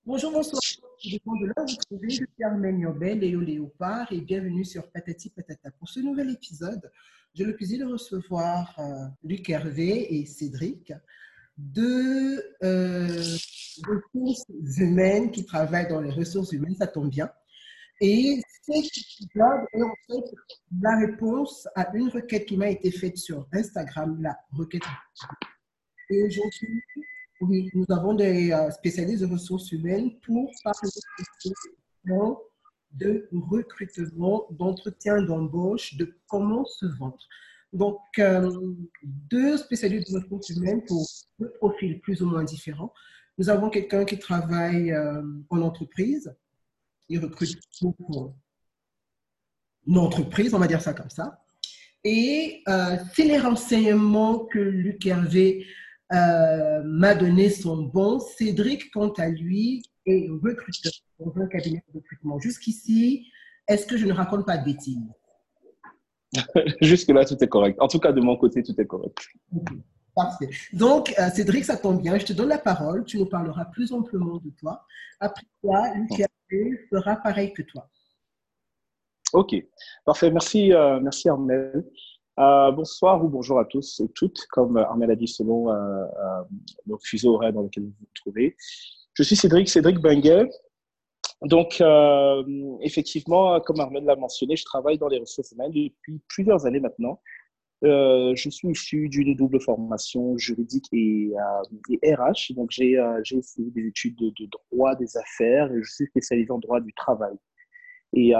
Bonjour, bonsoir. Tout dépend de là où vous trouvez. Je suis Armelle Niobel, Léo Léopard, et bienvenue sur Patati Patata. Pour ce nouvel épisode, j'ai le plaisir de recevoir Luc Hervé et Cédric, deux ressources humaines qui travaillent dans les ressources humaines, ça tombe bien. Et cet épisode est en fait la réponse à une requête qui m'a été faite sur Instagram, la requête. Et aujourd'hui, oui, nous avons des spécialistes de ressources humaines pour parler de recrutement, d'entretien d'embauche, de comment se vendre. Donc, deux spécialistes de ressources humaines pour deux profils plus ou moins différents. Nous avons quelqu'un qui travaille en entreprise, il recrute pour une entreprise, on va dire ça comme ça. Et si les renseignements que Luc Hervé m'a donné sont bons, Cédric, quant à lui, est recruteur dans un cabinet de recrutement. Jusqu'ici, est-ce que je ne raconte pas de bêtises? Jusque-là, tout est correct. En tout cas, de mon côté, tout est correct. Ok, parfait. Donc, Cédric, ça tombe bien. Je te donne la parole. Tu nous parleras plus amplement de toi. Après toi, Luc Hervé fera pareil que toi. OK. Parfait. Merci Armel. Bonsoir ou bonjour à tous et toutes, comme Armel a dit selon le fuseau horaire dans lequel vous vous trouvez. Je suis Cédric Benguet. Donc, effectivement, comme Armel l'a mentionné, je travaille dans les ressources humaines depuis plusieurs années maintenant. Je suis issu d'une double formation juridique et RH. Donc, j'ai fait des études de droit des affaires et je suis spécialisé en droit du travail. Et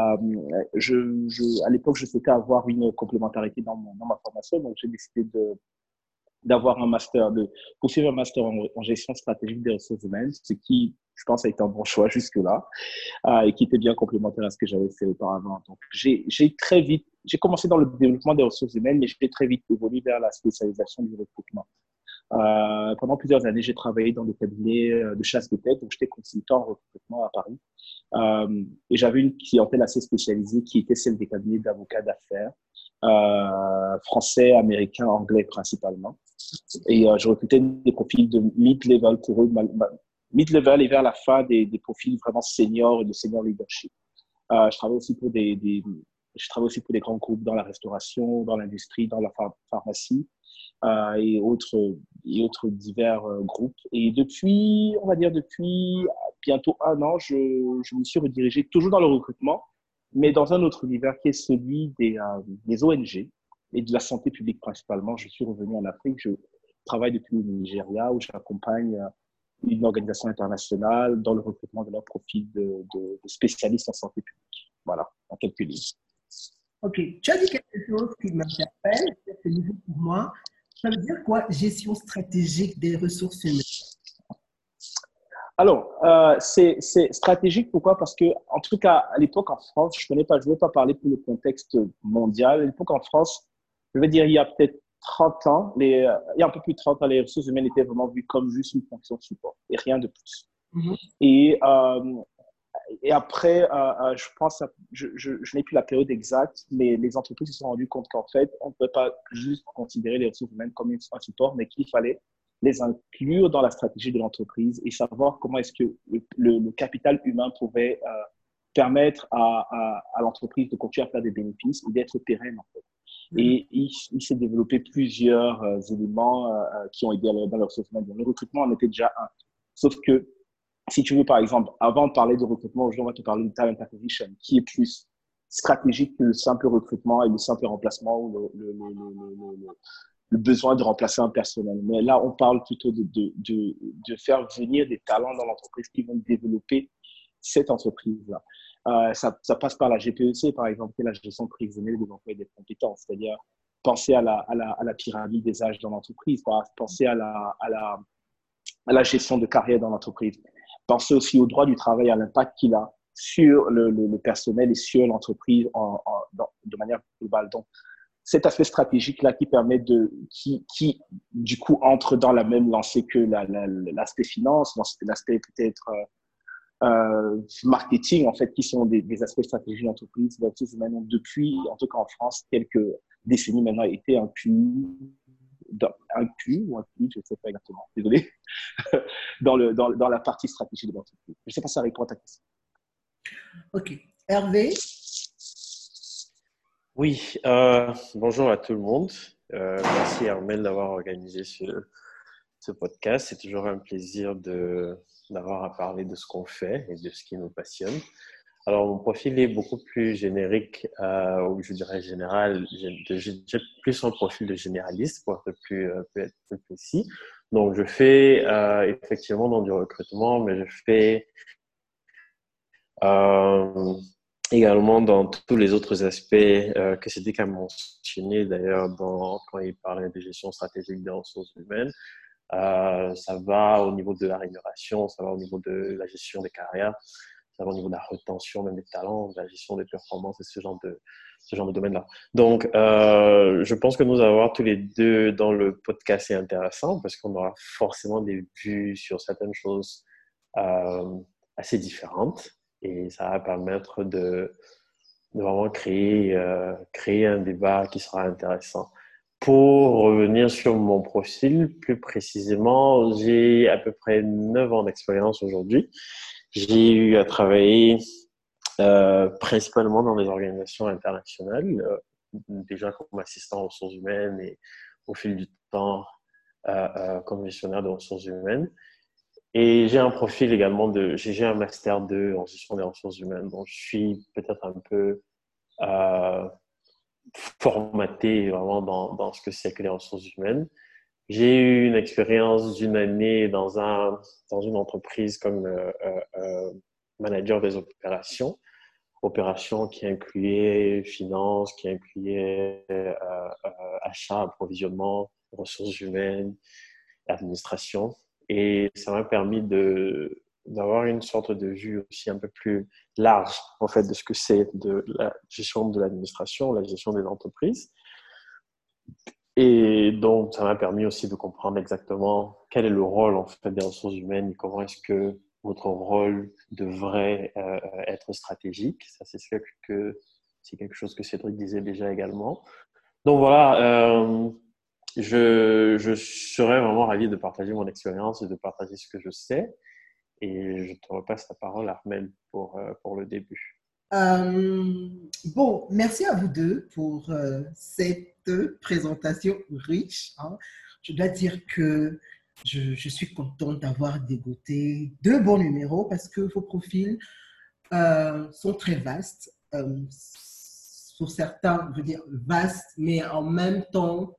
à l'époque, je souhaitais avoir une complémentarité dans ma formation. Donc, j'ai décidé d'avoir un master, de poursuivre un master en gestion stratégique des ressources humaines, ce qui, je pense, a été un bon choix jusque-là et qui était bien complémentaire à ce que j'avais fait auparavant. Donc, j'ai commencé dans le développement des ressources humaines, mais j'ai très vite évolué vers la spécialisation du recrutement. Pendant plusieurs années, j'ai travaillé dans des cabinets de chasse de tête, donc j'étais consultant en recrutement à Paris. Et j'avais une clientèle assez spécialisée qui était celle des cabinets d'avocats d'affaires, français, américains, anglais principalement. Et je recrutais des profils de mid-level pour eux, mid-level et vers la fin des profils vraiment seniors et de senior leadership. Je travaille aussi pour je travaille aussi pour des grands groupes dans la restauration, dans l'industrie, dans la pharmacie et autres divers groupes. Et depuis, on va dire depuis bientôt un an, je me suis redirigé toujours dans le recrutement, mais dans un autre univers qui est celui des ONG et de la santé publique principalement. Je suis revenu en Afrique. Je travaille depuis le Nigeria où j'accompagne une organisation internationale dans le recrutement de leur profil de spécialistes en santé publique. Voilà, en quelques lignes. Ok, tu as dit quelque chose qui m'interpelle, c'est nouveau pour moi. Ça veut dire quoi, gestion stratégique des ressources humaines? Alors, c'est stratégique. Pourquoi? Parce que, en tout cas, à l'époque en France, je ne vais pas parler pour le contexte mondial. À l'époque en France, je vais dire il y a peut-être 30 ans, il y a un peu plus de 30 ans, les ressources humaines étaient vraiment vues comme juste une fonction de support et rien de plus. Mhm. Et, et après, je pense, je n'ai plus la période exacte, mais les entreprises se sont rendues compte qu'en fait, on ne peut pas juste considérer les ressources humaines comme un support, mais qu'il fallait les inclure dans la stratégie de l'entreprise et savoir comment est-ce que le capital humain pouvait permettre à l'entreprise de continuer à faire des bénéfices et d'être pérenne en fait. Mhm. Et il s'est développé plusieurs éléments qui ont aidé dans leur ressources humaines. Le recrutement en était déjà un. Sauf que si tu veux, par exemple, avant de parler de recrutement, aujourd'hui, on va te parler de talent acquisition, qui est plus stratégique que le simple recrutement et le simple remplacement ou le besoin de remplacer un personnel. Mais là, on parle plutôt de faire venir des talents dans l'entreprise qui vont développer cette entreprise-là. Ça passe par la GPEC, par exemple, qui est la gestion prévisionnelle des emplois et des compétences, c'est-à-dire penser à la pyramide des âges dans l'entreprise, penser à la gestion de carrière dans l'entreprise. Pensez aussi au droit du travail, à l'impact qu'il a sur le personnel et sur l'entreprise de manière globale. Donc, cet aspect stratégique-là qui, du coup, entre dans la même lancée que l'aspect finance, l'aspect peut-être marketing, en fait, qui sont des aspects stratégiques d'entreprise, maintenant, depuis, en tout cas en France, quelques décennies maintenant, été inclus inclus ou inclus, je ne sais pas exactement, désolé, dans la partie stratégie de l'entreprise. Je ne sais pas si ça répond à ta question. OK. Hervé? Oui, bonjour à tout le monde. Merci Armel d'avoir organisé ce podcast. C'est toujours un plaisir d'avoir à parler de ce qu'on fait et de ce qui nous passionne. Alors, mon profil est beaucoup plus générique, ou je dirais général. J'ai plus un profil de généraliste pour être plus précis. Donc, je fais effectivement dans du recrutement, mais je fais également dans tous les autres aspects que Cédric a mentionné d'ailleurs quand il parlait de gestion stratégique des ressources humaines. Ça va au niveau de la rémunération, ça va au niveau de la gestion des carrières, ça va au niveau de la rétention même des talents, de la gestion des performances et ce genre de domaine-là. Donc, je pense que nous avoir tous les deux dans le podcast est intéressant parce qu'on aura forcément des vues sur certaines choses assez différentes et ça va permettre de vraiment créer un débat qui sera intéressant. Pour revenir sur mon profil, plus précisément, j'ai à peu près 9 ans d'expérience aujourd'hui. J'ai eu à travailler principalement dans des organisations internationales, déjà comme assistant aux ressources humaines et au fil du temps comme gestionnaire de ressources humaines. Et j'ai un profil également j'ai un master 2 en gestion des ressources humaines, donc je suis peut-être un peu formaté vraiment dans ce que c'est que les ressources humaines. J'ai eu une expérience d'une année dans une entreprise comme manager des opérations qui incluaient finance, qui incluaient achat, approvisionnement, ressources humaines, administration. Et ça m'a permis d'avoir une sorte de vue aussi un peu plus large, en fait, de ce que c'est de la gestion de l'administration, la gestion des entreprises. Et donc, ça m'a permis aussi de comprendre exactement quel est le rôle, en fait, des ressources humaines et comment est-ce que votre rôle devrait être stratégique. Ça, c'est quelque chose que Cédric disait déjà également. Donc, voilà, je serais vraiment ravi de partager mon expérience et de partager ce que je sais. Et je te repasse la parole, Armel, pour le début. Bon, merci à vous deux pour cette présentation riche, hein. Je dois dire que je suis contente d'avoir dégoté 2 bons numéros parce que vos profils sont très vastes. Pour certains, je veux dire vastes, mais en même temps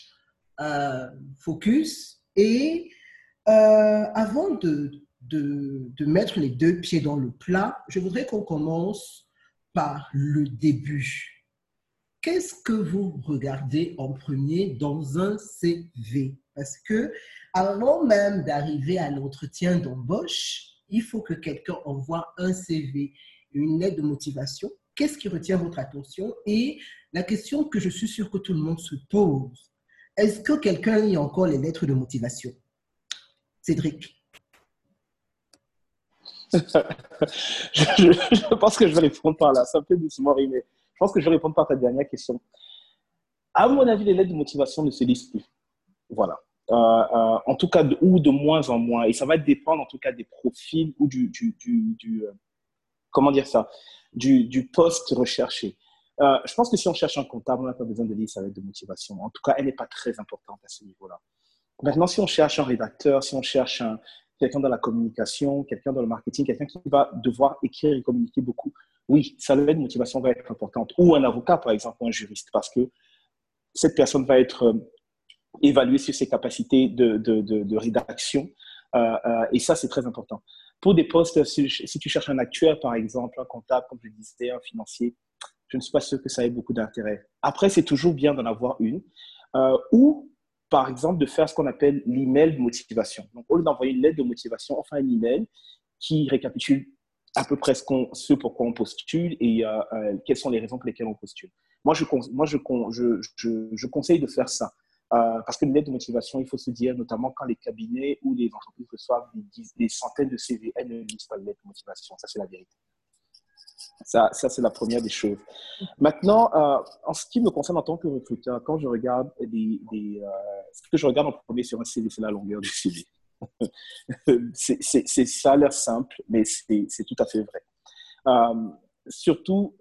focus. Et avant de mettre les 2 pieds dans le plat, je voudrais qu'on commence par le début. Qu'est-ce que vous regardez en premier dans un CV? Parce que avant même d'arriver à l'entretien d'embauche, il faut que quelqu'un envoie un CV, une lettre de motivation. Qu'est-ce qui retient votre attention? Et la question que je suis sûre que tout le monde se pose, est-ce que quelqu'un lit encore les lettres de motivation? Cédric. Je pense que je vais répondre par là. Ça me fait doucement rimer. Je pense que je vais répondre par ta dernière question. À mon avis, les lettres de motivation ne se lisent plus. Voilà. En tout cas, ou de moins en moins. Et ça va dépendre en tout cas des profils ou comment dire ça, du poste recherché. Je pense que si on cherche un comptable, on n'a pas besoin de lire sa lettre de motivation. En tout cas, elle n'est pas très importante à ce niveau-là. Maintenant, si on cherche un rédacteur, si on cherche quelqu'un dans la communication, quelqu'un dans le marketing, quelqu'un qui va devoir écrire et communiquer beaucoup, oui, sa lettre de motivation va être importante. Ou un avocat, par exemple, ou un juriste, parce que cette personne va être évaluée sur ses capacités de rédaction. Et ça, c'est très important. Pour des postes, si tu cherches un actuaire, par exemple, un comptable, comme je disais, un financier, je ne suis pas sûr que ça ait beaucoup d'intérêt. Après, c'est toujours bien d'en avoir une. Ou, par exemple, de faire ce qu'on appelle l'email de motivation. Donc, au lieu d'envoyer une lettre de motivation, on fait un email qui récapitule à peu près ce pourquoi on postule et quelles sont les raisons pour lesquelles on postule. Moi, je conseille de faire ça. Parce que une lettre de motivation, il faut se dire, notamment quand les cabinets ou les entreprises reçoivent des centaines de CV, elles ne lisent pas une lettre de motivation. Ça, c'est la vérité. Ça c'est la première des choses. Maintenant, en ce qui me concerne en tant que recruteur, quand je regarde ce que je regarde en premier sur un CV, c'est la longueur du CV. Ça a l'air simple, mais c'est tout à fait vrai. Surtout,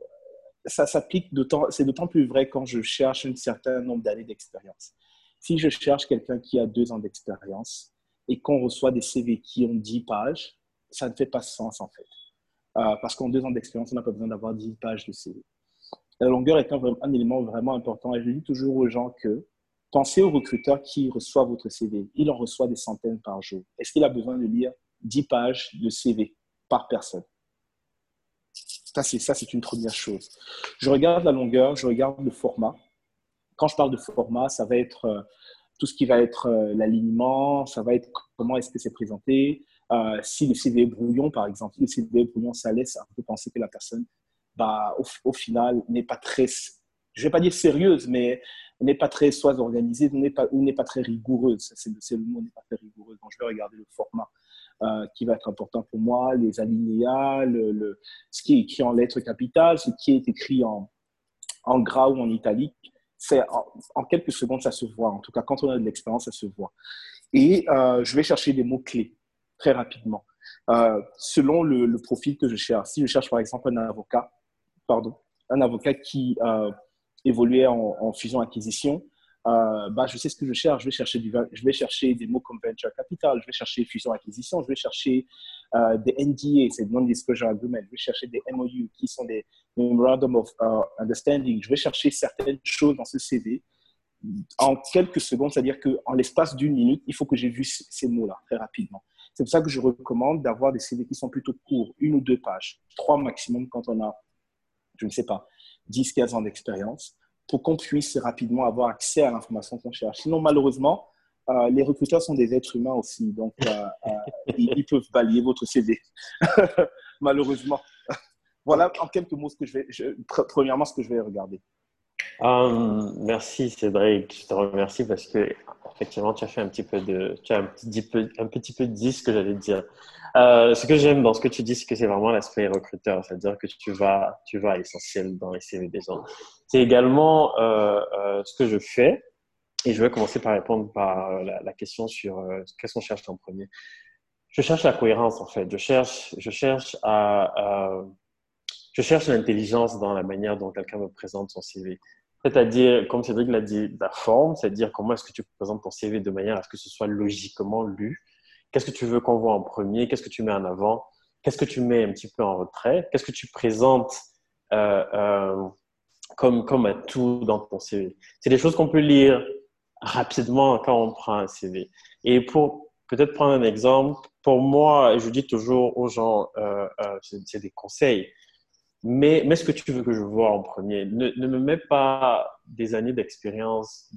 c'est d'autant plus vrai quand je cherche un certain nombre d'années d'expérience. Si je cherche quelqu'un qui a 2 ans d'expérience et qu'on reçoit des CV qui ont 10 pages, ça ne fait pas sens en fait. Parce qu'en 2 ans d'expérience, on n'a pas besoin d'avoir 10 pages de CV. La longueur est un élément vraiment important. Et je dis toujours aux gens que pensez au recruteur qui reçoit votre CV. Il en reçoit des centaines par jour. Est-ce qu'il a besoin de lire 10 pages de CV par personne? Ça, c'est une première chose. Je regarde la longueur, je regarde le format. Quand je parle de format, ça va être tout ce qui va être l'alignement, ça va être comment est-ce que c'est présenté. Si le CV est brouillon, par exemple, si le CV est brouillon, ça laisse un peu penser que la personne, bah, au final, n'est pas très, je ne vais pas dire sérieuse, mais n'est pas très soit organisée ou n'est pas très rigoureuse. C'est le mot, n'est pas très rigoureuse. Donc, je vais regarder le format qui va être important pour moi, les alinéas, ce qui est écrit en lettres capitales, ce qui est écrit en gras ou en italique. En quelques secondes, ça se voit. En tout cas, quand on a de l'expérience, ça se voit. Et je vais chercher des mots-clés très rapidement. Selon le profil que je cherche. Si je cherche, par exemple, un avocat qui évoluait en fusion-acquisition, je sais ce que je cherche. Je vais chercher des mots comme venture capital, je vais chercher fusion-acquisition, je vais chercher des NDA, c'est non-disclosure agreement, je vais chercher des MOU qui sont des Memorandum of Understanding. Je vais chercher certaines choses dans ce CV en quelques secondes, c'est-à-dire qu'en l'espace d'une minute, il faut que j'ai vu ces mots-là très rapidement. C'est pour ça que je recommande d'avoir des CV qui sont plutôt courts, 1 ou 2 pages, 3 maximum quand on a, je ne sais pas, 10, 15 ans d'expérience, pour qu'on puisse rapidement avoir accès à l'information qu'on cherche. Sinon, malheureusement, les recruteurs sont des êtres humains aussi, donc ils peuvent balayer votre CV, malheureusement. Voilà en quelques mots premièrement ce que je vais regarder. Merci Cédric, je te remercie parce que effectivement tu as fait un petit peu un petit peu dit ce que j'allais dire. Ce que j'aime dans ce que tu dis, c'est que c'est vraiment l'aspect recruteur, c'est-à-dire que tu vas à l'essentiel dans les CV des gens. C'est également ce que je fais et je vais commencer par répondre par la question sur qu'est-ce qu'on cherche en premier. Je cherche la cohérence en fait. Je cherche l'intelligence dans la manière dont quelqu'un me présente son CV. C'est-à-dire, comme Cédric l'a dit, la forme, c'est-à-dire comment est-ce que tu présentes ton CV de manière à ce que ce soit logiquement lu. Qu'est-ce que tu veux qu'on voit en premier? Qu'est-ce que tu mets en avant? Qu'est-ce que tu mets un petit peu en retrait? Qu'est-ce que tu présentes euh, euh, comme atout dans ton CV? C'est des choses qu'on peut lire rapidement quand on prend un CV. Et pour peut-être prendre un exemple, pour moi, je dis toujours aux gens, c'est des conseils. Mais ce que tu veux que je vois en premier, ne me mets pas des années d'expérience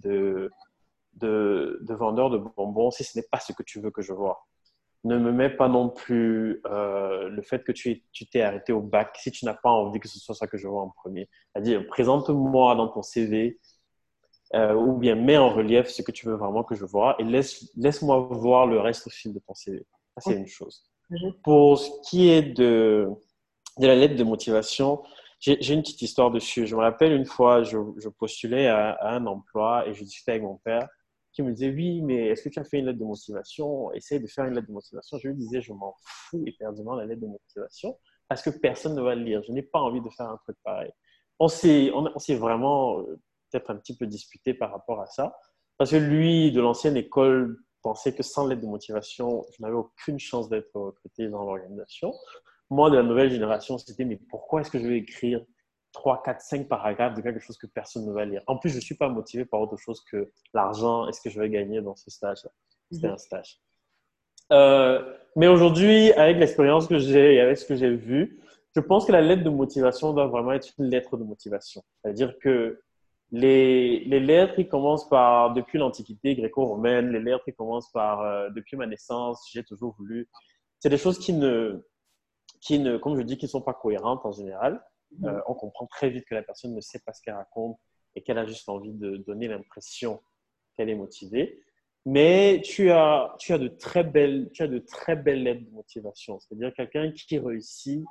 de vendeur de bonbons si ce n'est pas ce que tu veux que je vois. Ne me mets pas non plus le fait que tu t'es arrêté au bac si tu n'as pas envie que ce soit ça que je vois en premier. C'est-à-dire, présente-moi dans ton CV ou bien mets en relief ce que tu veux vraiment que je vois et laisse-moi voir le reste au fil de ton CV. Ça, c'est une chose. Pour ce qui est de la lettre de motivation, j'ai une petite histoire dessus. Je me rappelle une fois, je postulais à un emploi et je discutais avec mon père qui me disait, oui, mais est-ce que tu as fait une lettre de motivation? Essaye de faire une lettre de motivation. Je lui disais, je m'en fous éperdument de la lettre de motivation parce que personne ne va le lire. Je n'ai pas envie de faire un truc pareil. On s'est vraiment peut-être un petit peu disputé par rapport à ça parce que lui, de l'ancienne école, pensait que sans lettre de motivation, je n'avais aucune chance d'être recruté dans l'organisation. Moi, de la nouvelle génération, c'était mais pourquoi est-ce que je vais écrire 3, 4, 5 paragraphes de quelque chose que personne ne va lire? En plus, je ne suis pas motivé par autre chose que l'argent et ce que je vais gagner dans ce stage-là. C'était un stage. Mais aujourd'hui, avec l'expérience que j'ai et avec ce que j'ai vu, je pense que la lettre de motivation doit vraiment être une lettre de motivation. C'est-à-dire que les lettres, ils commencent par, depuis l'Antiquité gréco-romaine, les lettres, ils commencent par, depuis ma naissance, j'ai toujours voulu. C'est des choses comme je dis, qui ne sont pas cohérentes en général. On comprend très vite que la personne ne sait pas ce qu'elle raconte et qu'elle a juste envie de donner l'impression qu'elle est motivée. Mais tu as de très belles lettres de motivation. C'est-à-dire quelqu'un qui réussit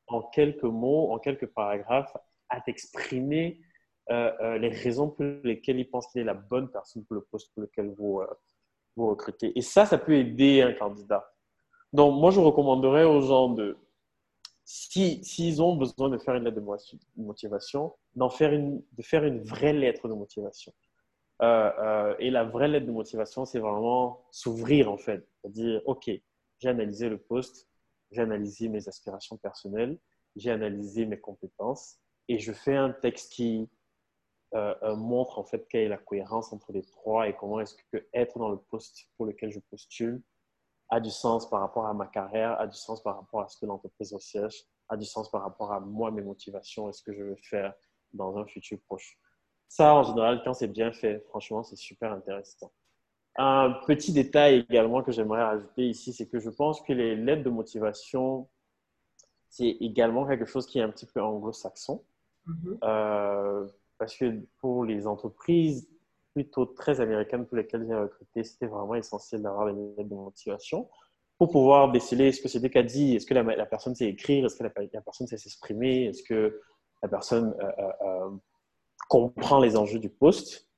en quelques mots, en quelques paragraphes, à t'exprimer les raisons pour lesquelles il pense qu'il est la bonne personne pour le poste pour lequel vous recrutez. Et ça peut aider un candidat. Donc, moi, je recommanderais aux gens s'ils ont besoin de faire une lettre de motivation, de faire une vraie lettre de motivation. Et la vraie lettre de motivation, c'est vraiment s'ouvrir, en fait. C'est-à-dire, OK, j'ai analysé le poste, j'ai analysé mes aspirations personnelles, j'ai analysé mes compétences et je fais un texte qui montre, en fait, quelle est la cohérence entre les trois et comment est-ce que être dans le poste pour lequel je postule a du sens par rapport à ma carrière, a du sens par rapport à ce que l'entreprise recherche, a du sens par rapport à moi, mes motivations et ce que je veux faire dans un futur proche. Ça, en général, quand c'est bien fait, franchement, c'est super intéressant. Un petit détail également que j'aimerais rajouter ici, c'est que je pense que les lettres de motivation, c'est également quelque chose qui est un petit peu anglo-saxon. Parce que pour les entreprises plutôt très américaines pour lesquelles j'ai recruté, c'était vraiment essentiel d'avoir des lettres de motivation pour pouvoir déceler ce que c'est qu'a dit. Est-ce que la personne sait écrire? Est-ce que la personne sait s'exprimer? Est-ce que la personne comprend les enjeux du poste?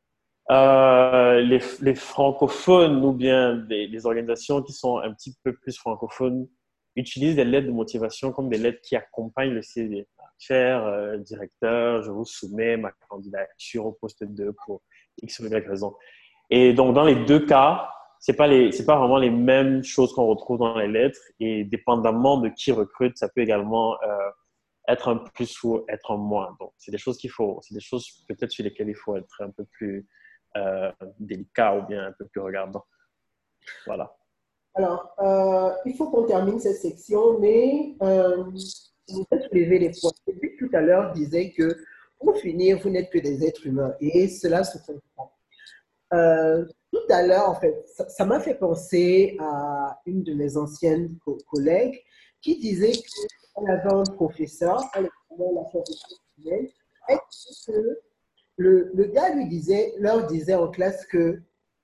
Les francophones ou bien les organisations qui sont un petit peu plus francophones utilisent des lettres de motivation comme des lettres qui accompagnent le CV. Cher directeur, je vous soumets ma candidature au poste 2 pour X ou Y raison. Et donc, dans les deux cas, c'est pas vraiment les mêmes choses qu'on retrouve dans les lettres. Et dépendamment de qui recrute, ça peut également être un plus ou être un moins. Donc, c'est des choses peut-être sur lesquelles il faut être un peu plus délicat ou bien un peu plus regardant. Voilà. Alors, il faut qu'on termine cette section, mais vous avez soulevé les points. Et puis, tout à l'heure, disait que pour finir, vous n'êtes que des êtres humains et cela se comprend. Tout à l'heure, en fait, ça m'a fait penser à une de mes anciennes collègues qui disait qu'elle avait un professeur, elle était la professeure, et que le gars leur disait en classe que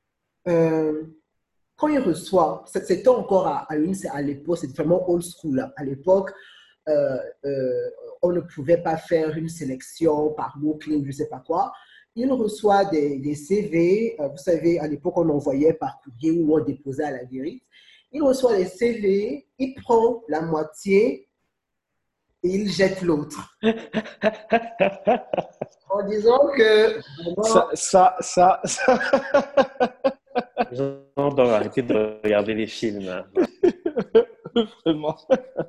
quand il reçoit, c'était encore à l'époque, c'était vraiment old school. Là. À l'époque, euh, euh, on ne pouvait pas faire une sélection par mot-clé, je ne sais pas quoi. Il reçoit des CV. Vous savez, à l'époque, on envoyait par courrier ou on déposait à la guérite. Il reçoit les CV, il prend la moitié et il jette l'autre. En disant que... Vraiment, Ça. Les gens doivent arrêter de regarder les films. Hein. Vraiment.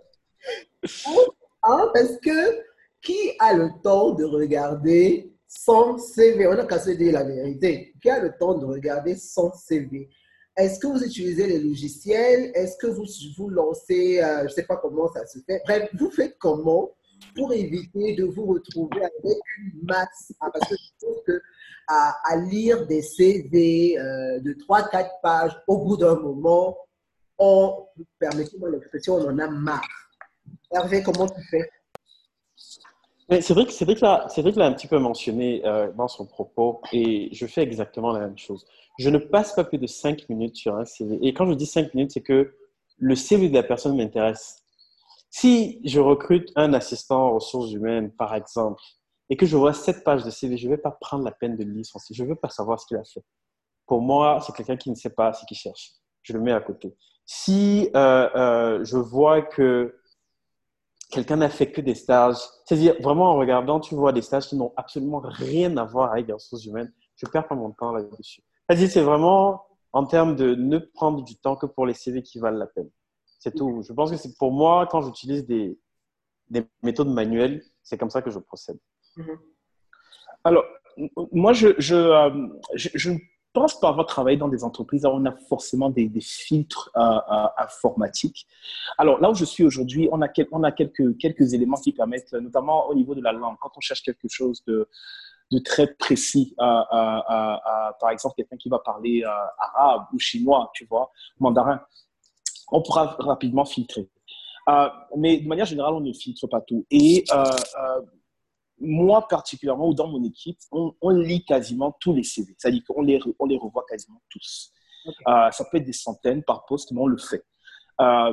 hein, parce que qui a le temps de regarder son CV? On n'a qu'à se dire la vérité. Qui a le temps de regarder son CV? Est-ce que vous utilisez les logiciels? Est-ce que vous lancez, je ne sais pas comment ça se fait. Bref, vous faites comment pour éviter de vous retrouver avec une masse? Parce que je trouve que à lire des CV de 3-4 pages, au bout d'un moment, permettez-moi l'expression, on en a marre. Hervé, comment tu fais? Mais Cédric l'a un petit peu mentionné dans son propos et je fais exactement la même chose. Je ne passe pas plus de 5 minutes sur un CV. Et quand je dis 5 minutes, c'est que le CV de la personne m'intéresse. Si je recrute un assistant aux ressources humaines, par exemple, et que je vois 7 pages de CV, je ne vais pas prendre la peine de lire son CV. Je ne veux pas savoir ce qu'il a fait. Pour moi, c'est quelqu'un qui ne sait pas ce qu'il cherche. Je le mets à côté. Si je vois que quelqu'un n'a fait que des stages, c'est-à-dire vraiment en regardant, tu vois des stages qui n'ont absolument rien à voir avec les ressources humaines, je ne perds pas mon temps là-dessus. C'est-à-dire, c'est vraiment en termes de ne prendre du temps que pour les CV qui valent la peine. C'est tout. Je pense que c'est pour moi, quand j'utilise des méthodes manuelles, c'est comme ça que je procède. Alors, moi, je ne pense pas avoir travaillé dans des entreprises où on a forcément des filtres informatiques. Alors, là où je suis aujourd'hui, on a quelques éléments qui permettent, notamment au niveau de la langue, quand on cherche quelque chose de très précis, par exemple, quelqu'un qui va parler arabe ou chinois, tu vois, mandarin, on pourra rapidement filtrer. Mais de manière générale, on ne filtre pas tout. Et moi, particulièrement, ou dans mon équipe, on lit quasiment tous les CV. C'est-à-dire qu'on on les revoit quasiment tous. Okay. Ça peut être des centaines par poste, mais on le fait.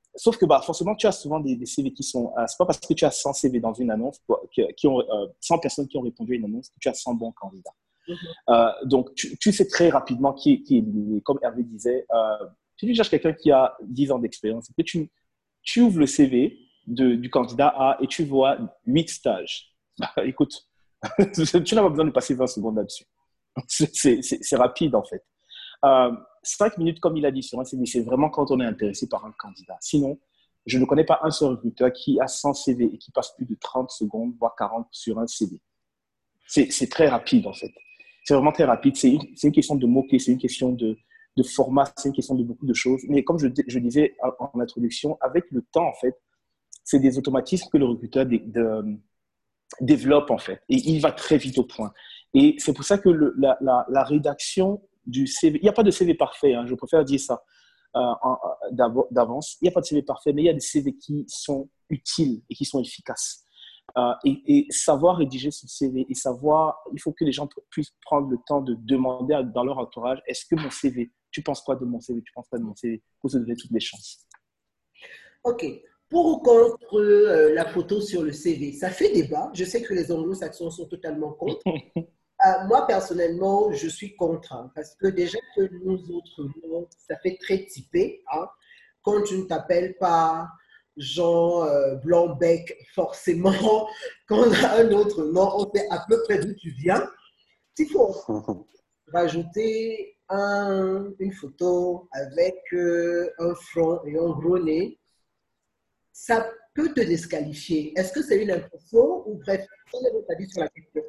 sauf que forcément, tu as souvent des CV qui sont. C'est pas parce que tu as 100 CV dans une annonce, 100 personnes qui ont répondu à une annonce, que tu as 100 bons candidats. Donc, tu sais très rapidement qui est éliminé. Comme Hervé disait, tu cherches quelqu'un qui a 10 ans d'expérience. Et puis, tu ouvres le CV du candidat A et tu vois 8 stages. Écoute, tu n'as pas besoin de passer 20 secondes là-dessus. C'est rapide, en fait. 5 minutes, comme il a dit sur un CV, c'est vraiment quand on est intéressé par un candidat. Sinon, je ne connais pas un seul recruteur qui a 100 CV et qui passe plus de 30 secondes, voire 40 sur un CV. C'est très rapide, en fait. C'est vraiment très rapide. C'est une question de mots-clés, c'est une question de format, c'est une question de beaucoup de choses. Mais comme je disais en introduction, avec le temps, en fait, c'est des automatismes que le recruteur développe, en fait. Et il va très vite au point. Et c'est pour ça que la rédaction du CV, il n'y a pas de CV parfait, hein, je préfère dire ça d'avance. Il n'y a pas de CV parfait, mais il y a des CV qui sont utiles et qui sont efficaces. Et savoir rédiger son CV et savoir, il faut que les gens puissent prendre le temps de demander dans leur entourage, est-ce que mon CV, tu penses quoi de mon CV, tu penses quoi de mon CV, pour se donner toutes les chances. Ok. Pour ou contre la photo sur le CV, ça fait débat. Je sais que les anglo-saxons sont totalement contre. Moi, personnellement, je suis contre, hein, parce que déjà que nous autres, ça fait très typé. Hein, quand tu ne t'appelles pas Jean Blanc-Bec, forcément, quand on a un autre nom, on sait à peu près d'où tu viens. S'il faut rajouter une photo avec un front et un gros nez, ça peut te disqualifier. Est-ce que c'est une impression ou bref, quel est votre avis sur la question?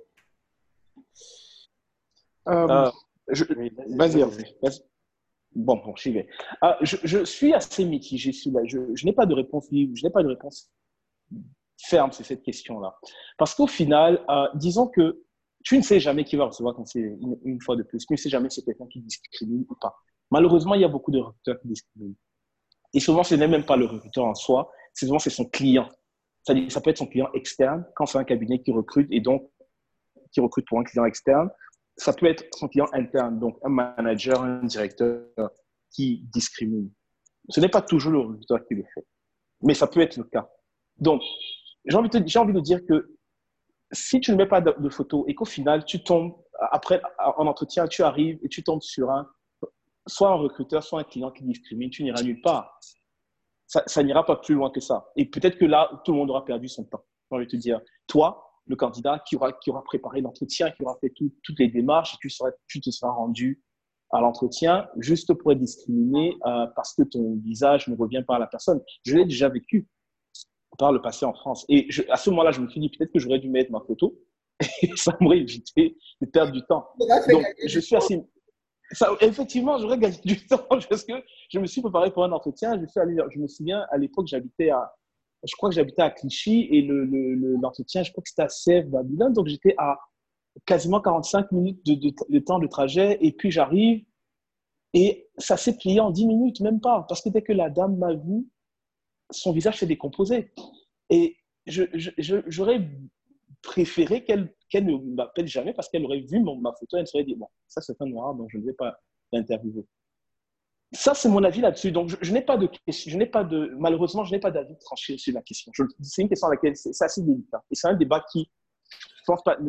Oui, Vas-y, vas-y. Bon, j'y vais. Je suis assez mitigé celui-là. Je n'ai pas de réponse libre, je n'ai pas de réponse ferme sur cette question-là. Parce qu'au final, disons que tu ne sais jamais qui va recevoir ton CV une fois de plus. Tu ne sais jamais si c'est quelqu'un qui discrimine ou pas. Malheureusement, il y a beaucoup de recruteurs qui discriminent. Et souvent, ce n'est même pas le recruteur en soi, souvent c'est son client. C'est-à-dire, ça peut être son client externe quand c'est un cabinet qui recrute et donc qui recrute pour un client externe. Ça peut être son client interne, donc un manager, un directeur qui discrimine. Ce n'est pas toujours le recruteur qui le fait, mais ça peut être le cas. Donc, j'ai envie de dire que si tu ne mets pas de photo et qu'au final, tu tombes, après, en entretien, tu arrives et tu tombes sur soit un recruteur, soit un client qui discrimine, tu n'iras nulle part. Ça n'ira pas plus loin que ça. Et peut-être que là, tout le monde aura perdu son temps. J'ai envie de te dire, toi, le candidat qui aura préparé l'entretien, qui aura fait toutes les démarches, tu te seras rendu à l'entretien juste pour être discriminé parce que ton visage ne revient pas à la personne. Je l'ai déjà vécu par le passé en France. Et à ce moment-là, je me suis dit peut-être que j'aurais dû mettre ma photo et ça m'aurait évité de perdre du temps. Donc, je suis assez... effectivement, j'aurais gagné du temps parce que je me suis préparé pour un entretien. Je me souviens, à l'époque, je crois que j'habitais à Clichy et l'entretien, je crois que c'était à Sèvres-Babylone. Donc, j'étais à quasiment 45 minutes de temps de trajet. Et puis, j'arrive et ça s'est plié en 10 minutes, même pas. Parce que dès que la dame m'a vu, son visage s'est décomposé. Et j'aurais préféré qu'elle ne m'appelle jamais parce qu'elle aurait vu ma photo. Elle serait dit, bon, ça c'est un noir, donc je ne vais pas l'interviewer. Ça, c'est mon avis là-dessus. Donc, je n'ai pas de question, malheureusement, je n'ai pas d'avis tranché sur la question. C'est une question à laquelle c'est assez délicat. Et c'est un débat qui, je pense pas,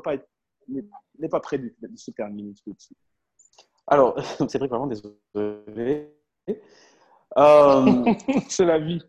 n'est pas prêt de se terminer. Alors, c'est vrai, vraiment désolé. C'est la vie.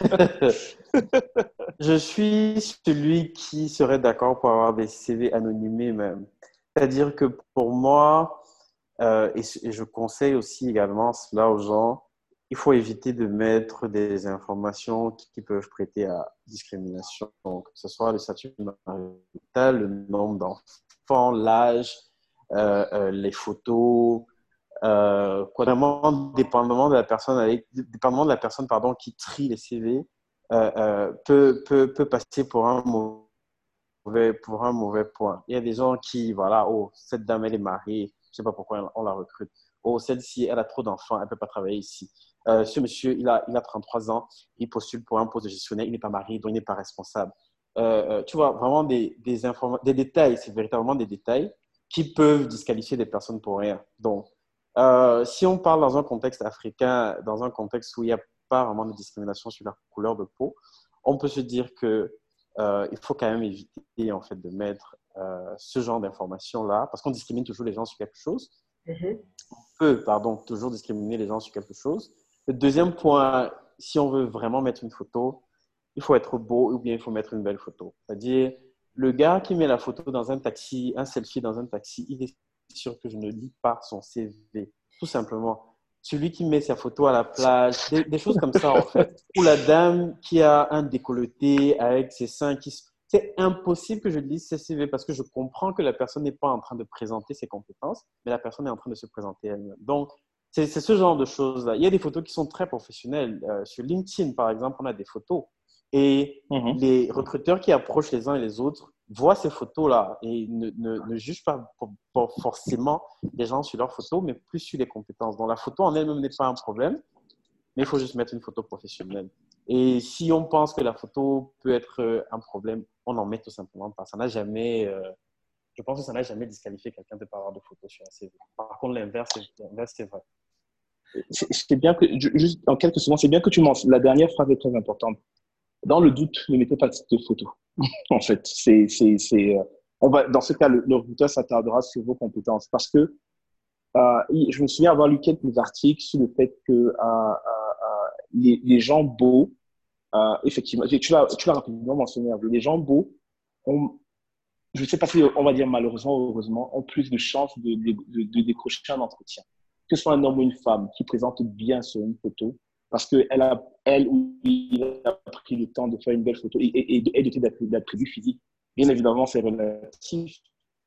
Je suis celui qui serait d'accord pour avoir des CV anonymés même. C'est-à-dire que pour moi, et je conseille aussi également cela aux gens, il faut éviter de mettre des informations qui peuvent prêter à discrimination, donc, que ce soit le statut marital, le nombre d'enfants, l'âge, les photos, vraiment dépendamment de la personne pardon, qui trie les CV, peut passer pour un mauvais point. Il y a des gens qui, voilà, oh, cette dame, elle est mariée, je ne sais pas pourquoi on la recrute. Oh, celle-ci, elle a trop d'enfants, elle ne peut pas travailler ici. Ce monsieur, il a 33 ans, il postule pour un poste de gestionnaire, il n'est pas marié, donc il n'est pas responsable. Tu vois, vraiment des détails, c'est véritablement des détails qui peuvent disqualifier des personnes pour rien. Donc, si on parle dans un contexte africain, dans un contexte où il y a pas vraiment de discrimination sur leur couleur de peau, on peut se dire que il faut quand même éviter en fait de mettre ce genre d'informations-là, parce qu'on discrimine toujours les gens sur quelque chose. Mhm. On peut, pardon, toujours discriminer les gens sur quelque chose. Le deuxième point, si on veut vraiment mettre une photo, il faut être beau ou bien il faut mettre une belle photo. C'est-à-dire, le gars qui met la photo dans un taxi, un selfie dans un taxi, il est sûr que je ne lis pas son CV, tout simplement. Celui qui met sa photo à la plage, des choses comme ça, en fait. Ou la dame qui a un décolleté avec ses seins qui... C'est impossible que je lise ses CV parce que je comprends que la personne n'est pas en train de présenter ses compétences, mais la personne est en train de se présenter elle-même. Donc, c'est ce genre de choses-là. Il y a des photos qui sont très professionnelles. Sur LinkedIn, par exemple, on a des photos. Et Mhm. les recruteurs qui approchent les uns et les autres voient ces photos-là et ne jugent pas forcément les gens sur leurs photos, mais plus sur les compétences. Donc, la photo en elle-même n'est pas un problème, mais il faut juste mettre une photo professionnelle. Et si on pense que la photo peut être un problème, on n'en met tout simplement pas. Ça n'a jamais, je pense que ça n'a jamais disqualifié quelqu'un de ne pas avoir de photos sur un CV. Par contre, l'inverse, c'est vrai. C'est bien que, juste en quelques secondes, c'est bien que tu mentionnes. La dernière phrase est très importante. Dans le doute, ne mettez pas de photos. En fait, on va, dans ce cas, le recruteur s'attardera sur vos compétences parce que je me souviens avoir lu quelques articles sur le fait que les gens beaux, effectivement, tu l'as rapidement mentionné, les gens beaux ont, je ne sais pas si on va dire malheureusement ou heureusement, ont plus de chances de décrocher un entretien. Que ce soit un homme ou une femme qui présente bien sur une photo, parce elle ou il a pris le temps de faire une belle photo et est doté d'attributs physiques. Bien évidemment, c'est relatif,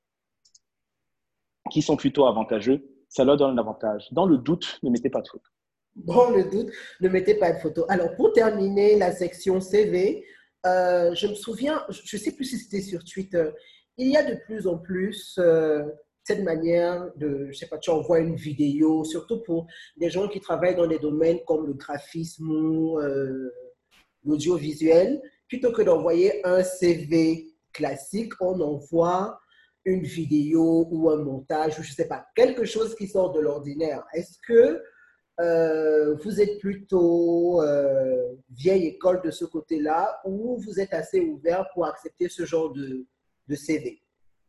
qui sont plutôt avantageux, ça leur donne un avantage. Dans le doute, ne mettez pas de photo. Dans le doute, ne mettez pas de photo. Alors, pour terminer la section CV, je me souviens, je ne sais plus si c'était sur Twitter, il y a de plus en plus cette manière de, je ne sais pas, tu envoies une vidéo, surtout pour des gens qui travaillent dans des domaines comme le graphisme ou l'audiovisuel, plutôt que d'envoyer un CV classique, on envoie une vidéo ou un montage ou je ne sais pas, quelque chose qui sort de l'ordinaire. Est-ce que vous êtes plutôt vieille école de ce côté-là ou vous êtes assez ouvert pour accepter ce genre de CV?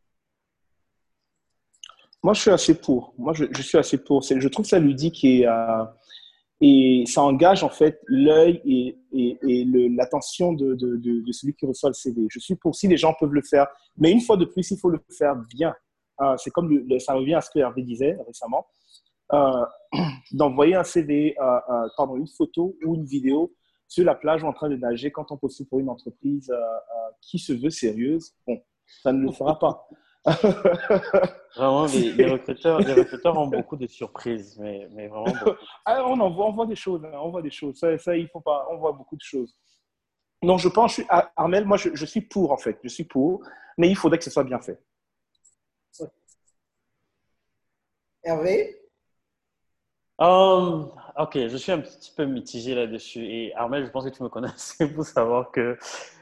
Moi, je suis assez pour. Moi, je suis assez pour. Je trouve ça ludique et ça engage en fait l'œil et l'attention de celui qui reçoit le CV. Je suis pour si les gens peuvent le faire, mais une fois de plus, il faut le faire bien. C'est comme ça revient à ce que Hervé disait récemment, euh, d'envoyer un CV, pardon, une photo ou une vidéo sur la plage ou en train de nager quand on postule pour une entreprise qui se veut sérieuse. Bon, ça ne le fera pas. Vraiment, les recruteurs ont beaucoup de surprises, mais vraiment beaucoup. On voit des choses, hein, on voit des choses. Ça, il faut pas. On voit beaucoup de choses. Donc, je pense, Armel, moi, je suis pour, en fait. Je suis pour, mais il faudrait que ce soit bien fait. Hervé? Ok, je suis un petit peu mitigé là-dessus. Et Armel, je pense que tu me connais assez pour savoir que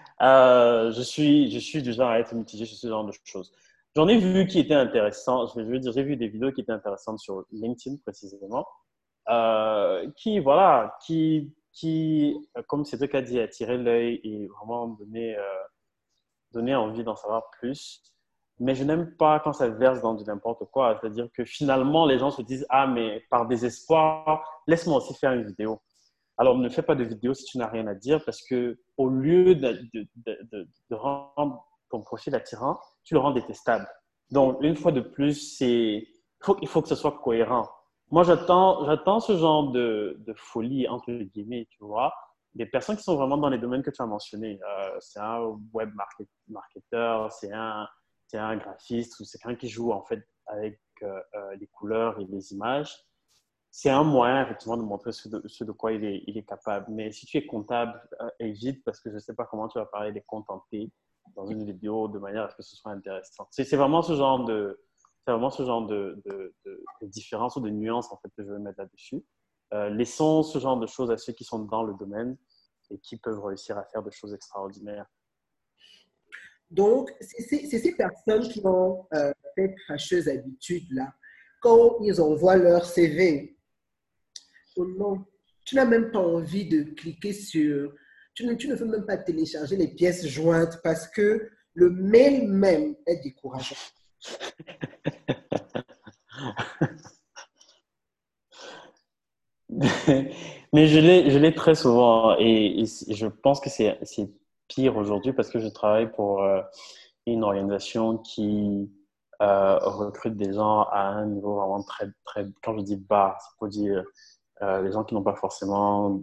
je suis du genre à être mitigé sur ce genre de choses. J'en ai vu qui étaient intéressants. Je veux dire, j'ai vu des vidéos qui étaient intéressantes sur LinkedIn précisément, comme c'est le cas dit, attirer l'œil et vraiment donner envie d'en savoir plus. Mais je n'aime pas quand ça verse dans du n'importe quoi. C'est-à-dire que finalement, les gens se disent, ah, mais par désespoir, laisse-moi aussi faire une vidéo. Alors, ne fais pas de vidéo si tu n'as rien à dire parce que au lieu de rendre ton profil attirant, tu le rends détestable. Donc, une fois de plus, il faut que ce soit cohérent. Moi, j'attends ce genre de folie, entre guillemets, tu vois. Des personnes qui sont vraiment dans les domaines que tu as mentionnés. C'est un web marketeur, c'est un graphiste ou c'est quelqu'un qui joue en fait avec les couleurs et les images. C'est un moyen effectivement de montrer ce de quoi il est capable. Mais si tu es comptable, évite parce que je ne sais pas comment tu vas parler des comptes en T dans une vidéo de manière à ce que ce soit intéressant. C'est vraiment ce genre de différence ou de nuance en fait, que je veux mettre là-dessus. Laissons ce genre de choses à ceux qui sont dans le domaine et qui peuvent réussir à faire des choses extraordinaires. Donc, c'est ces personnes qui ont cette fâcheuse habitude-là. Quand ils envoient leur CV, oh non, tu n'as même pas envie de cliquer sur... tu ne veux même pas télécharger les pièces jointes parce que le mail même est décourageant. Mais je l'ai très souvent et je pense que c'est pire aujourd'hui parce que je travaille pour une organisation qui recrute des gens à un niveau vraiment très, très, quand je dis bas, c'est pour dire les gens qui n'ont pas forcément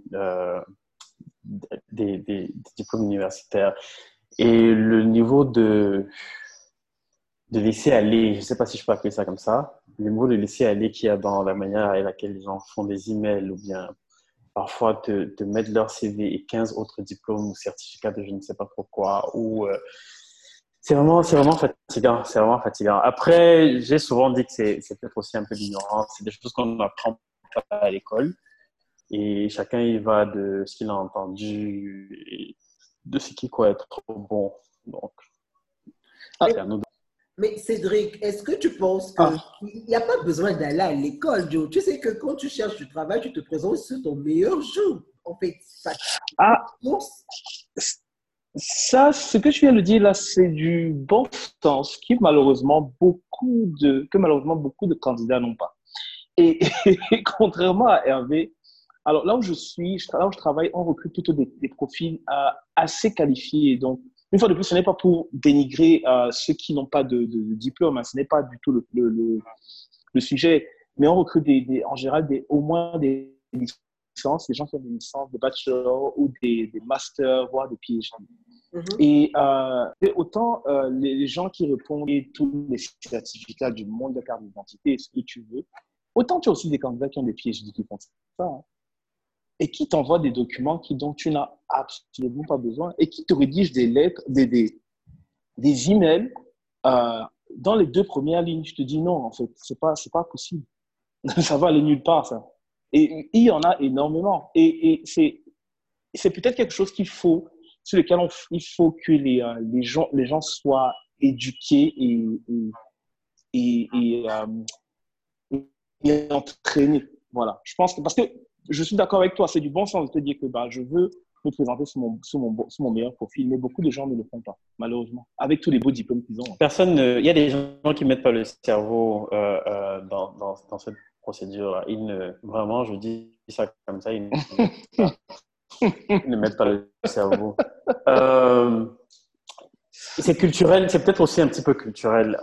des diplômes universitaires. Et le niveau de laisser aller, je ne sais pas si je peux appeler ça comme ça, le niveau de laisser aller qu'il y a dans la manière avec laquelle les gens font des emails ou bien parfois te mettre leur CV et 15 autres diplômes ou certificats de je ne sais pas trop quoi. Ou, c'est vraiment fatigant. C'est vraiment fatigant. Après, j'ai souvent dit que c'est peut-être aussi un peu d'ignorance. C'est des choses qu'on n'apprend pas à l'école. Et chacun y va de ce qu'il a entendu et de ce qui quoi être bon. Donc, c'est à nous de... Mais Cédric, est-ce que tu penses Ah, qu'il n'y a pas besoin d'aller à l'école, Joe? Tu sais que quand tu cherches du travail, tu te présentes sur ton meilleur jour. En fait, ça ah, course. ça, ce que tu viens de dire là, c'est du bon sens que malheureusement beaucoup de candidats n'ont pas. Et, et contrairement à Hervé, alors là où je suis, là où je travaille, on recrute plutôt des profils assez qualifiés. Donc, une fois de plus, ce n'est pas pour dénigrer ceux qui n'ont pas de diplôme, hein, ce n'est pas du tout le sujet, mais on recrute en général au moins des licences, des gens qui ont des licences, des bachelors ou des masters, voire des PhD. Mhm. Et autant les gens qui répondent à tous les certificats du monde de la carte d'identité, ce que tu veux, autant tu as aussi des candidats qui ont des PhD qui font ça, hein, et qui t'envoient des documents dont tu n'as absolument pas besoin et qui te rédigent des lettres, des emails dans les 2 premières lignes. Je te dis non, en fait, c'est pas possible. Ça va aller nulle part, ça. Et il y en a énormément. Et c'est peut-être quelque chose sur lequel il faut que les gens soient éduqués et entraînés. Voilà. Je pense que, parce que je suis d'accord avec toi, c'est du bon sens de te dire que bah, je veux me présenter sur mon meilleur profil, mais beaucoup de gens ne le font pas, malheureusement, avec tous les beaux diplômes qu'ils ont. Personne, il y a des gens qui ne mettent pas le cerveau dans cette procédure-là. Vraiment, je dis ça comme ça, ils ne mettent pas le cerveau. C'est culturel, c'est peut-être aussi un petit peu culturel.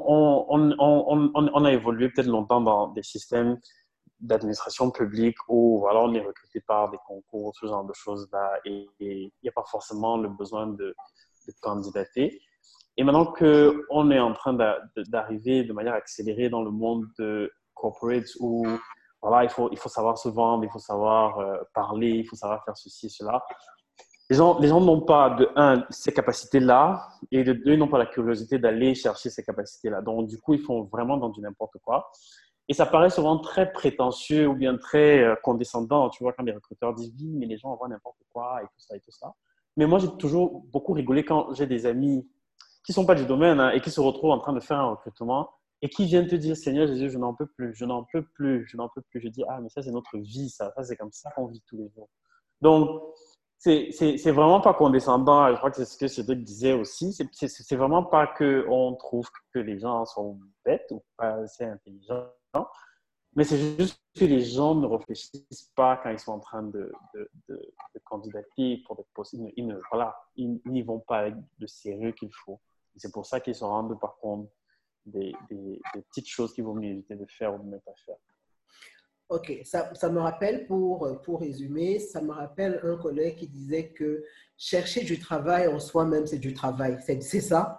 On a évolué peut-être longtemps dans des systèmes d'administration publique où voilà, on est recruté par des concours, ce genre de choses-là, et il n'y a pas forcément le besoin de candidater. Et maintenant qu'on est en train d'arriver de manière accélérée dans le monde de corporate où voilà, il faut savoir se vendre, il faut savoir parler, il faut savoir faire ceci et cela. Les gens n'ont pas, de un, ces capacités-là, et de deux, ils n'ont pas la curiosité d'aller chercher ces capacités-là. Donc, du coup, ils font vraiment dans du n'importe quoi. Et ça paraît souvent très prétentieux ou bien très condescendant, tu vois, quand les recruteurs disent oui, mais les gens envoient n'importe quoi et tout ça et tout ça. Mais moi, j'ai toujours beaucoup rigolé quand j'ai des amis qui ne sont pas du domaine hein, et qui se retrouvent en train de faire un recrutement et qui viennent te dire Seigneur Jésus, je n'en peux plus, je n'en peux plus, je n'en peux plus. Je dis ah, mais ça, c'est notre vie, ça c'est comme ça qu'on vit tous les jours. Donc, c'est vraiment pas condescendant. Je crois que c'est ce que Cédric disait aussi. C'est vraiment pas qu'on trouve que les gens sont bêtes ou pas assez intelligents, mais c'est juste que les gens ne réfléchissent pas quand ils sont en train de candidater pour des postes. Voilà, ils n'y vont pas avec le sérieux qu'il faut. C'est pour ça qu'ils se rendent par compte des petites choses qu'ils vont mieux éviter de faire ou de ne pas faire. Ok, ça me rappelle, pour résumer, ça me rappelle un collègue qui disait que chercher du travail en soi-même, c'est du travail. C'est ça?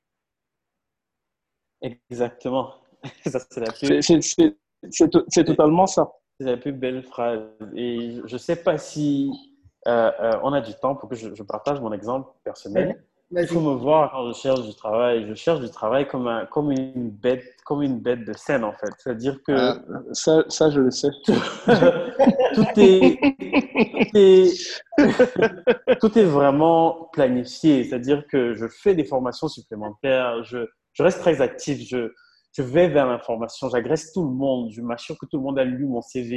Exactement. Ça, C'est totalement ça. c'est la plus belle phrase. Et je ne sais pas si on a du temps pour que je partage mon exemple personnel. Il faut Vas-y. me voir quand je cherche du travail. Je cherche du travail comme une bête de scène, en fait. C'est-à-dire que Ça, je le sais. tout est, tout est, tout est vraiment planifié. C'est-à-dire que je fais des formations supplémentaires. Je reste très actif. Je vais vers l'information. J'agresse tout le monde. Je m'assure que tout le monde a lu mon CV.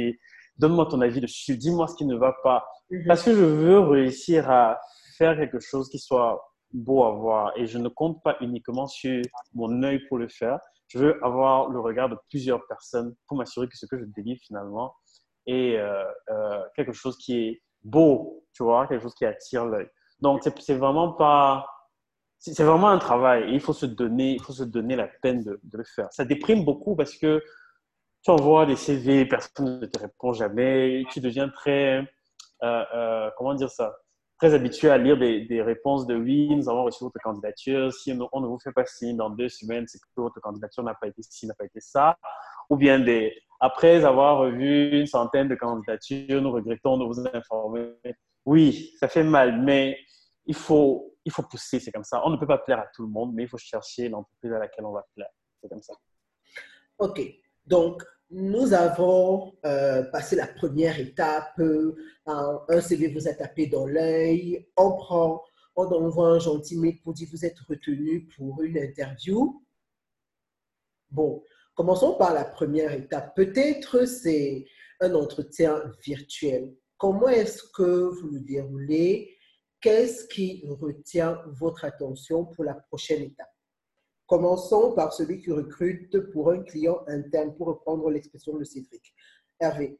donne-moi ton avis dessus, dis-moi ce qui ne va pas. Mhm. Parce que je veux réussir à faire quelque chose qui soit beau à voir et je ne compte pas uniquement sur mon œil pour le faire. Je veux avoir le regard de plusieurs personnes pour m'assurer que ce que je délivre finalement est quelque chose qui est beau, tu vois, quelque chose qui attire l'œil. Donc, c'est vraiment pas… C'est vraiment un travail et il faut se donner la peine de le faire. Ça déprime beaucoup parce que tu envoies des CV, personne ne te répond jamais, tu deviens très, comment dire ça, très habitué à lire des réponses de oui, nous avons reçu votre candidature, si on ne vous fait pas signe dans 2 semaines, c'est que votre candidature n'a pas été ci, n'a pas été ça, ou bien après avoir revu une centaine de candidatures, nous regrettons de vous informer. Oui, ça fait mal, mais il faut pousser, c'est comme ça. On ne peut pas plaire à tout le monde, mais il faut chercher l'entreprise à laquelle on va plaire. C'est comme ça. OK. Donc, nous avons passé la première étape. Un CV vous a tapé dans l'œil. On envoie un gentil mail pour dire que vous êtes retenu pour une interview. Bon, commençons par la première étape. Peut-être c'est un entretien virtuel. Comment est-ce que vous le déroulez? Qu'est-ce qui retient votre attention pour la prochaine étape? Commençons par celui qui recrute pour un client interne, pour reprendre l'expression de Cédric. Hervé.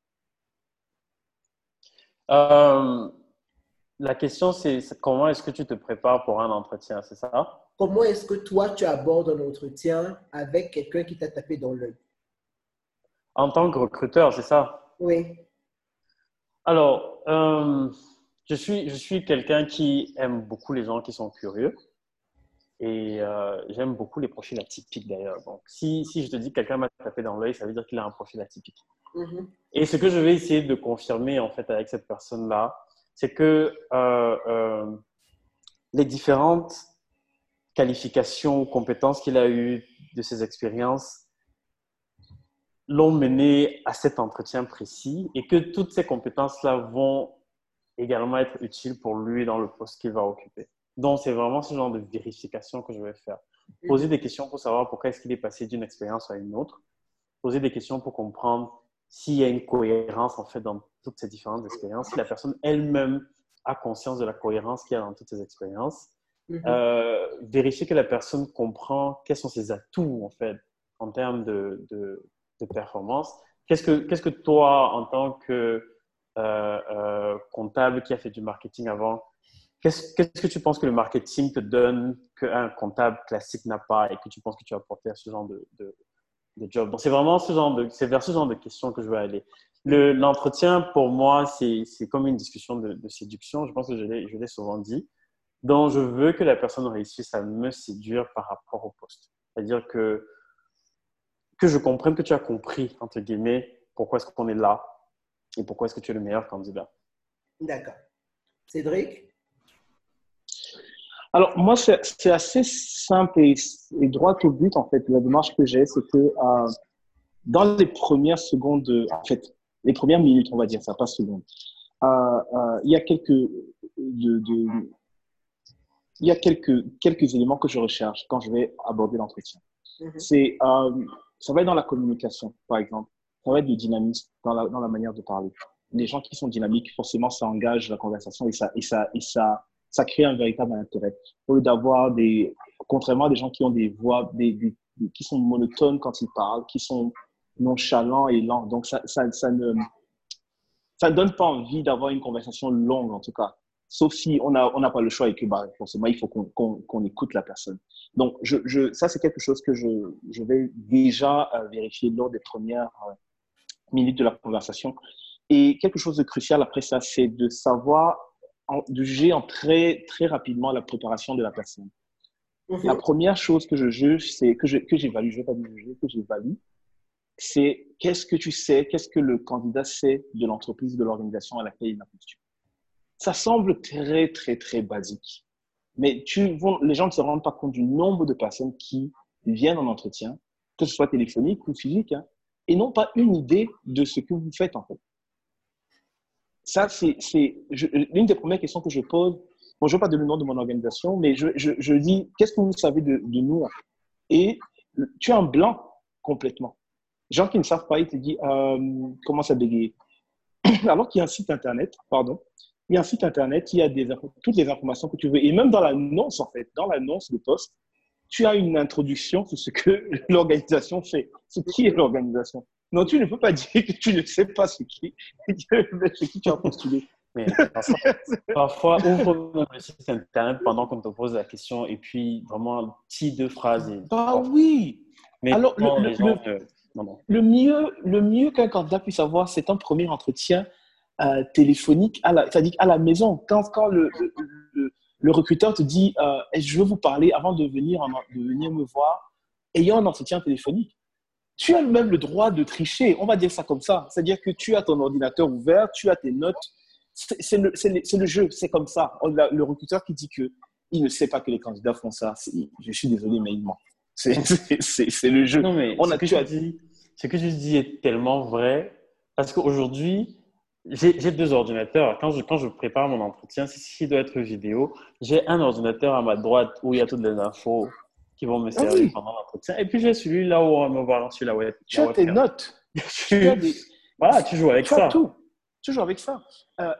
Euh, la question, c'est comment est-ce que tu te prépares pour un entretien, c'est ça? Comment est-ce que toi, tu abordes un entretien avec quelqu'un qui t'a tapé dans l'œil? En tant que recruteur, c'est ça? Oui. Alors, je suis quelqu'un qui aime beaucoup les gens qui sont curieux et j'aime beaucoup les profils atypiques d'ailleurs. Donc, si je te dis que quelqu'un m'a tapé dans l'œil, ça veut dire qu'il a un profil atypique. Mhm. Et ce que je vais essayer de confirmer en fait avec cette personne-là, c'est que les différentes qualifications ou compétences qu'il a eues de ses expériences l'ont mené à cet entretien précis et que toutes ces compétences-là vont également être utiles pour lui dans le poste qu'il va occuper. Donc, c'est vraiment ce genre de vérification que je vais faire. Poser des questions pour savoir pourquoi est-ce qu'il est passé d'une expérience à une autre. Poser des questions pour comprendre s'il y a une cohérence en fait dans toutes ces différentes expériences, si la personne elle-même a conscience de la cohérence qu'il y a dans toutes ces expériences. Vérifier que la personne comprend quels sont ses atouts en fait en termes de performance. Qu'est-ce que toi, en tant que comptable qui a fait du marketing avant, qu'est-ce que tu penses que le marketing te donne qu'un comptable classique n'a pas et que tu penses que tu as apporté à ce genre de job? Donc, c'est vraiment c'est vers ce genre de questions que je veux aller. L'entretien, pour moi, c'est comme une discussion de séduction. Je pense que je l'ai souvent dit. Donc, je veux que la personne réussisse à me séduire par rapport au poste. C'est-à-dire que je comprenne que tu as compris, entre guillemets, pourquoi est-ce qu'on est là et pourquoi est-ce que tu es le meilleur candidat. D'accord. Cédric? Alors, moi, c'est assez simple et droit au but, en fait. La démarche que j'ai, c'est que dans les premières secondes, en fait, les premières minutes, on va dire ça, pas secondes, il y a quelques éléments que je recherche quand je vais aborder l'entretien. Ça va être dans la communication, par exemple. Ça va être le dynamisme dans la manière de parler. Les gens qui sont dynamiques, forcément, ça engage la conversation et ça crée un véritable intérêt. Au lieu d'avoir contrairement à des gens qui ont des voix, qui sont monotones quand ils parlent, qui sont nonchalants et lents. Donc, ça ne donne pas envie d'avoir une conversation longue, en tout cas. Sauf si on n'a pas le choix et que, forcément, il faut qu'on écoute la personne. Donc, ça, c'est quelque chose que je vais déjà vérifier lors des premières minutes de la conversation. Et quelque chose de crucial après ça, c'est de savoir, de juger très, très rapidement la préparation de la personne. La première chose que je juge, c'est que j'évalue, je ne vais pas dire juger, que j'évalue, c'est qu'est-ce que tu sais, qu'est-ce que le candidat sait de l'entreprise, de l'organisation à laquelle il a postulé. Ça semble très, très, très basique. Mais les gens ne se rendent pas compte du nombre de personnes qui viennent en entretien, que ce soit téléphonique ou physique, et n'ont pas une idée de ce que vous faites en fait. Ça, c'est l'une des premières questions que je pose. Bon, je ne veux pas donner le nom de mon organisation, mais je dis, qu'est-ce que vous savez de nous en fait? Et tu es en blanc complètement. Gens qui ne savent pas, ils te disent comment ça bégayer. Alors qu'il y a un site internet, pardon, il y a un site internet, il y a toutes les informations que tu veux. Et même dans l'annonce, en fait, dans l'annonce de poste, tu as une introduction sur ce que l'organisation fait. Ce qui est l'organisation. Non, tu ne peux pas dire que tu ne sais pas ce qui tu as postulé. Mais parfois, ouvre même le site internet pendant qu'on te pose la question et puis vraiment, petit deux phrases. Ah oui! Mais Alors, les gens, non, non. le mieux qu'un candidat puisse avoir, c'est un premier entretien téléphonique, c'est-à-dire à la maison. Quand le recruteur te dit je veux vous parler avant de venir me voir, ayant un entretien téléphonique. Tu as même le droit de tricher, on va dire ça comme ça. C'est-à-dire que tu as ton ordinateur ouvert, tu as tes notes. C'est le jeu, c'est comme ça. Le recruteur qui dit qu'il ne sait pas que les candidats font ça, je suis désolé, mais il ment. C'est le jeu. Non, mais ce que tu dis est tellement vrai parce qu'aujourd'hui, j'ai deux ordinateurs. Quand je prépare mon entretien, s'il doit être vidéo, j'ai un ordinateur à ma droite où il y a toutes les infos qui vont me servir pendant l'entretien. Et puis, j'ai celui-là où on va me voir sur la web. Tu as tes notes. Voilà, tu joues avec ça. Tu as tout. Tu joues avec ça.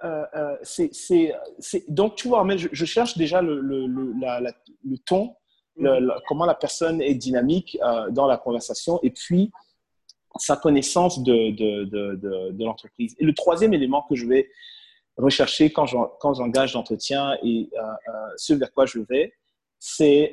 Donc, tu vois, mais je cherche déjà le ton, comment la personne est dynamique dans la conversation et puis sa connaissance de l'entreprise. Et le troisième élément que je vais rechercher quand j'engage l'entretien et ce vers quoi je vais, c'est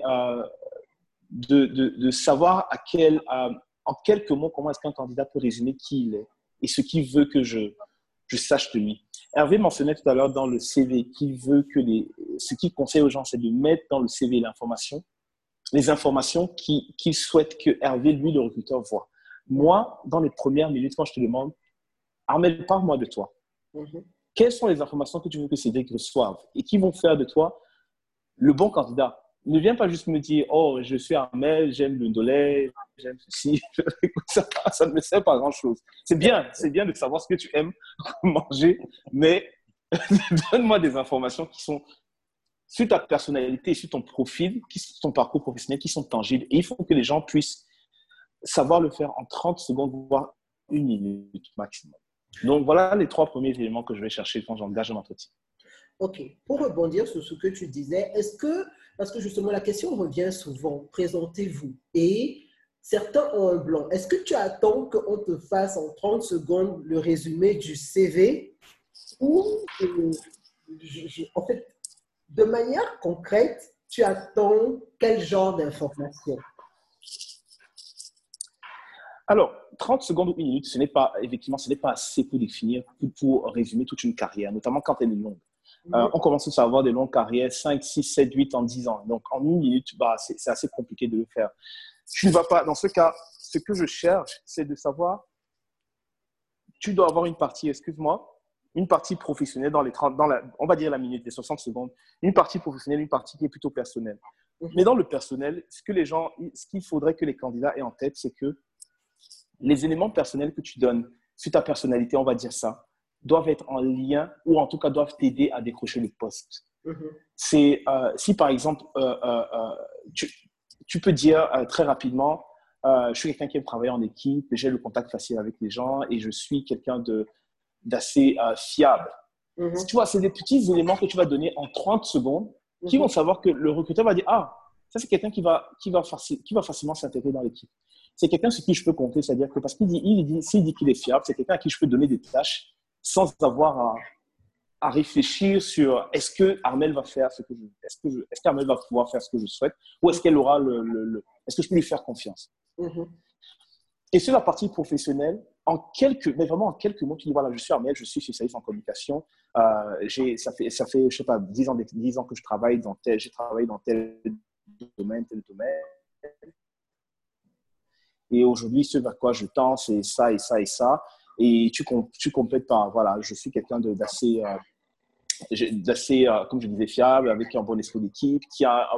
de savoir en quelques mots comment est-ce qu'un candidat peut résumer qui il est et ce qu'il veut que je sache de lui. Hervé mentionnait tout à l'heure dans le CV qu'il veut ce qu'il conseille aux gens, c'est de mettre dans le CV les informations qu'il souhaite que Hervé, lui, le recruteur, voit. Moi, dans les premières minutes, quand je te demande, Armel, parle-moi de toi. Quelles sont les informations que tu veux que Cédric reçoive et qui vont faire de toi le bon candidat? Ne viens pas juste me dire, oh, je suis Armel, j'aime le dollar, j'aime ceci. Ça ne me sert pas à grand-chose. C'est bien de savoir ce que tu aimes manger, mais donne-moi des informations qui sont sur ta personnalité, sur ton profil, sur ton parcours professionnel, qui sont tangibles. Et il faut que les gens puissent savoir le faire en 30 secondes, voire 1 minute maximum. Donc, voilà les 3 premiers éléments que je vais chercher quand j'engage un entretien. OK. Pour rebondir sur ce que tu disais, parce que justement la question revient souvent, présentez-vous. Et certains ont un blanc. Est-ce que tu attends qu'on te fasse en 30 secondes le résumé du CV ou, en fait, de manière concrète, tu attends quel genre d'information? Alors, 30 secondes ou 1 minute, ce n'est pas assez pour définir, pour résumer toute une carrière, notamment quand elle est longue. On commence à avoir des longues carrières, 5, 6, 7, 8 en 10 ans. Donc, en 1 minute, c'est assez compliqué de le faire. Tu ne vas pas, dans ce cas, ce que je cherche, c'est de savoir, tu dois avoir une partie professionnelle on va dire la minute, les 60 secondes, une partie professionnelle, une partie qui est plutôt personnelle. Mais dans le personnel, ce qu'il faudrait que les candidats aient en tête, c'est que les éléments personnels que tu donnes sur ta personnalité, on va dire ça, doivent être en lien ou en tout cas doivent t'aider à décrocher le poste. Si par exemple, tu peux dire très rapidement, je suis quelqu'un qui aime travailler en équipe, j'ai le contact facile avec les gens et je suis quelqu'un d'assez fiable. Tu vois, c'est des petits éléments que tu vas donner en 30 secondes qui vont savoir que le recruteur va dire, ah, ça c'est quelqu'un qui va facilement s'intégrer dans l'équipe. C'est quelqu'un sur qui je peux compter, c'est-à-dire que parce s'il dit qu'il est fiable, c'est quelqu'un à qui je peux donner des tâches sans avoir à réfléchir sur est-ce que Armel va faire ce que est-ce qu'Armel va pouvoir faire ce que je souhaite ou est-ce qu'elle aura est-ce que je peux lui faire confiance. Et sur la partie professionnelle, mais vraiment en quelques mots, tu dis voilà, je suis Armel, je suis spécialiste en communication, ça fait je sais pas 10 ans que j'ai travaillé dans tel domaine. Et aujourd'hui, ce vers quoi je tends, c'est ça et ça et ça. Et tu complètes par, voilà, je suis quelqu'un d'assez, comme je disais, fiable, avec un bon esprit d'équipe, qui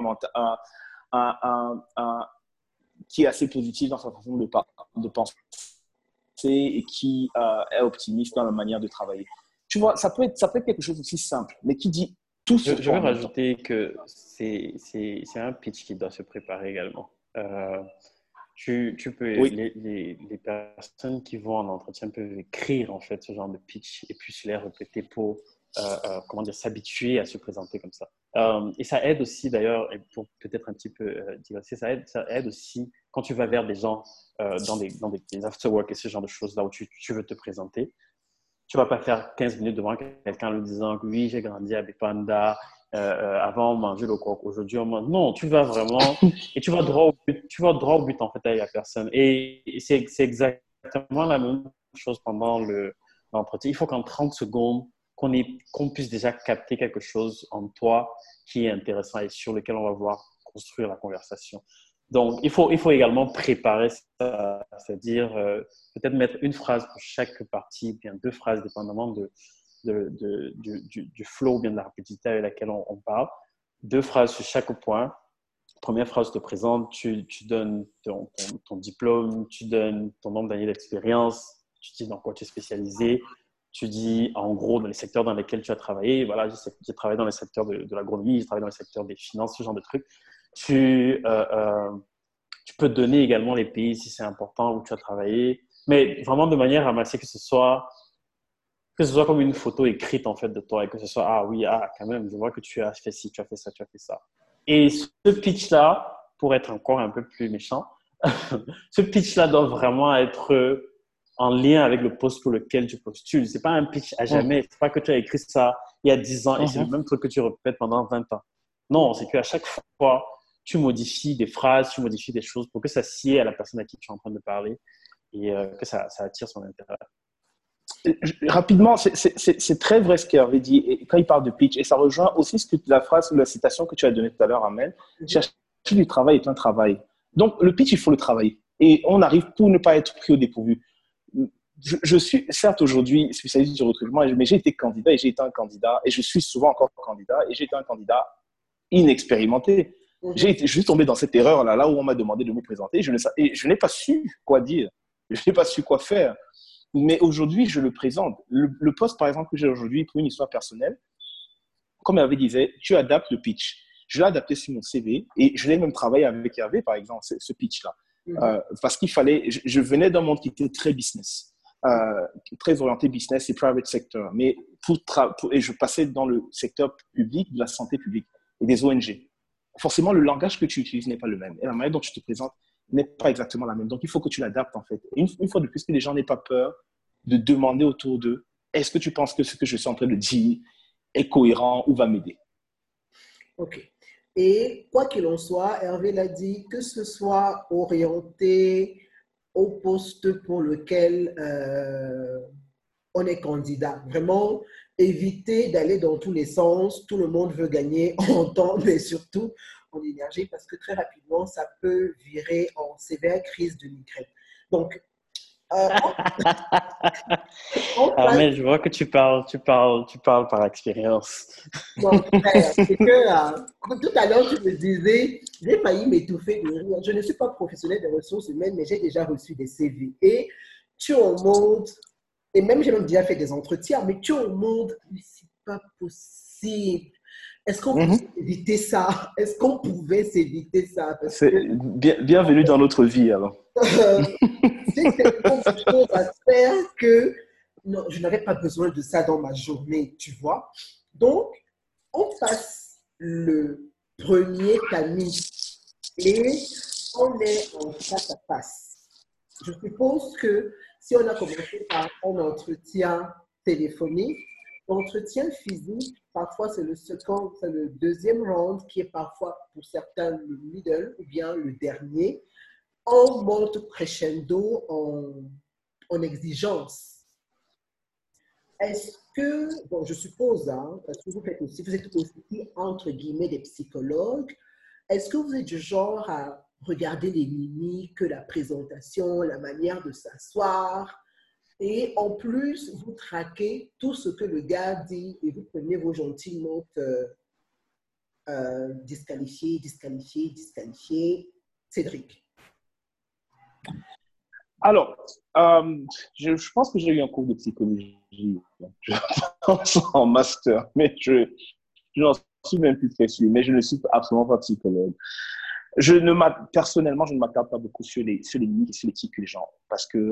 est assez positif dans sa façon de penser et qui est optimiste dans la manière de travailler. Tu vois, ça peut être quelque chose aussi simple, mais qui dit tout ce Je veux rajouter que c'est un pitch qui doit se préparer également. tu peux, Oui. les personnes qui vont en entretien peuvent écrire en fait ce genre de pitch et puis se les répéter pour comment dire, s'habituer à se présenter comme ça. Et ça aide aussi d'ailleurs, et pour peut-être un petit peu diversifier, ça aide aussi quand tu vas vers des gens dans des after-work et ce genre de choses là où tu veux te présenter. Tu ne vas pas faire 15 minutes devant quelqu'un en lui disant que oui, j'ai grandi à Bipanda, avant on mangeait le coq, aujourd'hui on mange. Non, tu vas vraiment et tu vas droit au but, en fait avec la personne. Et c'est exactement la même chose pendant l'entretien. Il faut qu'en 30 secondes, qu'on puisse déjà capter quelque chose en toi qui est intéressant et sur lequel on va voir construire la conversation. Donc, il faut également préparer ça, c'est-à-dire peut-être mettre une phrase pour chaque partie, bien deux phrases, dépendamment du flow ou bien de la rapidité avec laquelle on parle. Deux phrases sur chaque point. Première phrase, tu te présentes, tu donnes ton diplôme, tu donnes ton nombre d'années d'expérience, tu dis dans quoi tu es spécialisé, tu dis en gros dans les secteurs dans lesquels tu as travaillé. Voilà, j'ai travaillé dans le secteur de l'agronomie, j'ai travaillé dans le secteur des finances, ce genre de trucs. Tu peux donner également les pays si c'est important où tu as travaillé, mais vraiment de manière ramassée, que ce soit comme une photo écrite en fait de toi et que ce soit ah oui, ah quand même, je vois que tu as fait ci, tu as fait ça, tu as fait ça. Et ce pitch-là, pour être encore un peu plus méchant, ce pitch-là doit vraiment être en lien avec le poste pour lequel tu postules. C'est pas un pitch à jamais. C'est pas que tu as écrit ça il y a 10 ans et c'est le même truc que tu répètes pendant 20 ans. Non, c'est qu'à chaque fois, tu modifies des phrases, tu modifies des choses pour que ça sied à la personne à qui tu es en train de parler et que ça attire son intérêt. Rapidement, c'est très vrai ce qu'il avait dit et quand il parle de pitch. Et ça rejoint aussi la phrase ou la citation que tu as donnée tout à l'heure, Amel. Chercher du travail est un travail. Donc, le pitch, il faut le travailler. Et on arrive pour ne pas être pris au dépourvu. Je suis certes aujourd'hui spécialiste du recrutement, mais j'ai été candidat et j'ai été un candidat et je suis souvent encore candidat et j'ai été un candidat inexpérimenté. J'ai juste tombé dans cette erreur là où on m'a demandé de me présenter et je n'ai pas su quoi dire. Je n'ai pas su quoi faire. Mais aujourd'hui, je le présente. Le poste, par exemple, que j'ai aujourd'hui pour une histoire personnelle, comme Hervé disait, tu adaptes le pitch. Je l'ai adapté sur mon CV et je l'ai même travaillé avec Hervé, par exemple, ce pitch-là. Parce qu'il fallait, je venais d'un monde qui était très business, très orienté business et private sector. Mais et je passais dans le secteur public, de la santé publique et des ONG. Forcément, le langage que tu utilises n'est pas le même. Et la manière dont tu te présentes n'est pas exactement la même. Donc, il faut que tu l'adaptes, en fait. Et une fois de plus, que les gens n'aient pas peur de demander autour d'eux, est-ce que tu penses que ce que je suis en train de dire est cohérent ou va m'aider? OK. Et quoi qu'il en soit, Hervé l'a dit, que ce soit orienté au poste pour lequel on est candidat. Vraiment, éviter d'aller dans tous les sens. Tout le monde veut gagner en temps, mais surtout en énergie, parce que très rapidement, ça peut virer en sévère crise de migraine. Donc, mais je vois que tu parles par expérience. Mon frère, c'est que tout à l'heure, tu me disais, j'ai failli m'étouffer de rire. Je ne suis pas professionnelle des ressources humaines, mais j'ai déjà reçu des CV. Et tu en montes, et même j'ai même déjà fait des entretiens, mais tu en montes, mais c'est pas possible. Est-ce qu'on pouvait éviter ça? Est-ce qu'on pouvait s'éviter ça? Bienvenue dans notre vie, alors. C'est tellement de choses à faire que non, je n'avais pas besoin de ça dans ma journée, tu vois. Donc, on passe le premier tamis et on est en face à face. Je suppose que si on a commencé par un entretien téléphonique, l'entretien physique, parfois c'est le second, c'est le deuxième round qui est parfois pour certains le middle ou bien le dernier. On monte crescendo en exigence. Est-ce que, bon, je suppose, hein, parce que vous êtes aussi, entre guillemets, des psychologues, est-ce que vous êtes du genre à regarder les mimiques, la présentation, la manière de s'asseoir, et en plus, vous traquez tout ce que le gars dit et vous prenez vos gentilles notes disqualifié, Cédric? Alors, je pense que j'ai eu un cours de psychologie, je pense en master, mais je n'en suis même plus très sûr, mais je ne suis absolument pas psychologue. Personnellement, je ne m'attarde pas beaucoup sur les mimiques et sur les tics que les gens ont, parce que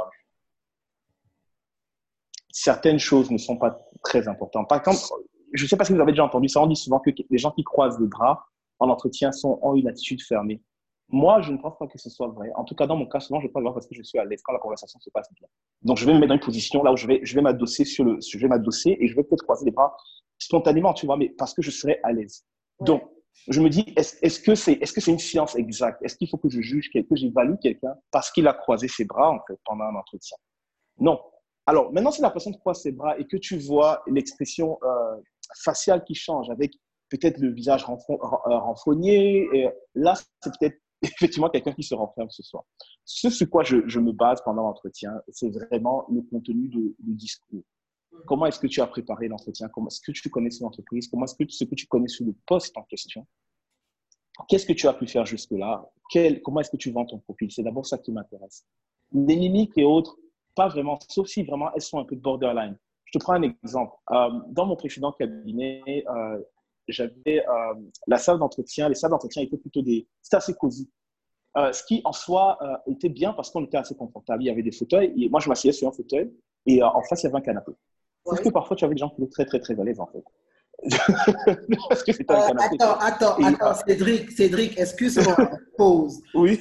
certaines choses ne sont pas très importantes. Par exemple, je ne sais pas si vous avez déjà entendu ça, on dit souvent que les gens qui croisent les bras en entretien ont une attitude fermée. Moi, je ne pense pas que ce soit vrai. En tout cas, dans mon cas, souvent, je croise les bras parce que je suis à l'aise quand la conversation se passe bien. Donc, je vais me mettre dans une position là où je vais m'adosser et je vais peut-être croiser les bras spontanément, tu vois, mais parce que je serai à l'aise. Ouais. Donc, je me dis, est-ce que c'est une science exacte? Est-ce qu'il faut que je juge que j'évalue quelqu'un parce qu'il a croisé ses bras, en fait, pendant un entretien? Non. Alors, maintenant, si la personne croise ses bras et que tu vois l'expression faciale qui change avec peut-être le visage renfrogné, et là, c'est peut-être effectivement quelqu'un qui se renferme ce soir. Ce sur quoi je me base pendant l'entretien, c'est vraiment le contenu du discours. Comment est-ce que tu as préparé l'entretien? Comment est-ce que tu connais son entreprise? Comment est-ce que ce que tu connais sur le poste en question? Qu'est-ce que tu as pu faire jusque-là? Comment est-ce que tu vends ton profil? C'est d'abord ça qui m'intéresse. Les mimiques et autres, pas vraiment, sauf si vraiment elles sont un peu borderline. Je te prends un exemple. Dans mon précédent cabinet, j'avais les salles d'entretien étaient plutôt c'était assez cosy. Ce qui en soi était bien parce qu'on était assez confortable. Il y avait des fauteuils et moi je m'asseyais sur un fauteuil et en face il y avait un canapé. Sauf que parfois tu avais des gens qui étaient très très très à l'aise en fait. Parce que c'était un canapé. Attends, Cédric, excuse-moi, pause. Oui.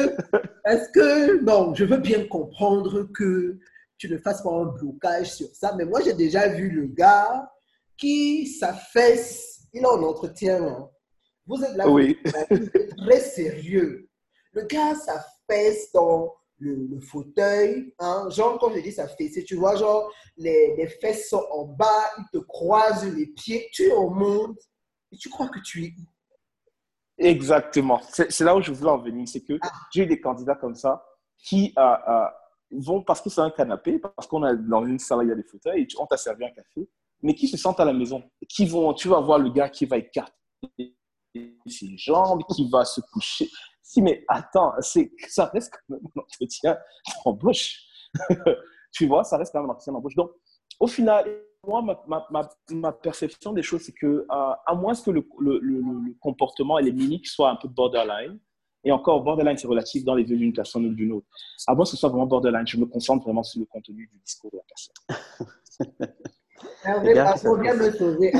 Non, je veux bien comprendre que tu ne fasses pas un blocage sur ça, mais moi j'ai déjà vu le gars qui s'affaisse, il est en entretien. Hein. Vous êtes là, oui. Vous êtes très sérieux. Le gars s'affaisse dans le fauteuil, hein, genre quand je dis s'affaisser, tu vois, genre les fesses sont en bas, il te croise les pieds, tu es au monde et tu crois que tu es où? Exactement. C'est là où je voulais en venir, c'est que j'ai eu des candidats comme ça qui vont parce que c'est un canapé, parce qu'on a dans une salle, il y a des fauteuils, et on t'a servi un café, mais qui se sentent à la maison. Tu vas voir le gars qui va écarter ses jambes, qui va se coucher. Si, mais attends, ça reste quand même un entretien d'embauche. Tu vois, ça reste quand même un entretien d'embauche. Donc, au final, moi, ma perception des choses, c'est que, à moins que le comportement et les mimiques soient un peu borderline, et encore, borderline, c'est relatif dans les vues d'une personne ou d'une autre. À moins que ce soit vraiment borderline, je me concentre vraiment sur le contenu du discours de la personne. Viens me sauver.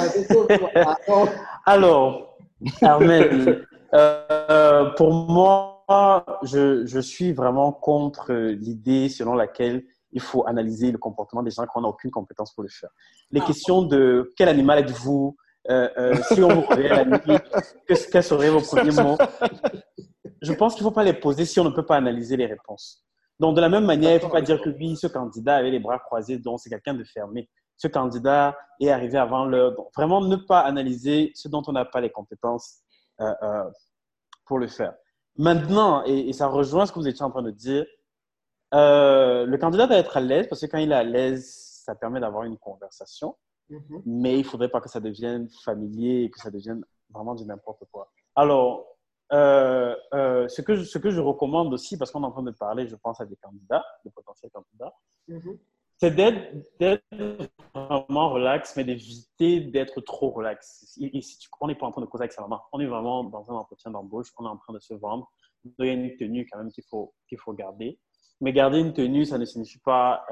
Alors, Armel, pour moi, je suis vraiment contre l'idée selon laquelle il faut analyser le comportement des gens quand on n'a aucune compétence pour le faire. Les questions de quel animal êtes-vous, si on vous réveille à la nuit, quels seraient vos premiers mots? Je pense qu'il ne faut pas les poser si on ne peut pas analyser les réponses. Donc, de la même manière, il ne faut pas dire que oui, ce candidat avait les bras croisés, donc c'est quelqu'un de fermé. Ce candidat est arrivé avant l'heure. Donc, vraiment, ne pas analyser ce dont on n'a pas les compétences pour le faire. Maintenant, et ça rejoint ce que vous étiez en train de dire, le candidat doit être à l'aise parce que quand il est à l'aise, ça permet d'avoir une conversation, mais il ne faudrait pas que ça devienne familier et que ça devienne vraiment du n'importe quoi. Alors, ce que je recommande aussi, parce qu'on est en train de parler, je pense, à des candidats, des potentiels candidats, c'est d'être vraiment relax, mais d'éviter d'être trop relax. On n'est pas en train de causer avec sa maman. On est vraiment dans un entretien d'embauche. On est en train de se vendre. Donc, il y a une tenue quand même qu'il faut garder. Mais garder une tenue, ça ne signifie pas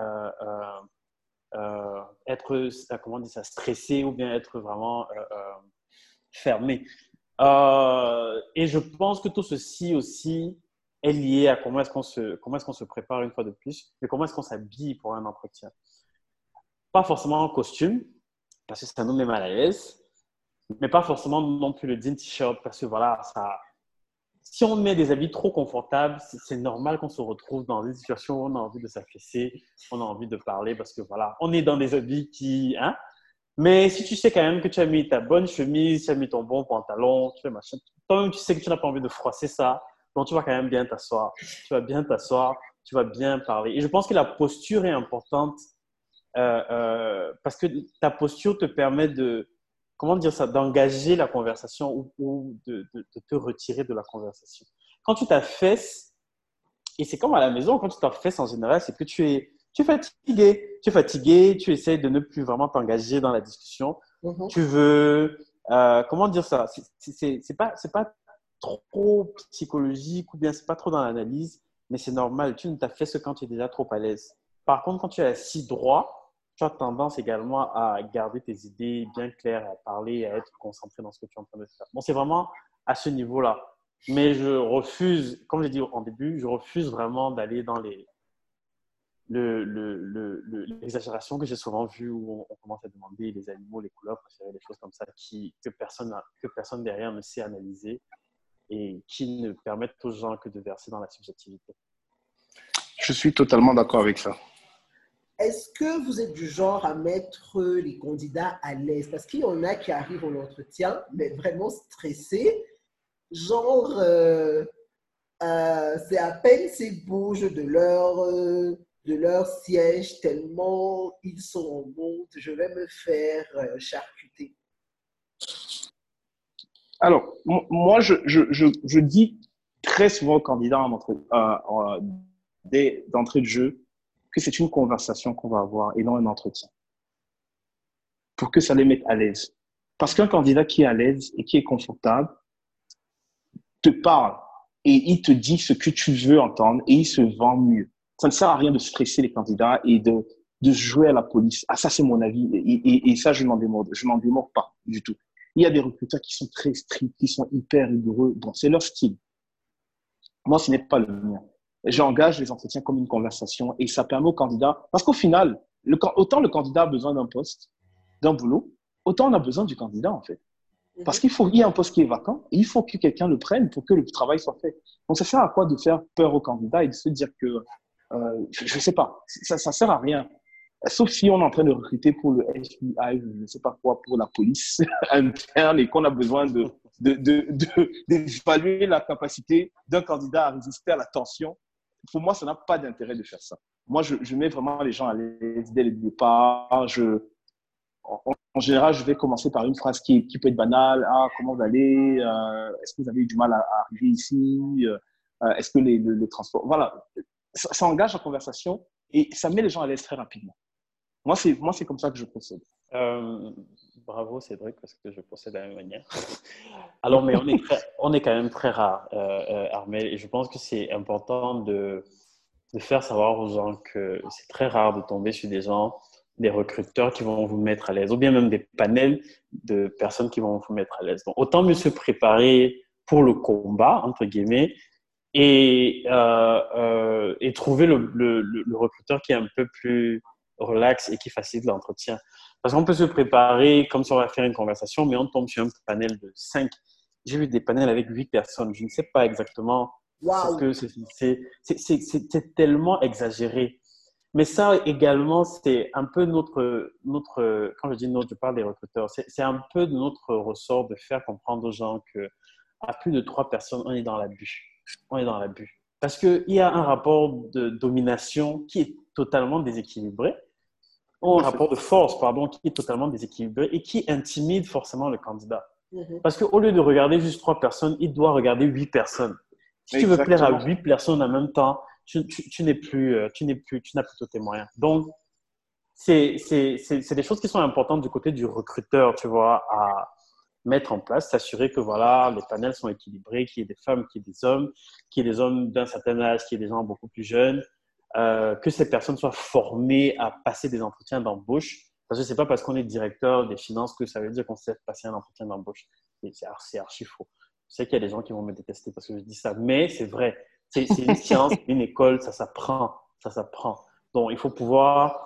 être, comment on dit ça, stressé ou bien être vraiment fermé. Et je pense que tout ceci aussi est lié à comment est-ce qu'on se prépare une fois de plus, mais comment est-ce qu'on s'habille pour un entretien. Pas forcément en costume, parce que ça nous met mal à l'aise, mais pas forcément non plus le jean t-shirt, parce que voilà, si on met des habits trop confortables, c'est normal qu'on se retrouve dans une situation où on a envie de s'affaisser, on a envie de parler, parce que voilà, on est dans des habits qui... Hein? Mais si tu sais quand même que tu as mis ta bonne chemise, tu as mis ton bon pantalon, tu fais machin, toi-même tu sais que tu n'as pas envie de froisser ça, donc tu vas quand même bien t'asseoir. Tu vas bien t'asseoir, tu vas bien parler. Et je pense que la posture est importante parce que ta posture te permet comment dire ça, d'engager la conversation ou de te retirer de la conversation. Quand tu t'affaisses, et c'est comme à la maison, quand tu t'affaisses en général, c'est que tu es fatigué, tu essaies de ne plus vraiment t'engager dans la discussion. Tu veux, comment dire ça? C'est pas trop psychologique ou bien c'est pas trop dans l'analyse, mais c'est normal. Tu ne t'as fait ce quand tu es déjà trop à l'aise. Par contre, quand tu es assis droit, tu as tendance également à garder tes idées bien claires, à parler, à être concentré dans ce que tu es en train de faire. Bon, c'est vraiment à ce niveau-là. Mais je refuse, comme j'ai dit en début, je refuse vraiment d'aller dans l'exagération que j'ai souvent vue où on commence à demander les animaux, les couleurs préférées, des choses comme ça que personne derrière ne sait analyser et qui ne permettent aux gens que de verser dans la subjectivité. Je suis totalement d'accord avec ça. Est-ce que vous êtes du genre à mettre les candidats à l'aise? Parce qu'il y en a qui arrivent en entretien, mais vraiment stressés. Genre, c'est à peine s'ils bougent de leur siège tellement ils sont en mode je vais me faire charcuter. Alors, moi, je dis très souvent aux candidats d'entrée de jeu que c'est une conversation qu'on va avoir et non un entretien, pour que ça les mette à l'aise. Parce qu'un candidat qui est à l'aise et qui est confortable te parle et il te dit ce que tu veux entendre et il se vend mieux. Ça ne sert à rien de stresser les candidats et de jouer à la police. Ah, ça, c'est mon avis. Et ça, je n'en démords pas du tout. Il y a des recruteurs qui sont très stricts, qui sont hyper rigoureux. Bon, c'est leur style. Moi, ce n'est pas le mien. J'engage les entretiens comme une conversation et ça permet au candidat, parce qu'au final, autant le candidat a besoin d'un poste, d'un boulot, autant on a besoin du candidat, en fait. Parce qu'il y a un poste qui est vacant et il faut que quelqu'un le prenne pour que le travail soit fait. Donc, ça sert à quoi de faire peur au candidat et de se dire que, je ne sais pas, ça sert à rien. Sauf si on est en train de recruter pour le FBI, je ne sais pas quoi, pour la police interne et qu'on a besoin d'évaluer la capacité d'un candidat à résister à la tension. Pour moi, ça n'a pas d'intérêt de faire ça. Moi, je mets vraiment les gens à l'aise dès le départ. En général, je vais commencer par une phrase qui peut être banale. Ah, comment vous allez? Est-ce que vous avez eu du mal à arriver ici? Est-ce que les transports… Voilà, ça engage la conversation et ça met les gens à l'aise très rapidement. Moi, c'est comme ça que je procède. Bravo, Cédric, parce que je procède de la même manière. Alors, mais on est quand même très rare, Armel, et je pense que c'est important de faire savoir aux gens que c'est très rare de tomber sur des gens, des recruteurs qui vont vous mettre à l'aise, ou bien même des panels de personnes qui vont vous mettre à l'aise. Donc, autant mieux se préparer pour le combat, entre guillemets, et trouver le recruteur qui est un peu plus relax et qui facilite l'entretien. Parce qu'on peut se préparer comme si on va faire une conversation, mais on tombe sur un panel de 5. J'ai vu des panels avec 8 personnes. Je ne sais pas exactement. Wow. C'est tellement exagéré. Mais ça également, c'est un peu quand je dis notre, je parle des recruteurs, c'est un peu de notre ressort de faire comprendre aux gens qu'à plus de 3 personnes, on est dans l'abus. On est dans l'abus. Parce qu'il y a un rapport de domination qui est totalement déséquilibré. Un rapport de force, pardon, qui est totalement déséquilibré et qui intimide forcément le candidat. Parce qu'au lieu de regarder juste 3 personnes, il doit regarder 8 personnes. Si tu veux plaire à 8 personnes en même temps, tu n'as plus tous tes moyens. Donc, c'est des choses qui sont importantes du côté du recruteur, tu vois, à mettre en place, s'assurer que voilà, les panels sont équilibrés, qu'il y ait des femmes, qu'il y ait des hommes, qu'il y ait des hommes d'un certain âge, qu'il y ait des gens beaucoup plus jeunes. Que ces personnes soient formées à passer des entretiens d'embauche. Parce que ce n'est pas parce qu'on est directeur des finances que ça veut dire qu'on sait passer un entretien d'embauche. C'est archi faux. Je sais qu'il y a des gens qui vont me détester parce que je dis ça, mais c'est vrai. C'est une science, une école, ça s'apprend. Ça s'apprend. Donc, il faut pouvoir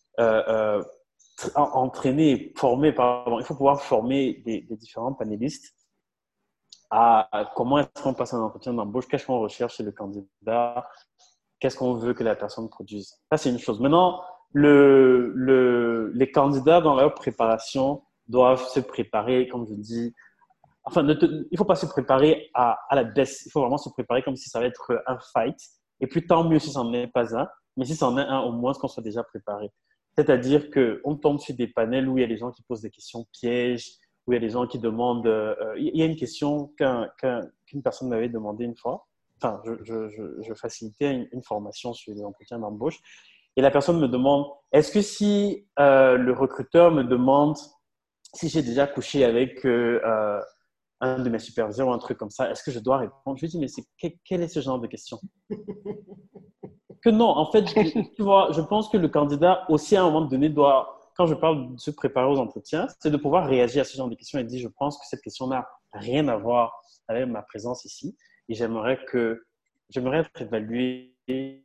entraîner, former, pardon, il faut pouvoir former des différents panélistes à comment est-ce qu'on passe un entretien d'embauche, qu'est-ce qu'on recherche chez le candidat, qu'est-ce qu'on veut que la personne produise. Ça, c'est une chose. Maintenant, les candidats, dans leur préparation, doivent se préparer, comme je dis, enfin, il ne faut pas se préparer à la baisse. Il faut vraiment se préparer comme si ça allait être un fight. Et puis, tant mieux si ça n'en est pas un. Mais si ça en est un, au moins qu'on soit déjà préparé. C'est-à-dire qu'on tombe sur des panels où il y a des gens qui posent des questions pièges, où il y a des gens qui demandent… il y a une question qu'une personne m'avait demandé une fois. Enfin, je facilitais une formation sur les entretiens d'embauche. Et la personne me demande, est-ce que si le recruteur me demande si j'ai déjà couché avec un de mes superviseurs ou un truc comme ça, est-ce que je dois répondre? Je lui dis, mais quel est ce genre de question? Que non, en fait, tu vois, je pense que le candidat aussi à un moment donné doit, quand je parle de se préparer aux entretiens, c'est de pouvoir réagir à ce genre de questions et dire, je pense que cette question n'a rien à voir avec ma présence ici et j'aimerais être évalué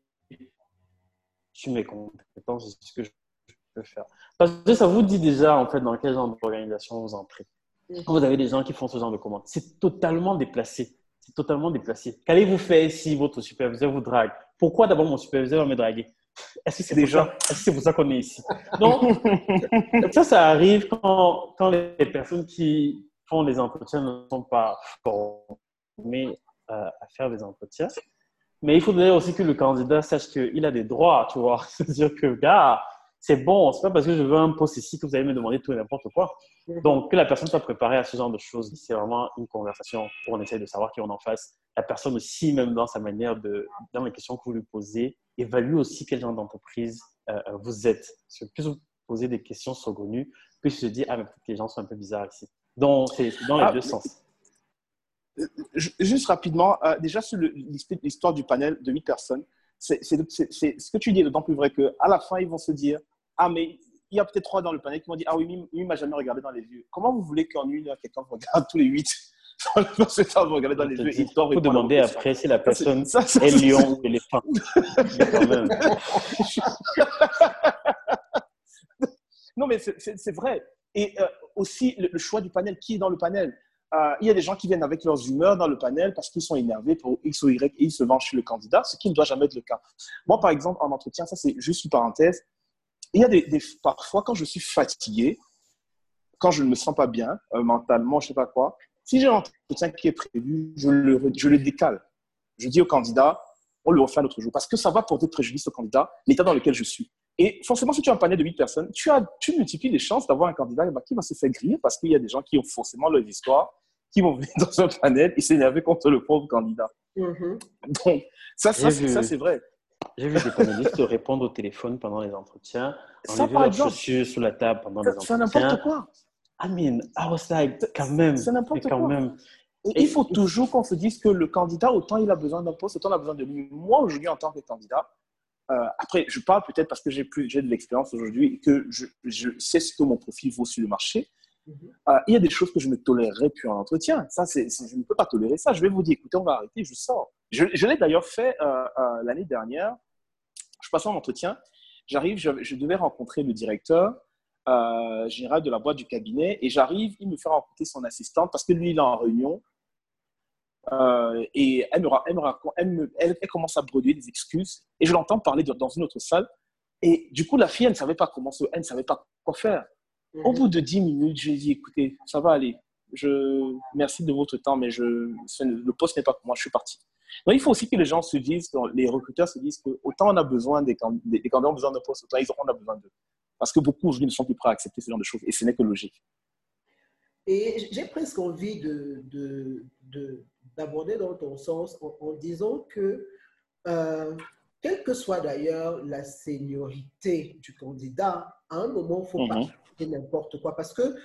sur mes compétences et ce que je peux faire. Parce que ça vous dit déjà, en fait, dans quel genre d'organisation vous entrez. Quand vous avez des gens qui font ce genre de commandes, c'est totalement déplacé. C'est totalement déplacé. Qu'allez-vous faire si votre superviseur vous drague? Pourquoi d'abord mon superviseur va me draguer? Est-ce que c'est pour ça qu'on est ici? Donc, ça arrive quand les personnes qui font les entretiens ne sont pas formées à faire des entretiens. Mais il faudrait aussi que le candidat sache qu'il a des droits, tu vois. C'est-à-dire que, gars, c'est bon, c'est pas parce que je veux un poste ici que vous allez me demander tout et n'importe quoi. Donc, que la personne soit préparée à ce genre de choses, c'est vraiment une conversation où on essaie de savoir qui on en face. La personne aussi, même dans sa manière dans les questions que vous lui posez, évalue aussi quel genre d'entreprise vous êtes. Parce que plus vous posez des questions saugrenues, plus se dit, ah, mais peut-être que les gens sont un peu bizarres ici. Donc, c'est dans les deux sens. Juste rapidement, déjà sur l'histoire du panel de 8 personnes, ce que tu dis est d'autant plus vrai qu'à la fin, ils vont se dire, ah, mais il y a peut-être 3 dans le panel qui vont dire, ah oui, Mimi ne m'a jamais regardé dans les yeux. Comment vous voulez qu'en une heure, quelqu'un vous regarde tous les 8 vous regarder dans les yeux et il faut demander après si la personne est lion ou éléphant. Non, mais c'est vrai. Et aussi, le choix du panel, qui est dans le panel? Il y a des gens qui viennent avec leurs humeurs dans le panel parce qu'ils sont énervés pour X ou Y et ils se vengent sur le candidat, ce qui ne doit jamais être le cas. Moi, par exemple, en entretien, ça c'est juste une parenthèse, il y a parfois quand je suis fatigué, quand je ne me sens pas bien mentalement, je ne sais pas quoi, si j'ai un entretien qui est prévu, je le décale. Je dis au candidat, on le refait l'autre jour parce que ça va porter préjudice au candidat, l'état dans lequel je suis. Et forcément, si tu as un panel de 8 personnes, tu multiplies les chances d'avoir un candidat qui va se faire griller parce qu'il y a des gens qui ont forcément leurs histoires, qui vont venir dans un panel et s'énerver contre le pauvre candidat. Donc, ça c'est vrai. J'ai vu des panélistes répondre au téléphone pendant les entretiens, enlever leurs chaussures sous la table pendant les entretiens. C'est n'importe quoi. I mean, I was like, quand même. C'est n'importe quoi. Même. Et il faut toujours qu'on se dise que le candidat, autant il a besoin d'un poste, autant il a besoin de lui. Moi, aujourd'hui, en tant que candidat, après, je parle peut-être parce que j'ai de l'expérience aujourd'hui et que je sais ce que mon profil vaut sur le marché. Il y a des choses que je ne tolérerais plus en entretien. Ça, je ne peux pas tolérer ça. Je vais vous dire, écoutez, on va arrêter, je sors. Je l'ai d'ailleurs fait l'année dernière. Je passais en entretien. J'arrive, je devais rencontrer le directeur général de la boîte du cabinet et j'arrive, il me fait rencontrer son assistante parce que lui, il est en réunion. Et elle commence à bredouiller des excuses et je l'entends parler dans une autre salle et du coup la fille elle ne savait pas quoi faire. Au bout de 10 minutes je lui ai dit écoutez ça va aller, merci de votre temps mais le poste n'est pas pour moi, je suis parti. Donc il faut aussi que les gens se disent, les recruteurs se disent que autant on a besoin des candidats ont besoin d'un poste, autant on a besoin d'eux parce que beaucoup aujourd'hui ne sont plus prêts à accepter ce genre de choses et ce n'est que logique. Et j'ai presque envie d'aborder dans ton sens en disant que, quelle que soit d'ailleurs la seniorité du candidat, à un moment, il ne faut pas faire n'importe quoi. Parce que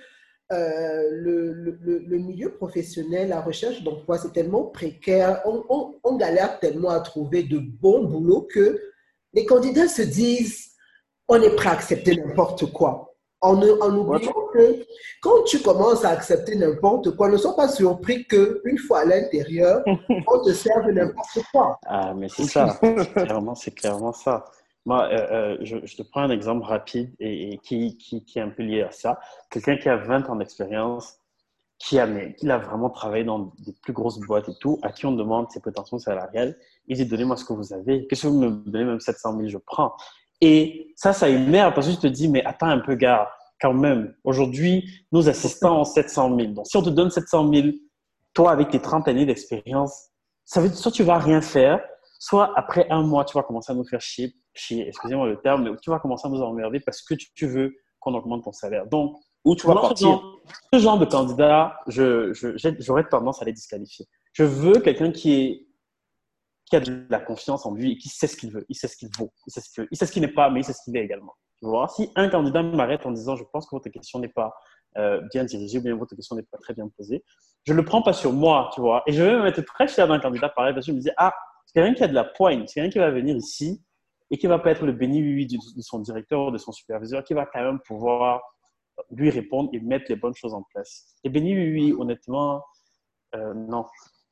le milieu professionnel, la recherche d'emploi, c'est tellement précaire, on galère tellement à trouver de bons boulots que les candidats se disent, on est prêt à accepter n'importe quoi. En oubliant que quand tu commences à accepter n'importe quoi, ne sois pas surpris qu'une fois à l'intérieur, on te serve n'importe quoi. Ah, mais c'est ça. C'est clairement ça. Moi, je te prends un exemple rapide et qui est un peu lié à ça. Quelqu'un qui a 20 ans d'expérience, qui a vraiment travaillé dans des plus grosses boîtes et tout, à qui on demande ses prétentions salariales, il dit, donnez-moi ce que vous avez. Qu'est-ce que vous me donnez? Même 700 000, je prends. Et ça énerve parce que je te dis, mais attends un peu, gars, quand même. Aujourd'hui, nos assistants ont 700 000. Donc, si on te donne 700 000, toi, avec tes 30 années d'expérience, ça veut dire soit tu vas rien faire, soit après un mois, tu vas commencer à nous faire chier, excusez-moi le terme, mais tu vas commencer à nous emmerder parce que tu veux qu'on augmente ton salaire. Donc, ou tu vas partir. Ce genre de candidat, j'aurais tendance à les disqualifier. Je veux quelqu'un qui a de la confiance en lui et qui sait ce qu'il veut, il sait ce qu'il vaut, il sait ce qu'il n'est pas, mais il sait ce qu'il est également. Tu vois, si un candidat m'arrête en disant « je pense que votre question n'est pas bien dirigé, bien votre question n'est pas très bien posée. Je ne le prends pas sur moi, tu vois. Et je vais me mettre très fier d'un candidat pareil parce que je me dis, ah, c'est quelqu'un qui a de la poigne, c'est quelqu'un qui va venir ici et qui ne va pas être le béni oui de son directeur ou de son superviseur, qui va quand même pouvoir lui répondre et mettre les bonnes choses en place. Et béni oui, honnêtement, non.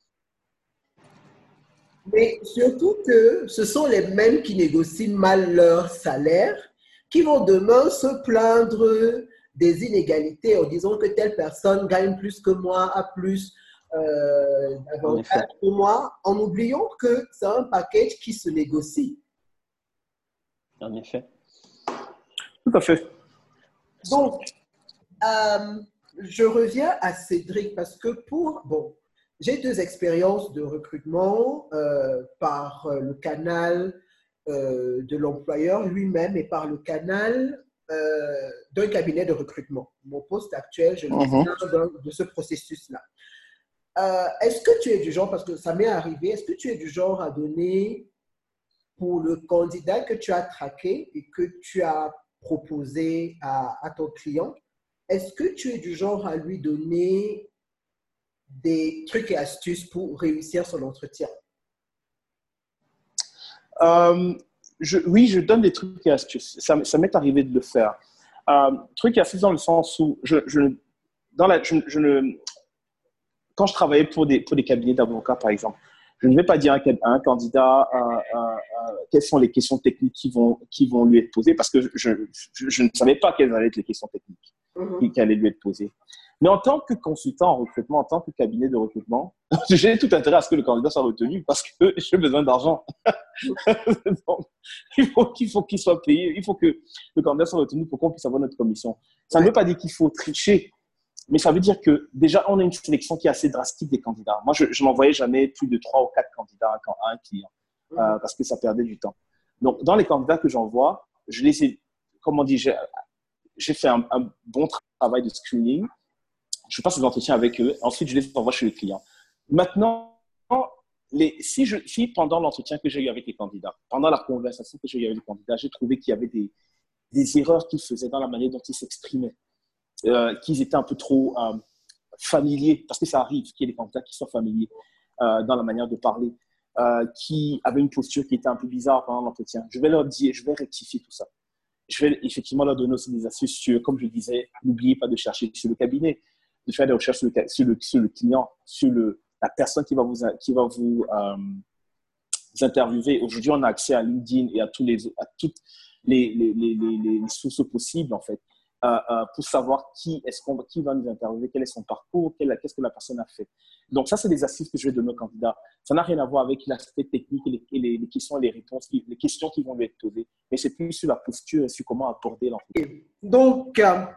Mais surtout que ce sont les mêmes qui négocient mal leur salaire, qui vont demain se plaindre des inégalités en disant que telle personne gagne plus que moi, a plus En effet. d'avantages que moi, en oubliant que c'est un package qui se négocie. En effet. Tout à fait. Donc, je reviens à Cédric parce que j'ai 2 expériences de recrutement par le canal de l'employeur lui-même et par le canal d'un cabinet de recrutement. Mon poste actuel, je le viens de ce processus-là. Est-ce que tu es du genre, parce que ça m'est arrivé, est-ce que tu es du genre à donner pour le candidat que tu as traqué et que tu as proposé à ton client, est-ce que tu es du genre à lui donner des trucs et astuces pour réussir son entretien? Oui, je donne des trucs et astuces. Ça m'est arrivé de le faire. Trucs et astuces dans le sens où quand je travaillais pour des cabinets d'avocats, par exemple, je ne vais pas dire à un candidat quelles sont les questions techniques qui vont lui être posées parce que je ne savais pas quelles allaient être les questions techniques qui allaient lui être posées. Mais en tant que consultant en recrutement, en tant que cabinet de recrutement, j'ai tout intérêt à ce que le candidat soit retenu parce que j'ai besoin d'argent. Donc, il faut qu'il soit payé. Il faut que le candidat soit retenu pour qu'on puisse avoir notre commission. Ça ne veut pas dire qu'il faut tricher. Mais ça veut dire que déjà, on a une sélection qui est assez drastique des candidats. Moi, je n'envoyais jamais plus de 3 ou 4 candidats à un client parce que ça perdait du temps. Donc, dans les candidats que j'envoie, je les ai, comme on dit, j'ai fait un bon travail de screening. Je passe des entretiens avec eux. Ensuite, je les envoie chez le client. Maintenant, si pendant l'entretien que j'ai eu avec les candidats, pendant la conversation que j'ai eu avec les candidats, j'ai trouvé qu'il y avait des erreurs qu'ils faisaient dans la manière dont ils s'exprimaient, qu'ils étaient un peu trop familiers, parce que ça arrive qu'il y ait des candidats qui soient familiers dans la manière de parler, qui avaient une posture qui était un peu bizarre pendant l'entretien. Je vais leur dire, je vais rectifier tout ça. Je vais effectivement leur donner aussi des astuces sur, comme je disais, n'oubliez pas de chercher sur le cabinet, de faire des recherches sur le client, sur la personne qui va vous interviewer. Aujourd'hui, on a accès à LinkedIn et à toutes les sources possibles, en fait, pour savoir qui va nous interviewer, quel est son parcours, qu'est-ce que la personne a fait. Donc, ça, c'est des astuces que je vais donner aux candidats. Ça n'a rien à voir avec l'aspect technique et les questions et les réponses, les questions qui vont lui être posées. Mais c'est plus sur la posture et sur comment aborder l'entretien. Donc,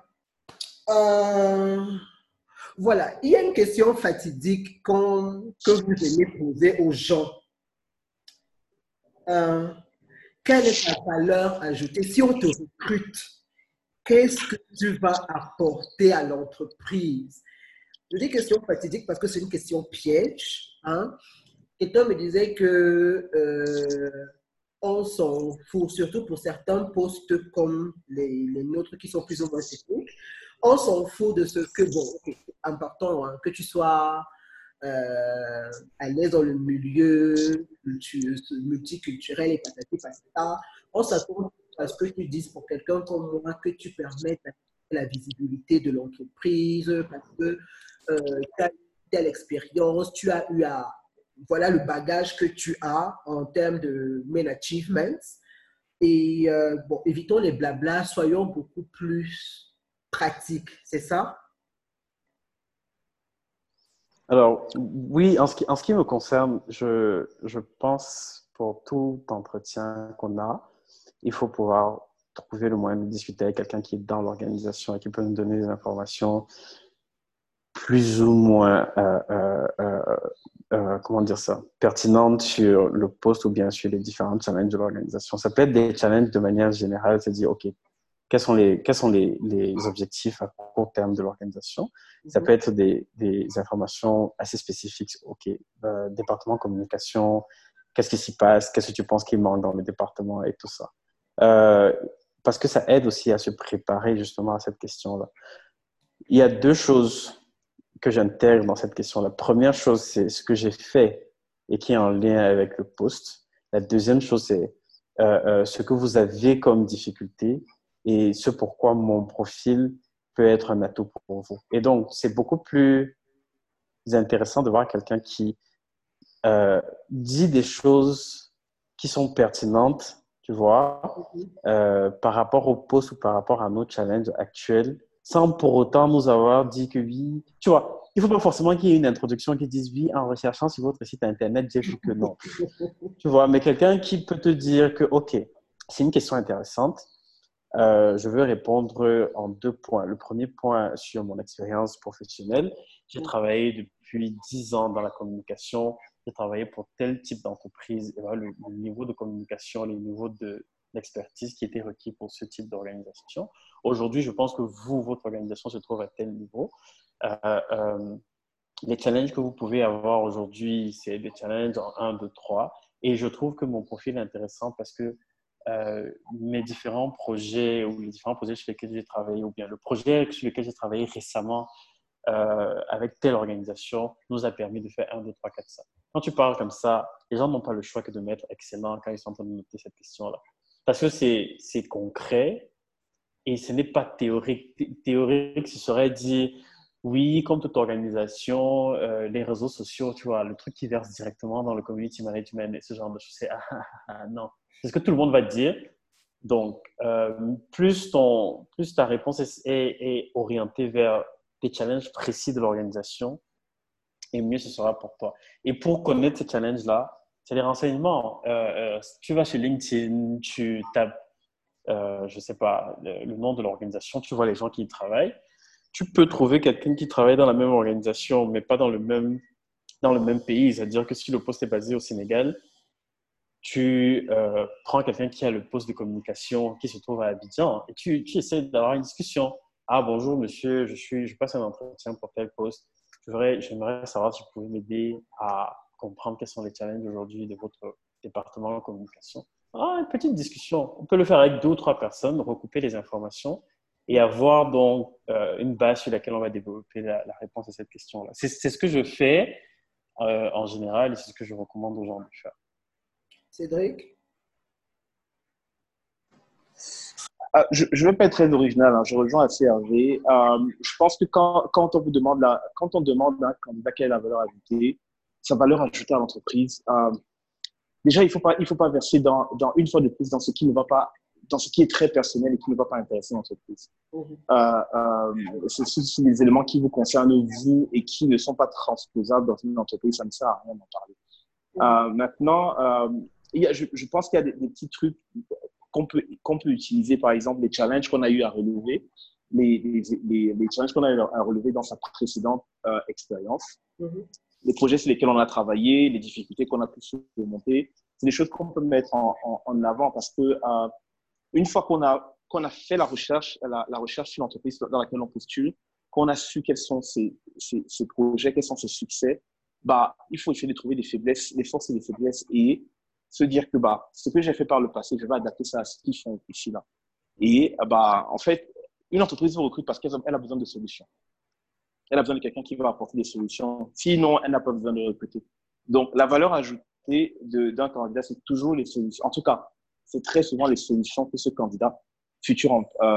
voilà, il y a une question fatidique que vous aimez poser aux gens. Quelle est ta valeur ajoutée? Si on te recrute, qu'est-ce que tu vas apporter à l'entreprise? Je dis question fatidique parce que c'est une question piège. Hein? Quelqu'un me disait que on s'en fout, surtout pour certains postes comme les nôtres qui sont plus ou moins techniques. On s'en fout de ce que, bon, okay, c'est important hein, que tu sois à l'aise dans le milieu multiculturel et patati patata. On s'attend à ce que tu dises pour quelqu'un comme moi que tu permettes la visibilité de l'entreprise parce que tu as telle expérience, tu as eu voilà le bagage que tu as en termes de main achievements. Et bon, évitons les blablas, soyons beaucoup plus pratiques, c'est ça? Alors, oui, en ce qui me concerne, je pense pour tout entretien qu'on a, il faut pouvoir trouver le moyen de discuter avec quelqu'un qui est dans l'organisation et qui peut nous donner des informations plus ou moins, comment dire ça, pertinentes sur le poste ou bien sur les différents challenges de l'organisation. Ça peut être des challenges de manière générale, c'est-à-dire, OK, quels sont les objectifs à court terme de l'organisation. Ça peut être des informations assez spécifiques. OK, département communication, qu'est-ce qui s'y passe? Qu'est-ce que tu penses qu'il manque dans le département et tout ça. Parce que ça aide aussi à se préparer justement à cette question-là. Il y a deux choses que j'intègre dans cette question. La première chose, c'est ce que j'ai fait et qui est en lien avec le poste. La deuxième chose, c'est ce que vous aviez comme difficulté et ce pourquoi mon profil peut être un atout pour vous. Et donc, c'est beaucoup plus intéressant de voir quelqu'un qui dit des choses qui sont pertinentes, tu vois, par rapport au poste ou par rapport à nos challenges actuels, sans pour autant nous avoir dit que oui, tu vois, il ne faut pas forcément qu'il y ait une introduction qui dise oui, en recherchant sur votre site internet, j'ai vu que non. Tu vois, mais quelqu'un qui peut te dire que, OK, c'est une question intéressante, je veux répondre en deux points. Le premier point sur mon expérience professionnelle. J'ai travaillé depuis 10 ans dans la communication. J'ai travaillé pour tel type d'entreprise. Et voilà, le niveau de communication, les niveaux d'expertise qui étaient requis pour ce type d'organisation. Aujourd'hui, je pense que vous, votre organisation se trouve à tel niveau. Euh, euh, les challenges que vous pouvez avoir aujourd'hui, c'est des challenges en 1, 2, 3. Et je trouve que mon profil est intéressant parce que mes différents projets ou les différents projets sur lesquels j'ai travaillé, ou bien le projet sur lequel j'ai travaillé récemment avec telle organisation, nous a permis de faire 1, 2, 3, 4, 5. Quand tu parles comme ça, les gens n'ont pas le choix que de mettre excellent quand ils sont en train de noter cette question-là. Parce que c'est concret et ce n'est pas théorique. Théorique, ce serait dire, oui, comme toute organisation, les réseaux sociaux, tu vois, le truc qui verse directement dans le community management et ce genre de choses, c'est non. C'est ce que tout le monde va dire. Donc, plus ta réponse est orientée vers des challenges précis de l'organisation, et mieux ce sera pour toi. Et pour connaître ces challenges-là, c'est les renseignements. Tu vas sur LinkedIn, tu tapes, je ne sais pas, le nom de l'organisation, tu vois les gens qui y travaillent. Tu peux trouver quelqu'un qui travaille dans la même organisation, mais pas dans le même pays. C'est-à-dire que si le poste est basé au Sénégal, tu prends quelqu'un qui a le poste de communication qui se trouve à Abidjan et tu essaies d'avoir une discussion. Ah, bonjour monsieur, je passe un entretien pour tel poste. J'aimerais savoir si vous pouvez m'aider à comprendre quels sont les challenges aujourd'hui de votre département de communication. Ah, une petite discussion. On peut le faire avec 2 ou 3 personnes, recouper les informations et avoir donc une base sur laquelle on va développer la réponse à cette question-là. C'est ce que je fais en général et c'est ce que je recommande aux gens de faire. Cédric? Je ne veux pas être très original, hein, je rejoins assez Hervé. Je pense que quand on vous demande quand on demande à un candidat quelle est la valeur ajoutée, sa valeur ajoutée à l'entreprise, déjà, il faut pas verser une fois de plus dans ce qui ne va pas, dans ce qui est très personnel et qui ne va pas intéresser l'entreprise. C'est des éléments qui vous concernent vous et qui ne sont pas transposables dans une entreprise, ça ne sert à rien d'en parler. Maintenant, je pense qu'il y a des petits trucs qu'on peut utiliser, par exemple, les challenges qu'on a eu à relever, les challenges qu'on a eu à relever dans sa précédente expérience, les projets sur lesquels on a travaillé, les difficultés qu'on a pu surmonter, c'est des choses qu'on peut mettre en avant parce que une fois qu'on a fait la recherche sur l'entreprise dans laquelle on postule, qu'on a su quels sont ces projets, quels sont ces succès, il faut essayer de trouver des faiblesses, les forces et les faiblesses et se dire que ce que j'ai fait par le passé, je vais adapter ça à ce qu'ils font ici là. Et en fait, une entreprise vous recrute parce qu'elle a besoin de solutions. Elle a besoin de quelqu'un qui va apporter des solutions. Sinon, elle n'a pas besoin de recruter. Donc, la valeur ajoutée d'un candidat, c'est toujours les solutions. En tout cas, c'est très souvent les solutions que ce candidat, futur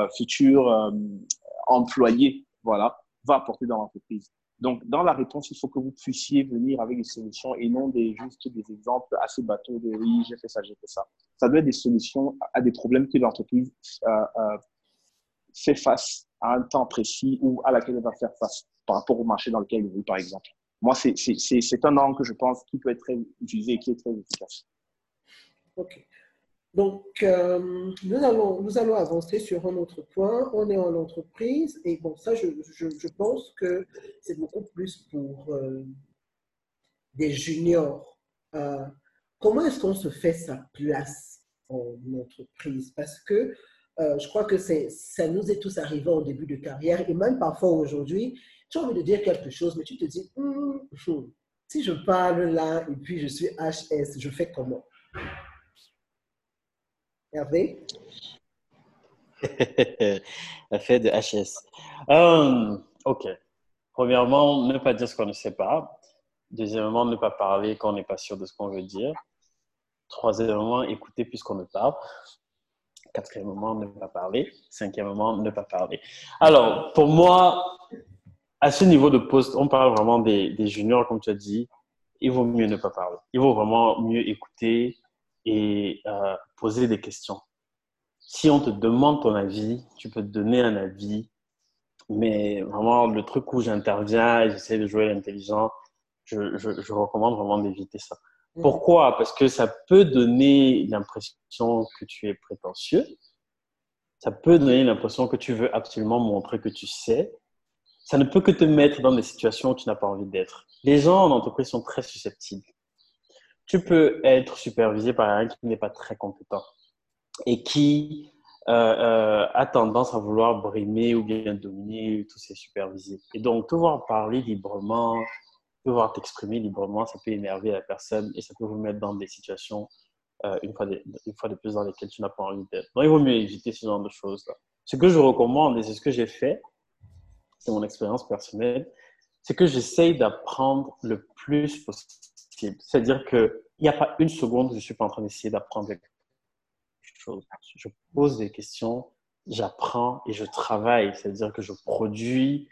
employé, voilà, va apporter dans l'entreprise. Donc, dans la réponse, il faut que vous puissiez venir avec des solutions et non juste des exemples assez bateaux de oui, j'ai fait ça, j'ai fait ça. Ça doit être des solutions à des problèmes que l'entreprise fait face à un temps précis ou à laquelle elle va faire face par rapport au marché dans lequel elle vit, par exemple. Moi, c'est un angle que je pense qui peut être très utilisé et qui est très efficace. OK. Donc, nous allons avancer sur un autre point. On est en entreprise et bon, ça, je pense que c'est beaucoup plus pour des juniors. Comment est-ce qu'on se fait sa place en entreprise? Parce que je crois que ça nous est tous arrivé en début de carrière et même parfois aujourd'hui, tu as envie de dire quelque chose, mais tu te dis, si je parle là et puis je suis HS, je fais comment? Hervé? La fête de HS. OK. Premièrement, ne pas dire ce qu'on ne sait pas. Deuxièmement, ne pas parler quand on n'est pas sûr de ce qu'on veut dire. Troisièmement, écouter puisqu'on ne parle. Quatrièmement, ne pas parler. Cinquièmement, ne pas parler. Alors, pour moi, à ce niveau de poste, on parle vraiment des juniors, comme tu as dit. Il vaut mieux ne pas parler. Il vaut vraiment mieux écouter et poser des questions. Si on te demande ton avis, tu peux te donner un avis, mais vraiment, le truc où j'interviens et j'essaie de jouer l'intelligent, je recommande vraiment d'éviter ça. Pourquoi? Parce que ça peut donner l'impression que tu es prétentieux. Ça peut donner l'impression que tu veux absolument montrer que tu sais. Ça ne peut que te mettre dans des situations où tu n'as pas envie d'être. Les gens en entreprise sont très susceptibles. Tu peux être supervisé par un qui n'est pas très compétent et qui a tendance à vouloir brimer ou bien dominer tous ses supervisés. Et donc, te voir parler librement, te voir t'exprimer librement, ça peut énerver la personne et ça peut vous mettre dans des situations, une fois de plus, dans lesquelles tu n'as pas envie d'être. Donc, il vaut mieux éviter ce genre de choses-là. Ce que je recommande, et c'est ce que j'ai fait, c'est mon expérience personnelle, c'est que j'essaye d'apprendre le plus possible. C'est-à-dire qu'il n'y a pas une seconde où je ne suis pas en train d'essayer d'apprendre quelque chose. Je pose des questions, j'apprends et je travaille. C'est-à-dire que je produis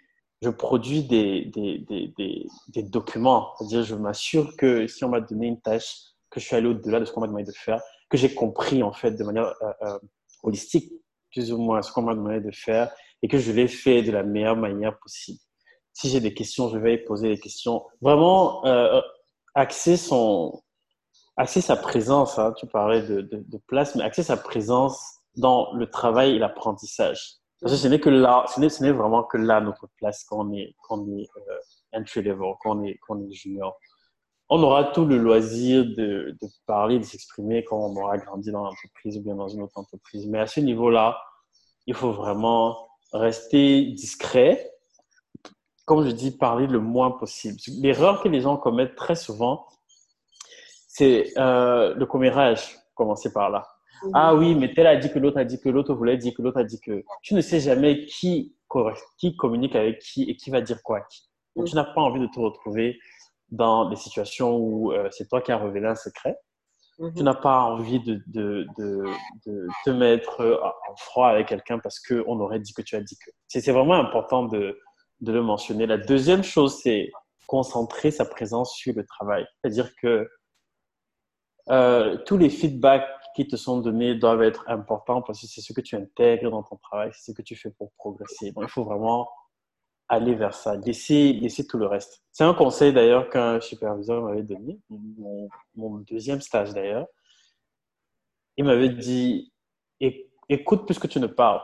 des documents. C'est-à-dire je m'assure que si on m'a donné une tâche, que je suis allé au-delà de ce qu'on m'a demandé de faire, que j'ai compris en fait de manière holistique, plus ou moins ce qu'on m'a demandé de faire et que je l'ai fait de la meilleure manière possible. Si j'ai des questions, je vais y poser des questions. Vraiment, axer sa présence, hein, tu parlais de place, mais axer sa présence dans le travail et l'apprentissage. Parce que ce n'est que là, ce n'est vraiment que là notre place quand on est entry level, quand on est junior. On aura tout le loisir de parler, de s'exprimer quand on aura grandi dans l'entreprise ou bien dans une autre entreprise. Mais à ce niveau-là, il faut vraiment rester discret. Comme je dis, parler le moins possible. L'erreur que les gens commettent très souvent, c'est le commérage, commencer par là. Ah oui, mais tel a dit que l'autre a dit que l'autre voulait dire que l'autre a dit que. Tu ne sais jamais qui communique avec qui et qui va dire quoi à qui. Donc, tu n'as pas envie de te retrouver dans des situations où c'est toi qui as révélé un secret. Tu n'as pas envie de te mettre en froid avec quelqu'un parce qu'on aurait dit que tu as dit que. C'est vraiment important de le mentionner. La deuxième chose, c'est concentrer sa présence sur le travail. C'est-à-dire que tous les feedbacks qui te sont donnés doivent être importants parce que c'est ce que tu intègres dans ton travail, c'est ce que tu fais pour progresser. Donc, il faut vraiment aller vers ça, laisser tout le reste. C'est un conseil d'ailleurs qu'un superviseur m'avait donné, mon deuxième stage d'ailleurs. Il m'avait dit, écoute plus que tu ne parles.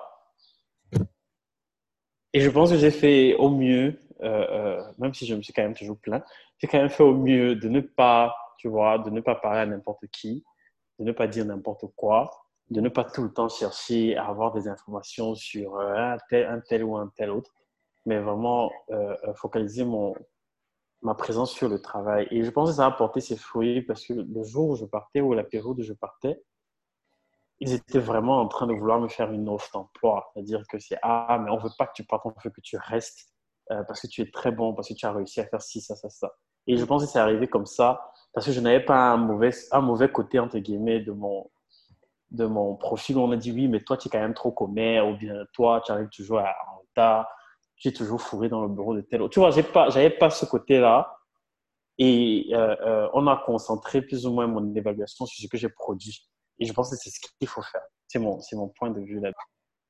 Et je pense que j'ai fait au mieux, même si je me suis quand même toujours plaint, j'ai quand même fait au mieux de ne pas, tu vois, de ne pas parler à n'importe qui, de ne pas dire n'importe quoi, de ne pas tout le temps chercher à avoir des informations sur un tel ou un tel autre, mais vraiment focaliser ma présence sur le travail. Et je pense que ça a porté ses fruits parce que le jour où je partais ou la période où je partais, ils étaient vraiment en train de vouloir me faire une offre d'emploi. C'est-à-dire que c'est, ah, mais on ne veut pas que tu partes, on veut que tu restes parce que tu es très bon, parce que tu as réussi à faire ci, ça, ça, ça. Et je pense que c'est arrivé comme ça parce que je n'avais pas un mauvais côté, entre guillemets, de mon profil. On a dit, oui, mais toi, tu es quand même trop commère, ou bien toi, tu arrives toujours en retard, tu es toujours fourré dans le bureau de tel autre. Tu vois, j'avais pas ce côté-là. Et on a concentré plus ou moins mon évaluation sur ce que j'ai produit. Et je pense que c'est ce qu'il faut faire. C'est mon point de vue là-dessus.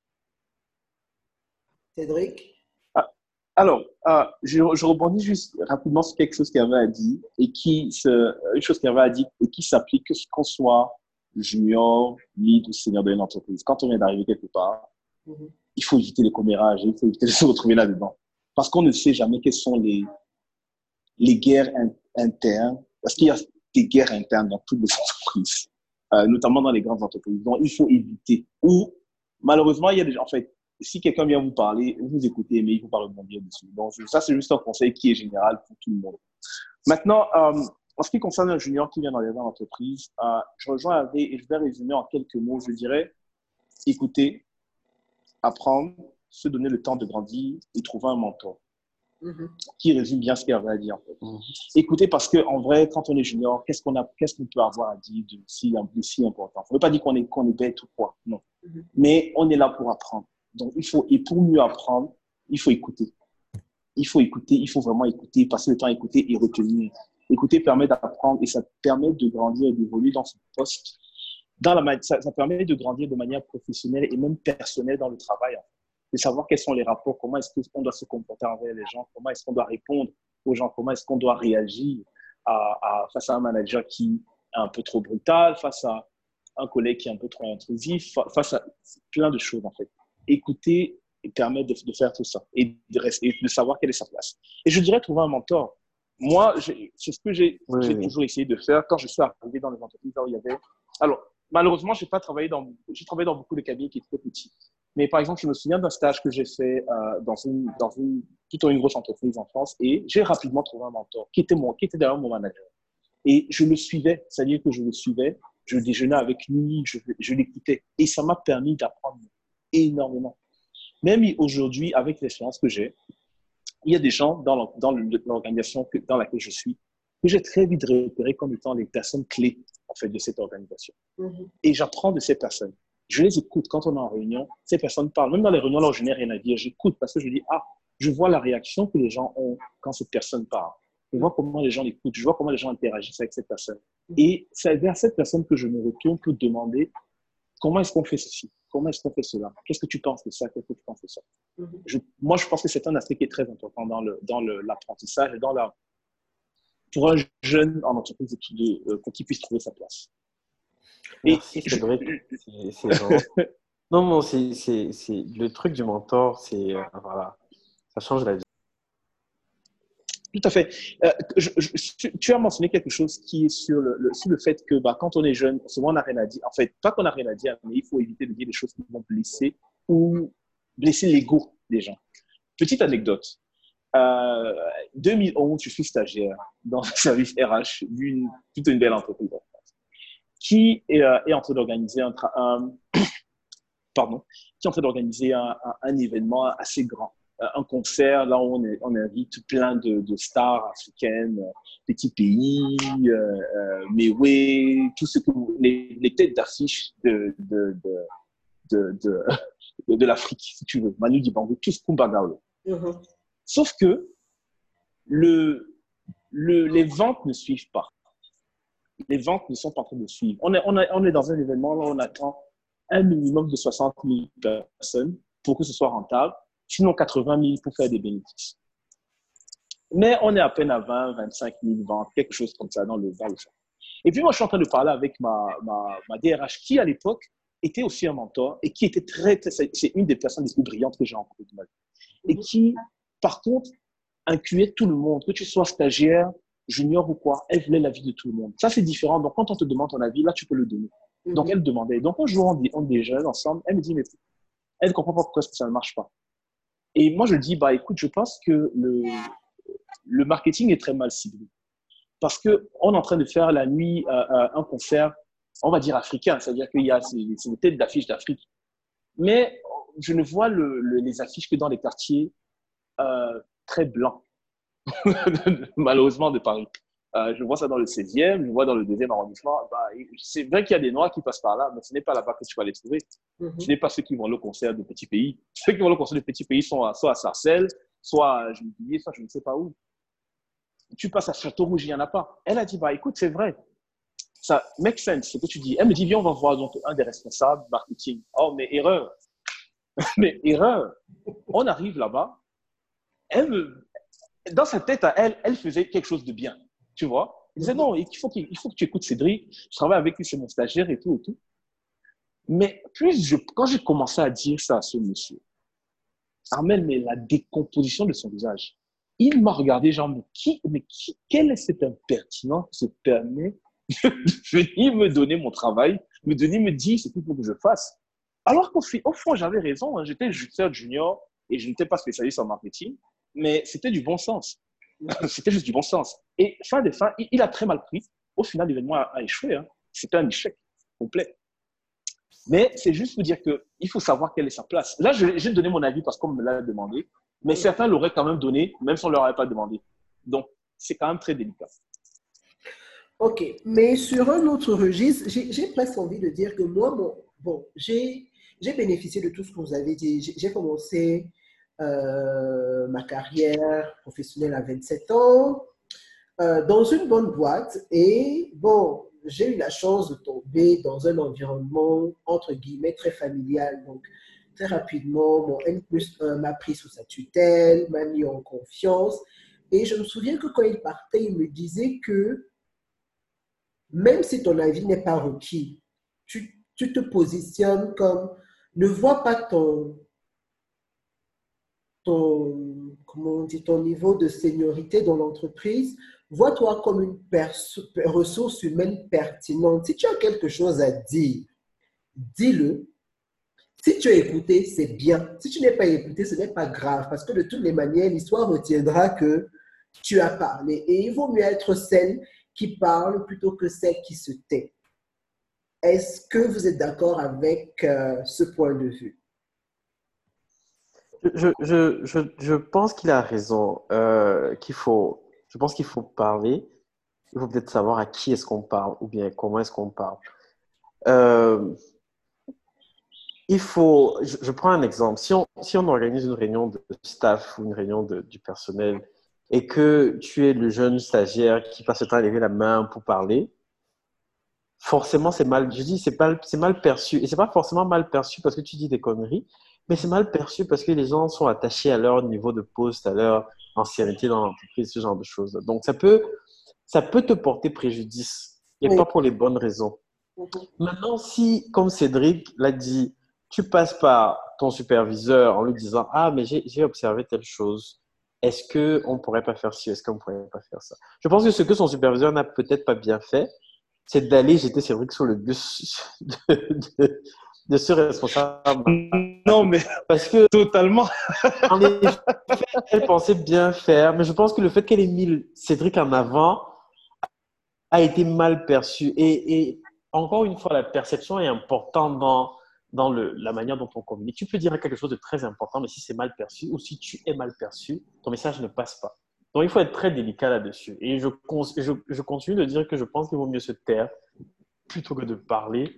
Cédric? Alors, je rebondis juste rapidement sur quelque chose qu'Hervé a dit une chose qu'Hervé a dit et qui s'applique que qu'on soit junior, lead ou senior d'une entreprise. Quand on vient d'arriver quelque part, il faut éviter les commérages, il faut éviter de se retrouver là-dedans. Parce qu'on ne sait jamais quelles sont les guerres internes, parce qu'il y a des guerres internes dans toutes les entreprises, notamment dans les grandes entreprises. Donc, il faut éviter. Ou, malheureusement, il y a des gens, en fait, si quelqu'un vient vous parler, vous écoutez, mais il faut pas rebondir dessus. Donc, ça, c'est juste un conseil qui est général pour tout le monde. Maintenant, en ce qui concerne un junior qui vient d'arriver dans l'entreprise, je rejoins Hervé et je vais résumer en quelques mots. Je dirais écouter, apprendre, se donner le temps de grandir et trouver un mentor. qui résume bien ce qu'il y avait à dire. En fait. Écoutez, parce qu'en vrai, quand on est junior, qu'est-ce qu'on peut avoir à dire de si important? Ça ne veut pas dire qu'on est bête ou quoi, non. Mais on est là pour apprendre. Donc, et pour mieux apprendre, il faut écouter. Il faut vraiment écouter, passer le temps à écouter et retenir. Écouter permet d'apprendre et ça permet de grandir et d'évoluer dans son poste. Ça permet de grandir de manière professionnelle et même personnelle dans le travail. De savoir quels sont les rapports, comment est-ce qu'on doit se comporter envers les gens, comment est-ce qu'on doit répondre aux gens, comment est-ce qu'on doit réagir face à un manager qui est un peu trop brutal, face à un collègue qui est un peu trop intrusif, face à plein de choses en fait. Écouter permet de faire tout ça et de savoir quelle est sa place. Et je dirais trouver un mentor. Moi, c'est ce que j'ai toujours essayé de faire quand je suis arrivé dans les entreprises où il y avait… Alors, malheureusement, j'ai travaillé dans beaucoup de cabinets qui étaient très petits. Mais par exemple, je me souviens d'un stage que j'ai fait plutôt une grosse entreprise en France et j'ai rapidement trouvé un mentor qui était d'ailleurs mon manager. Et je le suivais, c'est-à-dire que je le suivais, je déjeunais avec lui, je l'écoutais et ça m'a permis d'apprendre énormément. Même aujourd'hui, avec l'expérience que j'ai, il y a des gens dans l'organisation dans laquelle je suis que j'ai très vite repéré comme étant les personnes clés en fait, de cette organisation. Et j'apprends de ces personnes. Je les écoute quand on est en réunion. Ces personnes parlent. Même dans les réunions, là, je n'ai rien à dire. J'écoute parce que je dis, je vois la réaction que les gens ont quand cette personne parle. Je vois comment les gens l'écoutent. Je vois comment les gens interagissent avec cette personne. Et c'est vers cette personne que je me retourne pour demander comment est-ce qu'on fait ceci? Comment est-ce qu'on fait cela? Qu'est-ce que tu penses de ça? Qu'est-ce que tu penses de ça? Moi, je pense que c'est un aspect qui est très important dans l'apprentissage et pour un jeune en entreprise pour qu'il puisse trouver sa place. Merci, Cédric. Non, le truc du mentor, voilà, ça change la vie. Tout à fait. Tu as mentionné quelque chose qui est sur le fait que quand on est jeune, souvent on n'a rien à dire. En fait, pas qu'on n'a rien à dire, mais il faut éviter de dire des choses qui vont blesser l'ego des gens. Petite anecdote. 2011, je suis stagiaire dans le service RH plutôt une belle entreprise en France, qui est en train d'organiser un événement assez grand. Un concert, là où on invite plein de stars africaines, petits pays, Mewe, tout ce que les têtes d'affiche de l'Afrique, si tu veux. Manu Dibango, tous Kumbagaolo. Sauf que les ventes ne suivent pas. Les ventes ne sont pas en train de suivre. On est dans un événement où on attend un minimum de 60 000 personnes pour que ce soit rentable, sinon 80 000 pour faire des bénéfices. Mais on est à peine à 20, 25 000 ventes, quelque chose comme ça dans le champ. Et puis moi, je suis en train de parler avec ma DRH qui, à l'époque, était aussi un mentor et qui était c'est une des personnes les plus brillantes que j'ai rencontrées de ma vie. Et qui, par contre, incluait tout le monde, que tu sois stagiaire, junior ou quoi, elle voulait l'avis de tout le monde. Ça, c'est différent. Donc, quand on te demande ton avis, là, tu peux le donner. Donc, elle demandait. Donc, un jour, on déjeune ensemble. Elle me dit, mais elle ne comprend pas pourquoi ça ne marche pas. Et moi, je dis, écoute, je pense que le marketing est très mal ciblé. Parce qu'on est en train de faire la nuit un concert, on va dire africain, c'est-à-dire qu'il y a des têtes d'affiches d'Afrique. Mais je ne vois les affiches que dans les quartiers très blancs, malheureusement, de Paris. Je vois ça dans le 16e, je vois dans le 2e arrondissement. C'est vrai qu'il y a des Noirs qui passent par là, mais ce n'est pas là-bas que tu vas les trouver. Ce n'est pas ceux qui vont au concert de petits pays. Ceux qui vont au concert de petits pays sont soit à Sarcelles, soit à Gennevilliers, soit je ne sais pas où. Tu passes à Château-Rouge, il n'y en a pas. Elle a dit, écoute, c'est vrai. Ça make sense, ce que tu dis. Elle me dit, viens, on va voir donc un des responsables marketing. Oh, mais erreur. Mais erreur. On arrive là-bas. Dans sa tête à elle, elle faisait quelque chose de bien. Tu vois? Elle disait, non, il faut que tu écoutes Cédric. Je travaille avec lui, c'est mon stagiaire et tout et tout. Mais quand j'ai commencé à dire ça à ce monsieur, Armel, mais la décomposition de son visage, il m'a regardé genre, quel est cet impertinent qui se permet de venir me donner mon travail, me dire ce qu'il faut que je fasse. Alors qu'au fond, j'avais raison, hein, j'étais junior et je n'étais pas spécialiste en marketing, mais c'était du bon sens. C'était juste du bon sens. Et fin des fins, il a très mal pris. Au final, l'événement a échoué. Hein. C'était un échec complet. Mais c'est juste pour dire qu'il faut savoir quelle est sa place. Là, j'ai donné mon avis parce qu'on me l'a demandé. Mais certains l'auraient quand même donné, même si on ne leur avait pas demandé. Donc, c'est quand même très délicat. Ok, mais sur un autre registre, j'ai presque envie de dire que moi, j'ai bénéficié de tout ce que vous avez dit. J'ai commencé ma carrière professionnelle à 27 ans dans une bonne boîte et bon, j'ai eu la chance de tomber dans un environnement entre guillemets très familial. Donc, très rapidement, mon N+1 m'a pris sous sa tutelle, m'a mis en confiance et je me souviens que quand il partait, il me disait que même si ton avis n'est pas requis, tu te positionnes comme, ne vois pas comment on dit, ton niveau de seniorité dans l'entreprise, vois-toi comme une ressource humaine pertinente. Si tu as quelque chose à dire, dis-le. Si tu as écouté, c'est bien. Si tu n'es pas écouté, ce n'est pas grave parce que de toutes les manières, l'histoire retiendra que tu as parlé. Et il vaut mieux être celle qui parle plutôt que celle qui se tait. Est-ce que vous êtes d'accord avec ce point de vue? Je pense qu'il a raison, je pense qu'il faut parler. Il faut peut-être savoir à qui est-ce qu'on parle ou bien comment est-ce qu'on parle. Euh, je prends un exemple. Si on organise une réunion de staff ou une réunion du personnel et que tu es le jeune stagiaire qui passe le temps à lever la main pour parler, forcément, c'est mal, je dis, c'est mal perçu. Et c'est pas forcément mal perçu parce que tu dis des conneries, mais c'est mal perçu parce que les gens sont attachés à leur niveau de poste, à leur ancienneté dans l'entreprise, ce genre de choses. Donc, ça peut te porter préjudice et Oui. pas pour les bonnes raisons. Maintenant, si, comme Cédric l'a dit, tu passes par ton superviseur en lui disant, ah, mais j'ai observé telle chose. Est-ce qu'on ne pourrait pas faire ci? Est-ce qu'on ne pourrait pas faire ça? Je pense que ce que son superviseur n'a peut-être pas bien fait, c'est d'aller jeter Cédric sur le bus de ce responsable. Non, mais Parce que, totalement. en effet, elle pensait bien faire, mais je pense que le fait qu'elle ait mis Cédric en avant a été mal perçu. Et encore une fois, la perception est importante dans la manière dont on communique. Tu peux dire quelque chose de très important, mais si c'est mal perçu ou si tu es mal perçu, ton message ne passe pas. Donc, il faut être très délicat là-dessus. Et je continue de dire que je pense qu'il vaut mieux se taire plutôt que de parler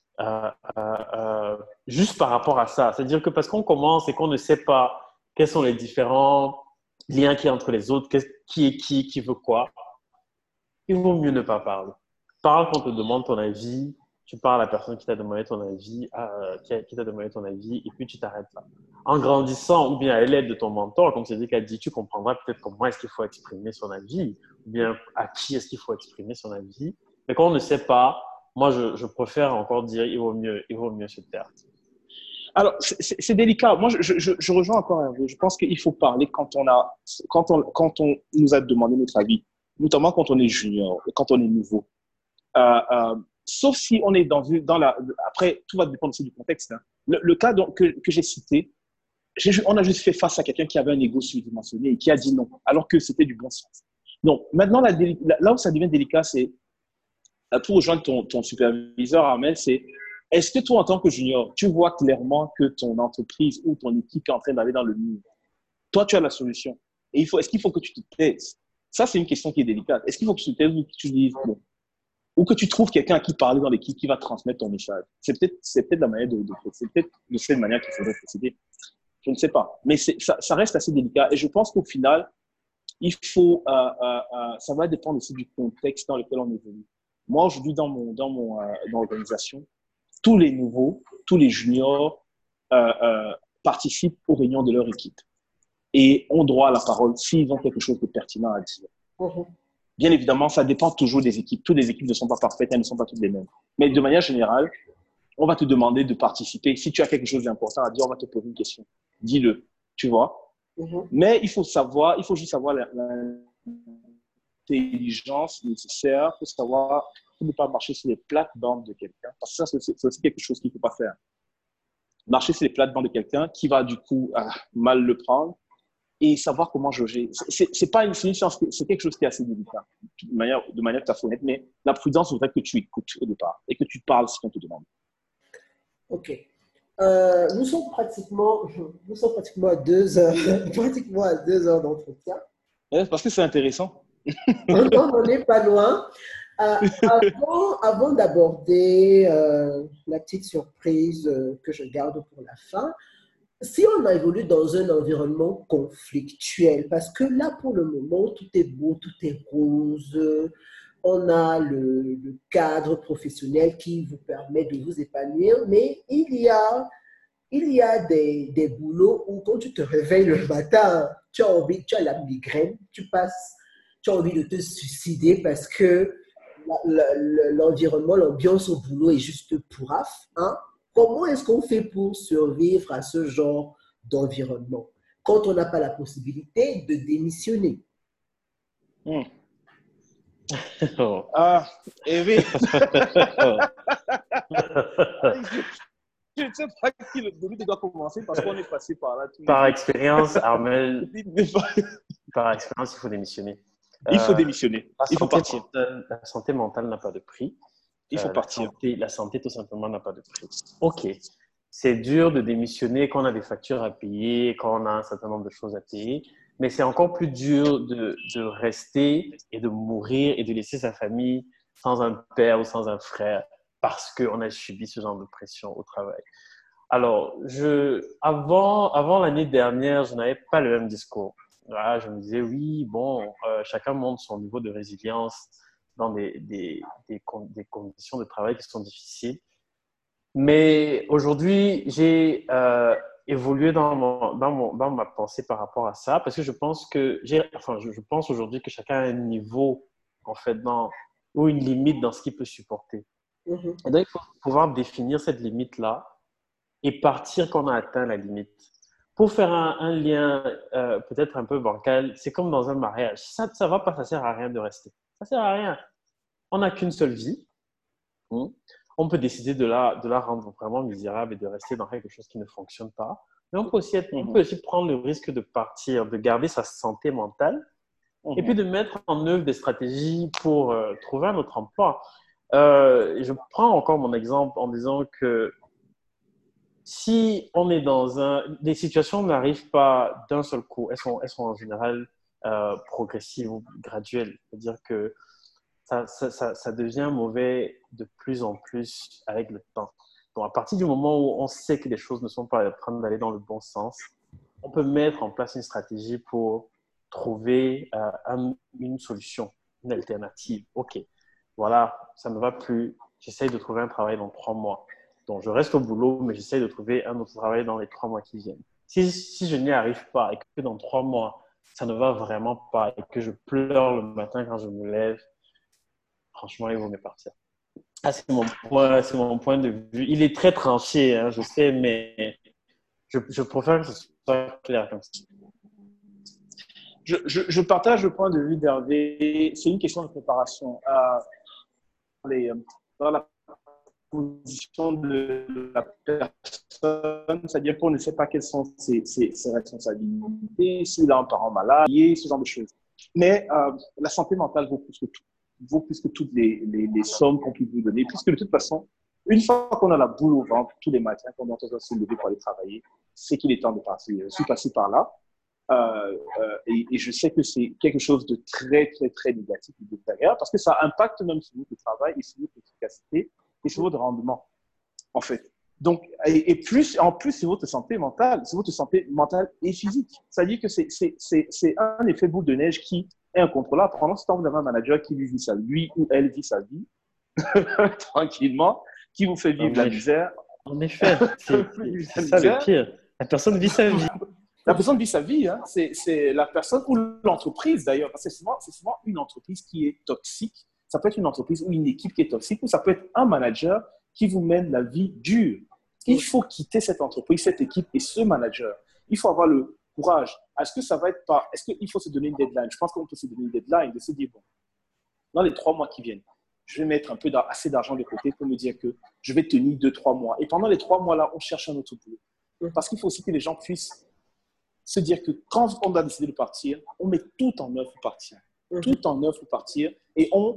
juste par rapport à ça. C'est-à-dire que parce qu'on commence et qu'on ne sait pas quels sont les différents liens qu'il y a entre les autres, qui est qui veut quoi, il vaut mieux ne pas parler. Parle quand on te demande ton avis, tu parles à la personne qui t'a demandé ton avis, qui t'a demandé ton avis, et puis tu t'arrêtes là. En grandissant, ou bien à l'aide de ton mentor, comme Cédric a dit, tu comprendras peut-être comment est-ce qu'il faut exprimer son avis, ou bien à qui est-ce qu'il faut exprimer son avis. Mais quand on ne sait pas, moi, je préfère encore dire il vaut mieux se taire. Alors, c'est délicat. Moi, je rejoins encore Hervé. Je pense qu'il faut parler quand on nous a demandé notre avis, notamment quand on est junior, quand on est nouveau. Sauf si on est après, tout va dépendre aussi du contexte. Hein. Le cas que j'ai cité, on a juste fait face à quelqu'un qui avait un ego surdimensionné et qui a dit non, alors que c'était du bon sens. Donc, maintenant, là où ça devient délicat, c'est pour rejoindre ton superviseur, Armel, c'est est-ce que toi, en tant que junior, tu vois clairement que ton entreprise ou ton équipe est en train d'aller dans le mur? Toi, tu as la solution. Et est-ce qu'il faut que tu te taises? Ça, c'est une question qui est délicate. Est-ce qu'il faut que tu te taises ou que tu dises bon? Ou que tu trouves quelqu'un à qui parler dans l'équipe qui va transmettre ton message? C'est peut-être la manière c'est peut-être de cette manière qu'il faudrait procéder. Je ne sais pas. Mais ça reste assez délicat. Et je pense qu'au final, ça va dépendre aussi du contexte dans lequel on évolue. Moi, aujourd'hui, dans l'organisation, tous les nouveaux, tous les juniors participent aux réunions de leur équipe et ont droit à la parole s'ils ont quelque chose de pertinent à dire. Bien évidemment, ça dépend toujours des équipes. Toutes les équipes ne sont pas parfaites, elles ne sont pas toutes les mêmes. Mais de manière générale, on va te demander de participer. Si tu as quelque chose d'important à dire, on va te poser une question. Dis-le, tu vois. Mais il faut juste savoir l'intelligence nécessaire, il faut savoir ne pas marcher sur les plates-bandes de quelqu'un. Parce que ça, c'est aussi quelque chose qu'il ne faut pas faire. Marcher sur les plates-bandes de quelqu'un qui va du coup mal le prendre et savoir comment jauger. C'est pas une science, c'est quelque chose qui est assez délicat, de manière tout à fait honnête, mais la prudence voudrait que tu écoutes au départ et que tu parles si on te demande. Ok. Nous sommes pratiquement à 2 heures, pratiquement à 2 heures d'entretien. Ouais, parce que c'est intéressant. On n'est pas loin. Avant d'aborder la petite surprise que je garde pour la fin, si on a évolué dans un environnement conflictuel, parce que là, pour le moment, tout est beau, tout est rose, on a le cadre professionnel qui vous permet de vous épanouir, mais il y a des boulots où quand tu te réveilles le matin, tu as la migraine, tu as envie de te suicider parce que l'environnement, l'ambiance au boulot est juste pourraf. Hein? Comment est-ce qu'on fait pour survivre à ce genre d'environnement quand on n'a pas la possibilité de démissionner? Hmm. Ah, et oui. Je ne sais pas qui le début doit commencer parce qu'on est passé par là. Par expérience, Armel, par expérience, il faut démissionner. Il faut démissionner. Il faut partir. La santé mentale n'a pas de prix. Il faut partir. La santé, tout simplement, n'a pas de prix. OK. C'est dur de démissionner quand on a des factures à payer, quand on a un certain nombre de choses à payer. Mais c'est encore plus dur de rester et de mourir et de laisser sa famille sans un père ou sans un frère parce qu'on a subi ce genre de pression au travail. Alors, avant l'année dernière, je n'avais pas le même discours. Voilà, je me disais, oui, bon, chacun montre son niveau de résilience dans des conditions de travail qui sont difficiles. Mais aujourd'hui, j'ai évolué dans ma pensée par rapport à ça parce que je pense je pense aujourd'hui que chacun a un niveau, en fait, ou une limite dans ce qu'il peut supporter. Et donc, il faut pouvoir définir cette limite-là et partir quand on a atteint la limite. Pour faire un lien peut-être un peu bancal, c'est comme dans un mariage. Ça ne va pas, ça ne sert à rien de rester. Ça ne sert à rien. On n'a qu'une seule vie. On peut décider de la rendre vraiment misérable et de rester dans quelque chose qui ne fonctionne pas. Mais on peut aussi prendre le risque de partir, de garder sa santé mentale et puis de mettre en œuvre des stratégies pour trouver un autre emploi. Je prends encore mon exemple en disant que si on est les situations n'arrivent pas d'un seul coup, elles sont en général progressives ou graduelles. C'est-à-dire que ça devient mauvais de plus en plus avec le temps. Donc, à partir du moment où on sait que les choses ne sont pas en train d'aller dans le bon sens, on peut mettre en place une stratégie pour trouver une solution, une alternative. OK, voilà, ça ne va plus. J'essaye de trouver un travail dans 3 mois. Donc, je reste au boulot, mais j'essaye de trouver un autre travail dans les 3 mois qui viennent. Si je n'y arrive pas et que dans 3 mois, ça ne va vraiment pas et que je pleure le matin quand je me lève, franchement, il vaut mieux partir. Ah, c'est mon point de vue. Il est très tranché, hein, je sais, mais je préfère que ce soit clair comme ça. Je partage le point de vue d'Hervé. C'est une question de préparation. Dans la position de la personne, c'est-à-dire qu'on ne sait pas quelles sont ses responsabilités, s'il a un parent malade, ce genre de choses. Mais la santé mentale vaut plus que tout. Vaut plus que toutes les sommes qu'on peut vous donner, puisque de toute façon, une fois qu'on a la boule au ventre tous les matins, qu'on doit se lever pour aller travailler, c'est qu'il est temps de partir. Je suis passé par là et je sais que c'est quelque chose de très, très, très négatif et désagréable parce que ça impacte même sur votre travail et sur votre efficacité et sur votre rendement, en fait. Donc, en plus, c'est votre santé mentale et physique. C'est-à-dire que c'est un effet boule de neige qui est incontrôlable. Pendant ce temps, vous avez un manager qui lui ou elle vit sa vie tranquillement, qui vous fait vivre la misère. En effet, c'est ça le pire. La personne vit sa vie. La personne vit sa vie, hein. C'est la personne ou l'entreprise d'ailleurs. C'est souvent une entreprise qui est toxique. Ça peut être une entreprise ou une équipe qui est toxique, ou ça peut être un manager qui vous mène la vie dure. Il faut quitter cette entreprise, cette équipe et ce manager. Il faut avoir le courage. Est-ce qu'il faut se donner une deadline? Je pense qu'on peut se donner une deadline, de se dire, bon, dans les 3 mois qui viennent, je vais mettre assez d'argent de côté pour me dire que je vais tenir 2-3 mois. Et pendant les 3 mois-là, on cherche un autre boulot. Parce qu'il faut aussi que les gens puissent se dire que quand on a décidé de partir, on met tout en œuvre pour partir. Tout en œuvre pour partir. Et on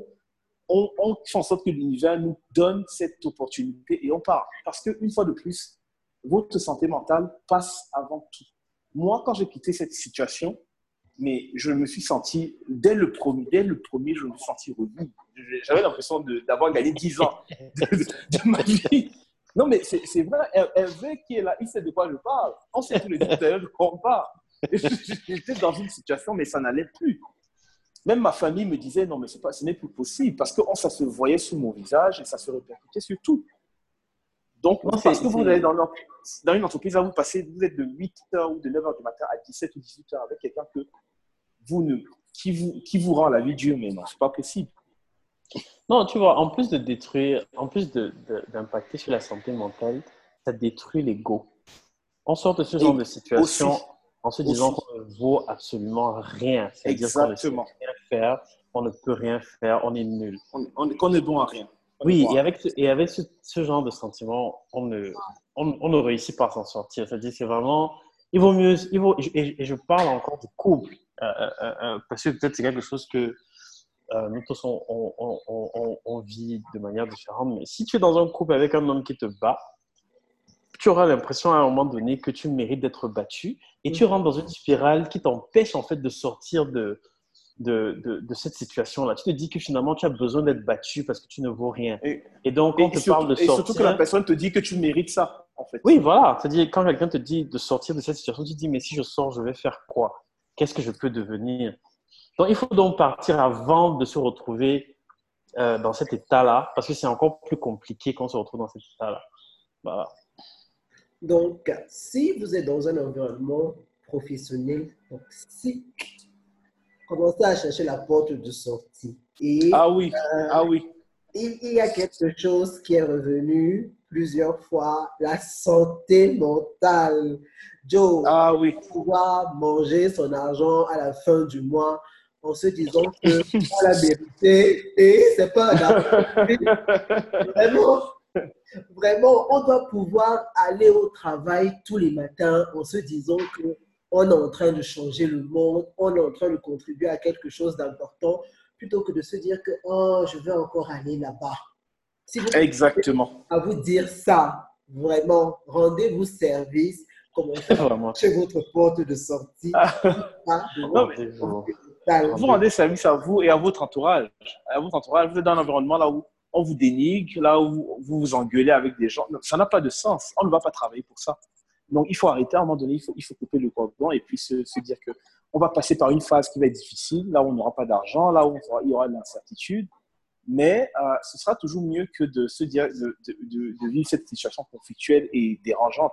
fait en sorte que l'univers nous donne cette opportunité et on part. Parce qu'une fois de plus, votre santé mentale passe avant tout. Moi, quand j'ai quitté cette situation, mais je me suis senti, dès le premier, je me suis senti revenu. J'avais l'impression d'avoir gagné 10 ans de ma vie. Non, mais c'est vrai, Hervé qui est là, il sait de quoi je parle. On sait tous les deux de quoi on parle. J'étais dans une situation, mais ça n'allait plus. Même ma famille me disait, non, mais ce n'est plus possible, parce que ça se voyait sur mon visage et ça se répercutait sur tout. Donc, Non, parce que vous allez dans une entreprise, là, vous êtes de 8h ou de 9h du matin à 17 ou 18h avec quelqu'un qui vous rend la vie dure, mais non, c'est pas possible. Non, tu vois, en plus de détruire, en plus d'impacter sur la santé mentale, ça détruit l'ego. On sort de ce genre de situation en se disant qu'on ne vaut absolument rien. C'est-à-dire qu'on ne sait rien faire, on ne peut rien faire, on est nul. Qu'on est bon à rien. Oui, et avec ce genre de sentiment, on ne réussit pas à s'en sortir. C'est-à-dire, c'est vraiment, et je parle encore du couple, parce que peut-être c'est quelque chose que nous tous, on vit de manière différente. Mais si tu es dans un couple avec un homme qui te bat, tu auras l'impression à un moment donné que tu mérites d'être battu et tu rentres dans une spirale qui t'empêche en fait de sortir de cette situation-là. Tu te dis que finalement, tu as besoin d'être battu parce que tu ne vaux rien. Et donc, quand on te parle de sortir… Et surtout que la personne te dit que tu mérites ça, en fait. Oui, voilà. C'est-à-dire, quand quelqu'un te dit de sortir de cette situation, tu te dis, mais si je sors, je vais faire quoi? Qu'est-ce que je peux devenir? Donc, il faut donc partir avant de se retrouver dans cet état-là, parce que c'est encore plus compliqué quand on se retrouve dans cet état-là. Voilà. Donc, si vous êtes dans un environnement professionnel toxique, commencez à chercher la porte de sortie. Et, ah oui. Il y a quelque chose qui est revenu plusieurs fois, la santé mentale. Joe, pouvoir manger son argent à la fin du mois en se disant que on l'a mérité et c'est pas Vraiment, on doit pouvoir aller au travail tous les matins en se disant qu'on est en train de changer le monde, on est en train de contribuer à quelque chose d'important, plutôt que de se dire que oh, je vais encore aller là-bas. Si vous Exactement. À vous dire ça, vraiment, rendez-vous service, commencez chez votre porte de sortie. Vous rendez service à vous et à votre entourage. Vous êtes dans un environnement là où on vous dénigre, là où vous vous engueulez avec des gens. Ça n'a pas de sens. On ne va pas travailler pour ça. Donc, il faut arrêter à un moment donné, il faut couper le cordon et puis se dire qu'on va passer par une phase qui va être difficile, là où on n'aura pas d'argent, là où il y aura de l'incertitude. Mais ce sera toujours mieux que de se dire de vivre cette situation conflictuelle et dérangeante.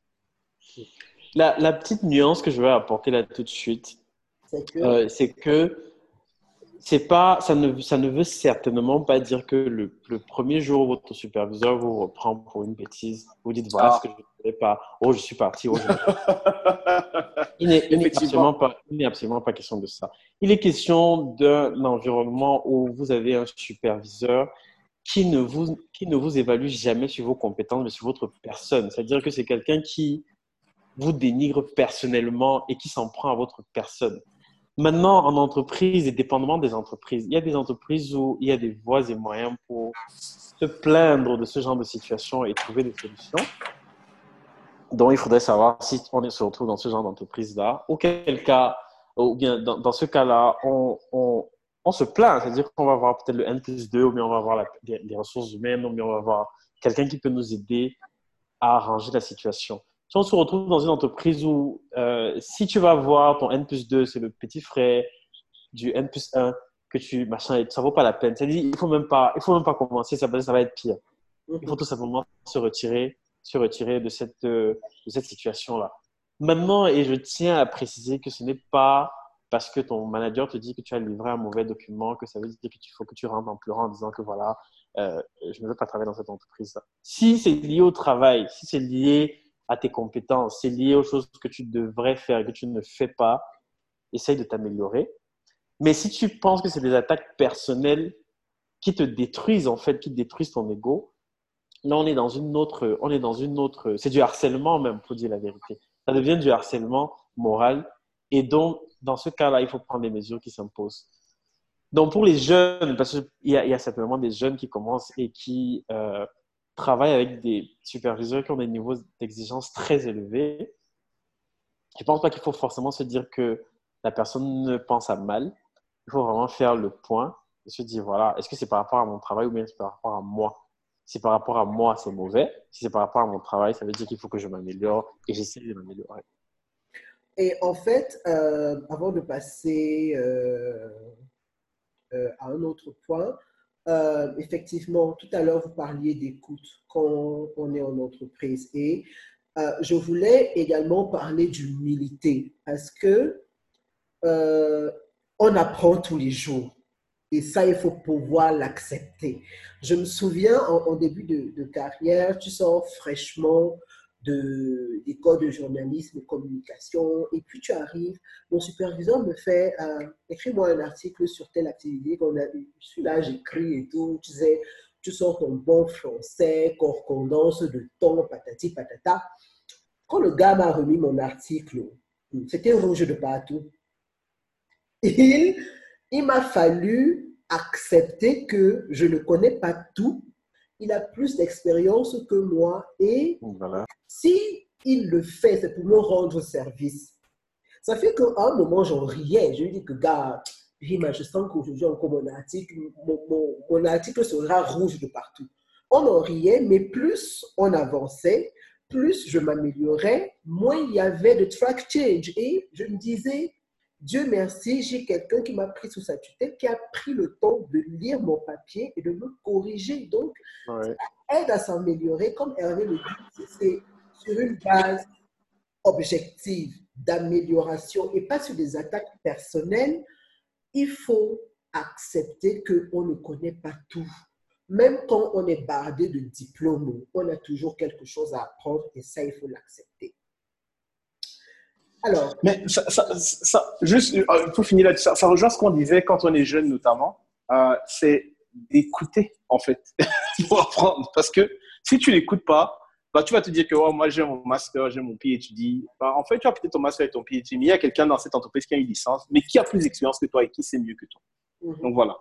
La petite nuance que je vais apporter là tout de suite, c'est que ça ne veut certainement pas dire que le premier jour où votre superviseur vous reprend pour une bêtise, vous dites voilà ce que je ne savais pas, oh je suis parti, oh je Il n'est absolument pas question de ça. Il est question d'un environnement où vous avez un superviseur qui ne vous évalue jamais sur vos compétences, mais sur votre personne. C'est-à-dire que c'est quelqu'un qui vous dénigre personnellement et qui s'en prend à votre personne. Maintenant, en entreprise, et dépendamment des entreprises, il y a des entreprises où il y a des voies et moyens pour se plaindre de ce genre de situation et trouver des solutions. Donc, il faudrait savoir si on se retrouve dans ce genre d'entreprise-là, auquel cas, ou bien dans ce cas-là, on se plaint. C'est-à-dire qu'on va avoir peut-être le N+2, ou bien on va avoir les ressources humaines, ou bien on va avoir quelqu'un qui peut nous aider à arranger la situation. Si on se retrouve dans une entreprise où, si tu vas voir ton N+2, c'est le petit frère du N+1, que ça ne vaut pas la peine. C'est-à-dire, il faut même pas commencer, ça va être pire. Il faut tout simplement se retirer de cette situation-là. Maintenant, et je tiens à préciser que ce n'est pas parce que ton manager te dit que tu as livré un mauvais document que ça veut dire qu'il faut que tu rentres en pleurant en disant que voilà, je ne veux pas travailler dans cette entreprise-là. Si c'est lié au travail, si c'est lié à tes compétences, c'est lié aux choses que tu devrais faire et que tu ne fais pas, essaye de t'améliorer. Mais si tu penses que c'est des attaques personnelles qui te détruisent, en fait, qui détruisent ton ego, là, on est dans une autre, c'est du harcèlement même, pour dire la vérité. Ça devient du harcèlement moral. Et donc, dans ce cas-là, il faut prendre des mesures qui s'imposent. Donc, pour les jeunes, parce qu'il y a simplement des jeunes qui commencent et qui travaille avec des superviseurs qui ont des niveaux d'exigence très élevés, je ne pense pas qu'il faut forcément se dire que la personne ne pense à mal. Il faut vraiment faire le point et se dire, voilà, est-ce que c'est par rapport à mon travail ou bien c'est par rapport à moi? Si par rapport à moi, c'est mauvais. Si c'est par rapport à mon travail, ça veut dire qu'il faut que je m'améliore et j'essaie de m'améliorer. Et en fait, avant de passer à un autre point, effectivement, tout à l'heure, vous parliez d'écoute quand on est en entreprise. Et je voulais également parler d'humilité parce que on apprend tous les jours. Et ça, il faut pouvoir l'accepter. Je me souviens, en début de carrière, tu sors fraîchement d'école de journalisme et communication, et puis tu arrives, mon superviseur me fait, écris-moi un article sur telle activité qu'on a eu. Celui-là, j'écris et tout, tu sais, tu sors ton bon français, correspondance de ton, patati patata. Quand le gars m'a remis mon article, c'était rouge de partout. Il, il m'a fallu accepter que je ne connais pas tout. Il a plus d'expérience que moi et Voilà. si il le fait, c'est pour me rendre service. Ça fait qu'à un moment, j'en riais. Je lui dis que, gars, je sens qu'aujourd'hui, encore mon article sera rouge de partout. On en riait, mais plus on avançait, plus je m'améliorais, moins il y avait de track change. Et je me disais, Dieu merci, j'ai quelqu'un qui m'a pris sous sa tutelle, qui a pris le temps de lire mon papier et de me corriger. Donc, Ouais. ça aide à s'améliorer. Comme Hervé le dit, c'est sur une base objective d'amélioration et pas sur des attaques personnelles. Il faut accepter qu'on ne connaît pas tout. Même quand on est bardé de diplômes, on a toujours quelque chose à apprendre et ça, il faut l'accepter. Alors, Mais juste pour finir là, ça rejoint ce qu'on disait quand on est jeune notamment, c'est d'écouter en fait pour apprendre. Parce que si tu n'écoutes pas, bah, tu vas te dire que oh, moi j'ai mon master, j'ai mon PhD. Bah, en fait, tu as peut-être ton master et ton PhD, mais il y a quelqu'un dans cette entreprise qui a une licence, mais qui a plus d'expérience que toi et qui sait mieux que toi. Donc voilà.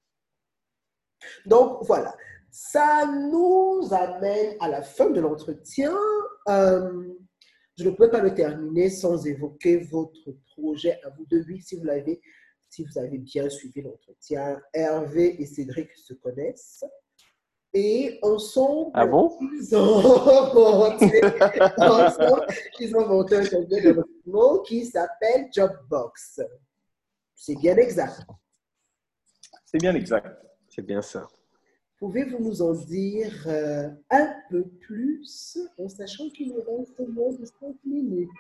Donc voilà, ça nous amène à la fin de l'entretien. Je ne peux pas le terminer sans évoquer votre projet à vous deux. Oui, si vous avez bien suivi l'entretien, Hervé et Cédric se connaissent. Et ensemble, Ah bon? ils ont monté un cabinet de recrutement qui s'appelle Jobbox. C'est bien exact. C'est bien exact. C'est bien ça. Pouvez-vous nous en dire un peu plus en sachant qu'il nous reste moins de 5 minutes?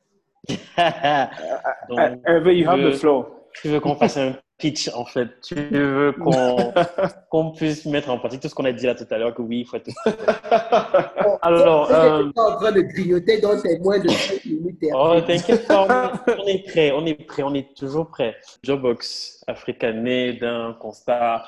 Donc, Hervé, you have the floor. tu veux qu'on fasse un pitch, en fait. Tu veux qu'on puisse mettre en pratique tout ce qu'on a dit là tout à l'heure, que oui, il faut être... Bon, Alors, tu es en train de grignoter dans tes moins de 5 minutes. oh, t'inquiète pas, on est prêt, on est toujours prêt. Jobbox Africa né d'un constat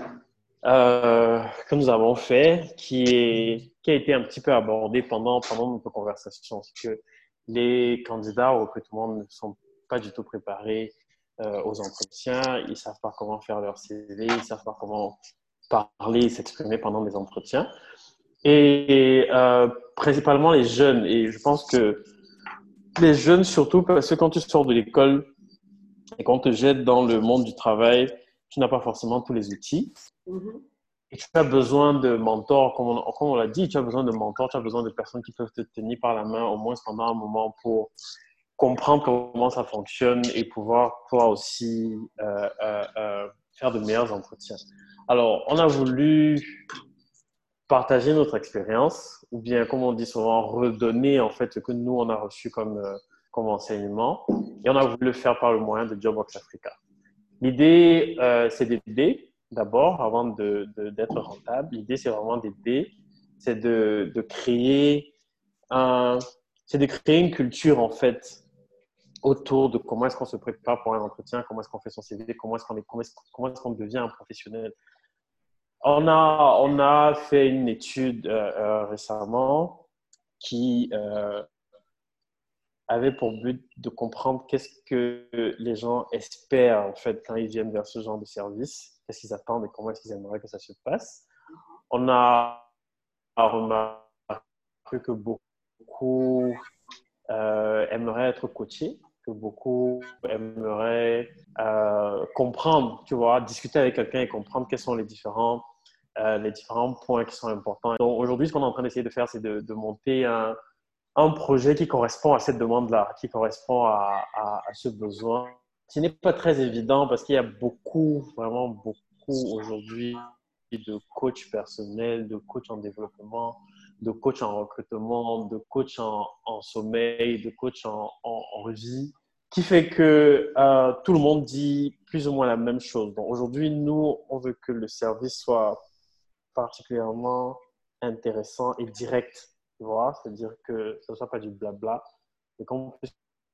que nous avons fait, qui a été un petit peu abordé pendant notre conversation. C'est que les candidats au recrutement ne sont pas du tout préparés aux entretiens, ils ne savent pas comment faire leur CV, ils ne savent pas comment parler et s'exprimer pendant des entretiens. Et principalement les jeunes. Et je pense que les jeunes surtout, parce que quand tu sors de l'école et qu'on te jette dans le monde du travail, tu n'as pas forcément tous les outils. Mm-hmm. Et tu as besoin de mentors, comme on l'a dit, tu as besoin de mentors, tu as besoin de personnes qui peuvent te tenir par la main au moins pendant un moment pour comprendre comment ça fonctionne et pouvoir toi aussi faire de meilleurs entretiens. Alors, on a voulu partager notre expérience ou bien, comme on dit souvent, redonner en fait ce que nous, on a reçu comme enseignement et on a voulu le faire par le moyen de Jobbox Africa. L'idée, c'est d'aider d'abord avant d'être rentable. L'idée, c'est vraiment d'aider, c'est de créer une culture en fait autour de comment est-ce qu'on se prépare pour un entretien, comment est-ce qu'on fait son CV, comment est-ce qu'on devient un professionnel. On a fait une étude récemment qui avait pour but de comprendre qu'est-ce que les gens espèrent en fait quand ils viennent vers ce genre de service, qu'est-ce qu'ils attendent et comment est-ce qu'ils aimeraient que ça se passe. On a remarqué que beaucoup aimeraient être coachés, que beaucoup aimeraient comprendre, tu vois, discuter avec quelqu'un et comprendre quels sont les différents points qui sont importants. Donc aujourd'hui, ce qu'on est en train d'essayer de faire, c'est de monter un projet qui correspond à cette demande-là, qui correspond à ce besoin, qui n'est pas très évident parce qu'il y a beaucoup, vraiment beaucoup aujourd'hui de coachs personnels, de coachs en développement, de coachs en recrutement, de coachs en sommeil, de coachs en vie, qui fait que tout le monde dit plus ou moins la même chose. Donc aujourd'hui, nous, on veut que le service soit particulièrement intéressant et direct, tu vois, c'est-à-dire que ce ne soit pas du blabla, mais qu'on puisse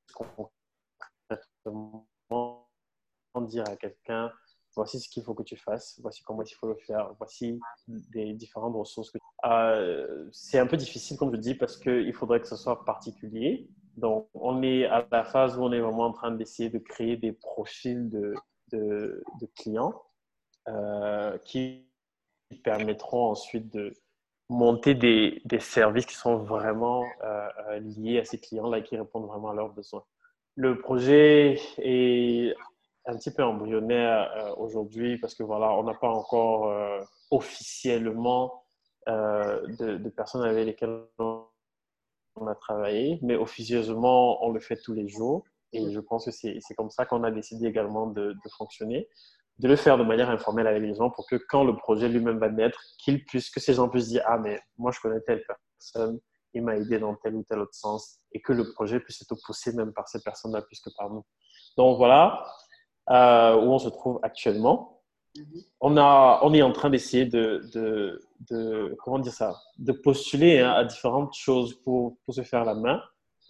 concrètement dire à quelqu'un, voici ce qu'il faut que tu fasses, voici comment il faut le faire, voici des différentes ressources. C'est un peu difficile, comme je dis, parce qu'il faudrait que ce soit particulier. Donc, on est à la phase où on est vraiment en train d'essayer de créer des profils de clients qui permettront ensuite de monter des services qui sont vraiment liés à ces clients-là et qui répondent vraiment à leurs besoins. Le projet est un petit peu embryonnaire aujourd'hui parce que voilà, on n'a pas encore officiellement de personnes avec lesquelles on a travaillé, mais officieusement, on le fait tous les jours. Et je pense que c'est comme ça qu'on a décidé également de fonctionner, de le faire de manière informelle avec les gens pour que quand le projet lui-même va naître, que ces gens puissent dire « Ah, mais moi, je connais telle personne, il m'a aidé dans tel ou tel autre sens » et que le projet puisse être poussé même par ces personnes-là plus que par nous. Donc, voilà où on se trouve actuellement. On est en train d'essayer comment dire ça, de postuler à différentes choses pour se faire la main.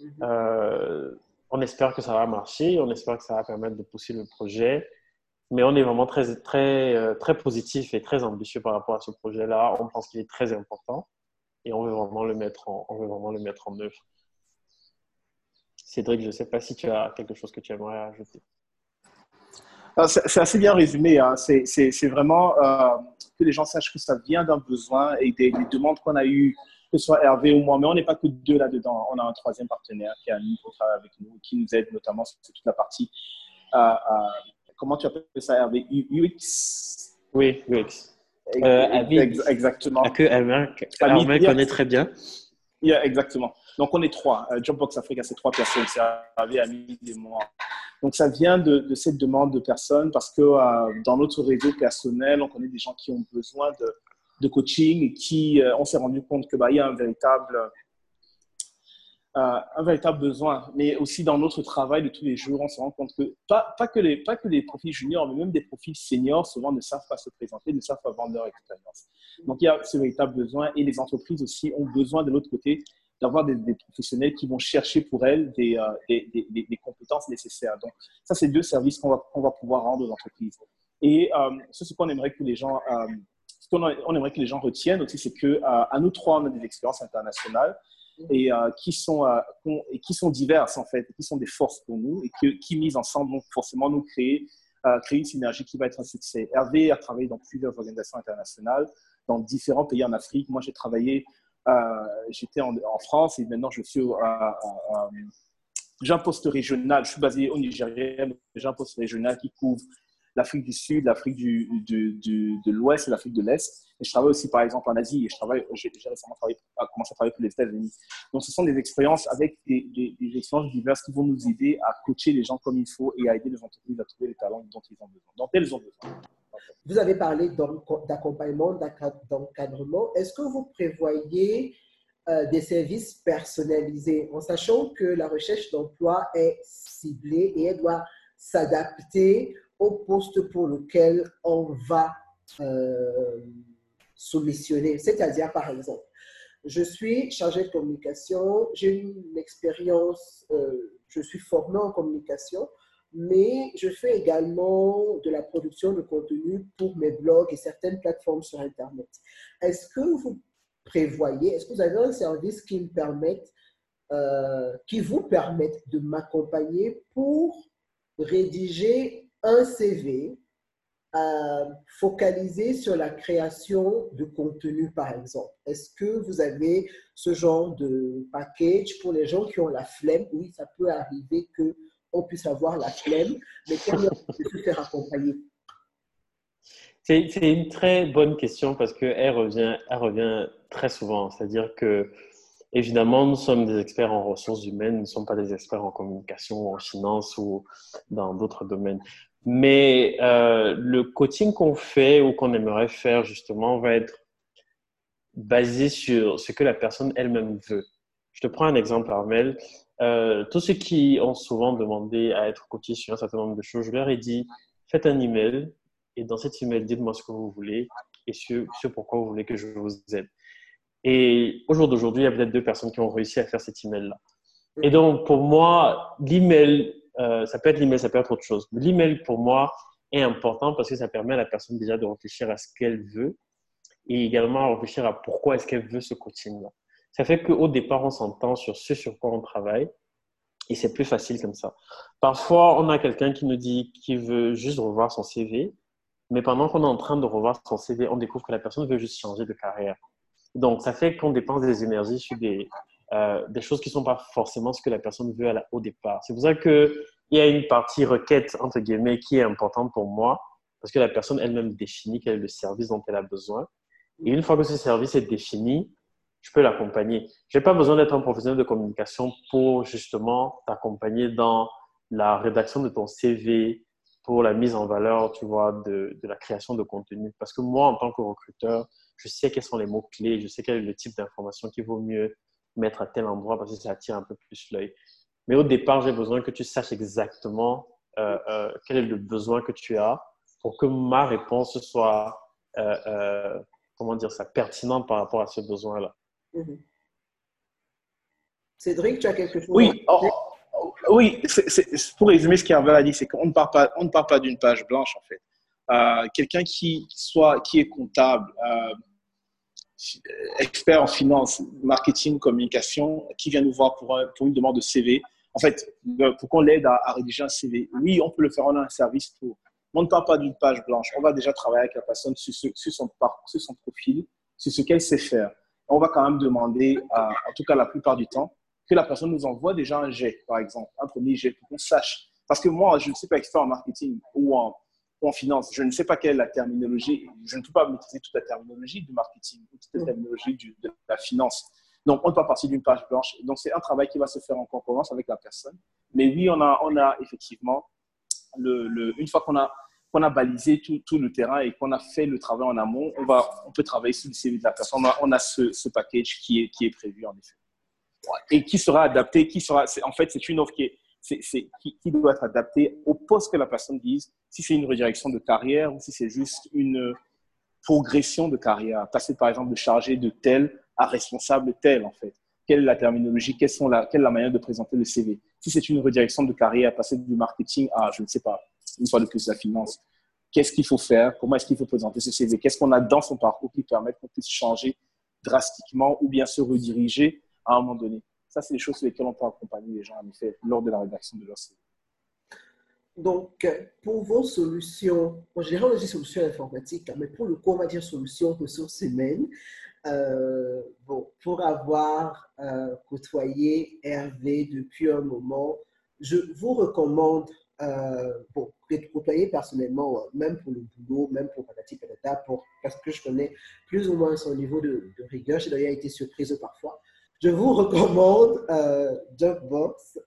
On espère que ça va marcher, on espère que ça va permettre de pousser le projet, mais on est vraiment très positif et très ambitieux par rapport à ce projet-là. On pense qu'il est très important et on veut vraiment le mettre en œuvre. Cédric, je ne sais pas si tu as quelque chose que tu aimerais ajouter. C'est assez bien résumé. Hein. C'est vraiment que les gens sachent que ça vient d'un besoin et des demandes qu'on a eues, que ce soit Hervé ou moi. Mais on n'est pas que deux là-dedans. On a un troisième partenaire qui est Annie qui travaille avec nous, qui nous aide notamment sur toute la partie. Comment tu appelles ça, Hervé? UX? Oui, UX. Exactement. Que Armel connaît très bien. Yeah, exactement. Donc, on est trois. Jobbox Africa, c'est trois personnes. C'est Hervé, Hamid et moi. Donc, ça vient de cette demande de personnes parce que dans notre réseau personnel, on connaît des gens qui ont besoin de coaching et qui, on s'est rendu compte que il y a un véritable besoin. Mais aussi dans notre travail de tous les jours, on se rend compte que pas que les profils juniors, mais même des profils seniors, souvent ne savent pas se présenter, ne savent pas vendre leur expérience. Donc, il y a ce véritable besoin et les entreprises aussi ont besoin de l'autre côté d'avoir des professionnels qui vont chercher pour elles des compétences nécessaires. Donc, ça, c'est deux services qu'on va pouvoir rendre aux entreprises. Et ce qu'on aimerait que les gens, on aimerait que les gens retiennent aussi, c'est que à nous trois, on a des expériences internationales et qui sont diverses en fait, qui sont des forces pour nous et qui mises ensemble vont forcément nous créer une synergie qui va être un succès. Hervé a travaillé dans plusieurs organisations internationales, dans différents pays en Afrique. Moi, j'étais en France et maintenant je suis j'ai un poste régional. Je suis basé au Nigeria, mais j'ai un poste régional qui couvre l'Afrique du Sud, l'Afrique de l'Ouest et l'Afrique de l'Est. Et je travaille aussi, par exemple, en Asie. Et j'ai récemment commencé à travailler pour les États-Unis. Donc, ce sont des expériences avec des expériences diverses qui vont nous aider à coacher les gens comme il faut et à aider les entreprises à trouver les talents dont elles ont besoin. Vous avez parlé d'accompagnement, d'encadrement. Est-ce que vous prévoyez des services personnalisés en sachant que la recherche d'emploi est ciblée et elle doit s'adapter au poste pour lequel on va soumissionner. C'est-à-dire, par exemple, je suis chargée de communication, j'ai une expérience, je suis formée en communication, mais je fais également de la production de contenu pour mes blogs et certaines plateformes sur Internet. Est-ce que vous avez un service qui vous permette de m'accompagner pour rédiger un CV focaliser sur la création de contenu, par exemple? Est-ce que vous avez ce genre de package pour les gens qui ont la flemme? Oui, ça peut arriver qu'on puisse avoir la flemme, mais comment se faire accompagner? C'est une très bonne question parce qu'elle revient très souvent. C'est-à-dire que, évidemment, nous sommes des experts en ressources humaines, nous ne sommes pas des experts en communication, en finance ou dans d'autres domaines. Mais le coaching qu'on fait ou qu'on aimerait faire, justement, va être basé sur ce que la personne elle-même veut. Je te prends un exemple, Armel. Tous ceux qui ont souvent demandé à être coachés sur un certain nombre de choses, je leur ai dit, faites un email et dans cet email, dites-moi ce que vous voulez et ce pourquoi vous voulez que je vous aide. Et au jour d'aujourd'hui, il y a peut-être 2 personnes qui ont réussi à faire cet email-là. Et donc, pour moi, l'email, ça peut être l'email, ça peut être autre chose. L'email, pour moi, est important parce que ça permet à la personne déjà de réfléchir à ce qu'elle veut et également à réfléchir à pourquoi est-ce qu'elle veut ce coaching-là. Ça fait qu'au départ, on s'entend sur ce sur quoi on travaille et c'est plus facile comme ça. Parfois, on a quelqu'un qui nous dit qu'il veut juste revoir son CV, mais pendant qu'on est en train de revoir son CV, on découvre que la personne veut juste changer de carrière. Donc, ça fait qu'on dépense des énergies sur des choses qui ne sont pas forcément ce que la personne veut au départ. C'est pour ça qu'il y a une partie requête, entre guillemets, qui est importante pour moi, parce que la personne elle-même définit quel est le service dont elle a besoin. Et une fois que ce service est défini, je peux l'accompagner. Je n'ai pas besoin d'être un professionnel de communication pour justement t'accompagner dans la rédaction de ton CV, pour la mise en valeur, tu vois, de la création de contenu. Parce que moi, en tant que recruteur, je sais quels sont les mots-clés, je sais quel est le type d'information qu'il vaut mieux mettre à tel endroit parce que ça attire un peu plus l'œil. Mais au départ, j'ai besoin que tu saches exactement quel est le besoin que tu as pour que ma réponse soit, comment dire ça, pertinente par rapport à ce besoin-là. Mhm. Cédric, tu as quelque chose à Oui, ajouter? oui, pour résumer ce qu'Hervé a dit, c'est qu'on ne part pas d'une page blanche, en fait. Quelqu'un qui est comptable, expert en finance, marketing, communication, qui vient nous voir pour une demande de CV, en fait, pour qu'on l'aide à rédiger un CV. Oui, on peut le faire, on a un service pour. On ne part pas d'une page blanche. On va déjà travailler avec la personne sur son parcours, sur son profil, sur ce qu'elle sait faire. On va quand même demander, en tout cas la plupart du temps, que la personne nous envoie déjà un jet, par exemple, un premier jet, pour qu'on sache. Parce que moi, je ne suis pas expert en marketing ou en finance. Je ne sais pas quelle est la terminologie. Je ne peux pas maîtriser toute la terminologie du marketing ou toute la terminologie de la finance. Donc, on ne peut pas partir d'une page blanche. Donc, c'est un travail qui va se faire en concurrence avec la personne. Mais oui, on a effectivement, une fois qu'on a balisé tout le terrain et qu'on a fait le travail en amont, on peut travailler sur le CV de la personne. On a ce package qui est prévu, en effet. Et qui sera adapté, en fait, c'est une offre qui doit être adaptée au poste que la personne vise, si c'est une redirection de carrière ou si c'est juste une progression de carrière. Passer, par exemple, de chargé de tel à responsable tel, en fait. Quelle est la terminologie, quelle est la manière de présenter le CV. Si c'est une redirection de carrière, passer du marketing à, je ne sais pas, une fois de plus, la finance. Qu'est-ce qu'il faut faire? Comment est-ce qu'il faut présenter ce CV? Qu'est-ce qu'on a dans son parcours qui permet qu'on puisse changer drastiquement ou bien se rediriger à un moment donné? Ça, c'est des choses sur lesquelles on peut accompagner les gens, en effet, lors de la rédaction de leur CV. Donc, pour vos solutions, en général, on dit solutions informatiques, mais pour le coup, on va dire solutions ressources humaines. Bon, pour avoir côtoyé Hervé depuis un moment, je vous recommande, bon, côtoyer personnellement, même pour le boulot, même pour Patati Patata, parce que je connais plus ou moins son niveau de rigueur. J'ai d'ailleurs été surprise parfois. Je vous recommande Jobbox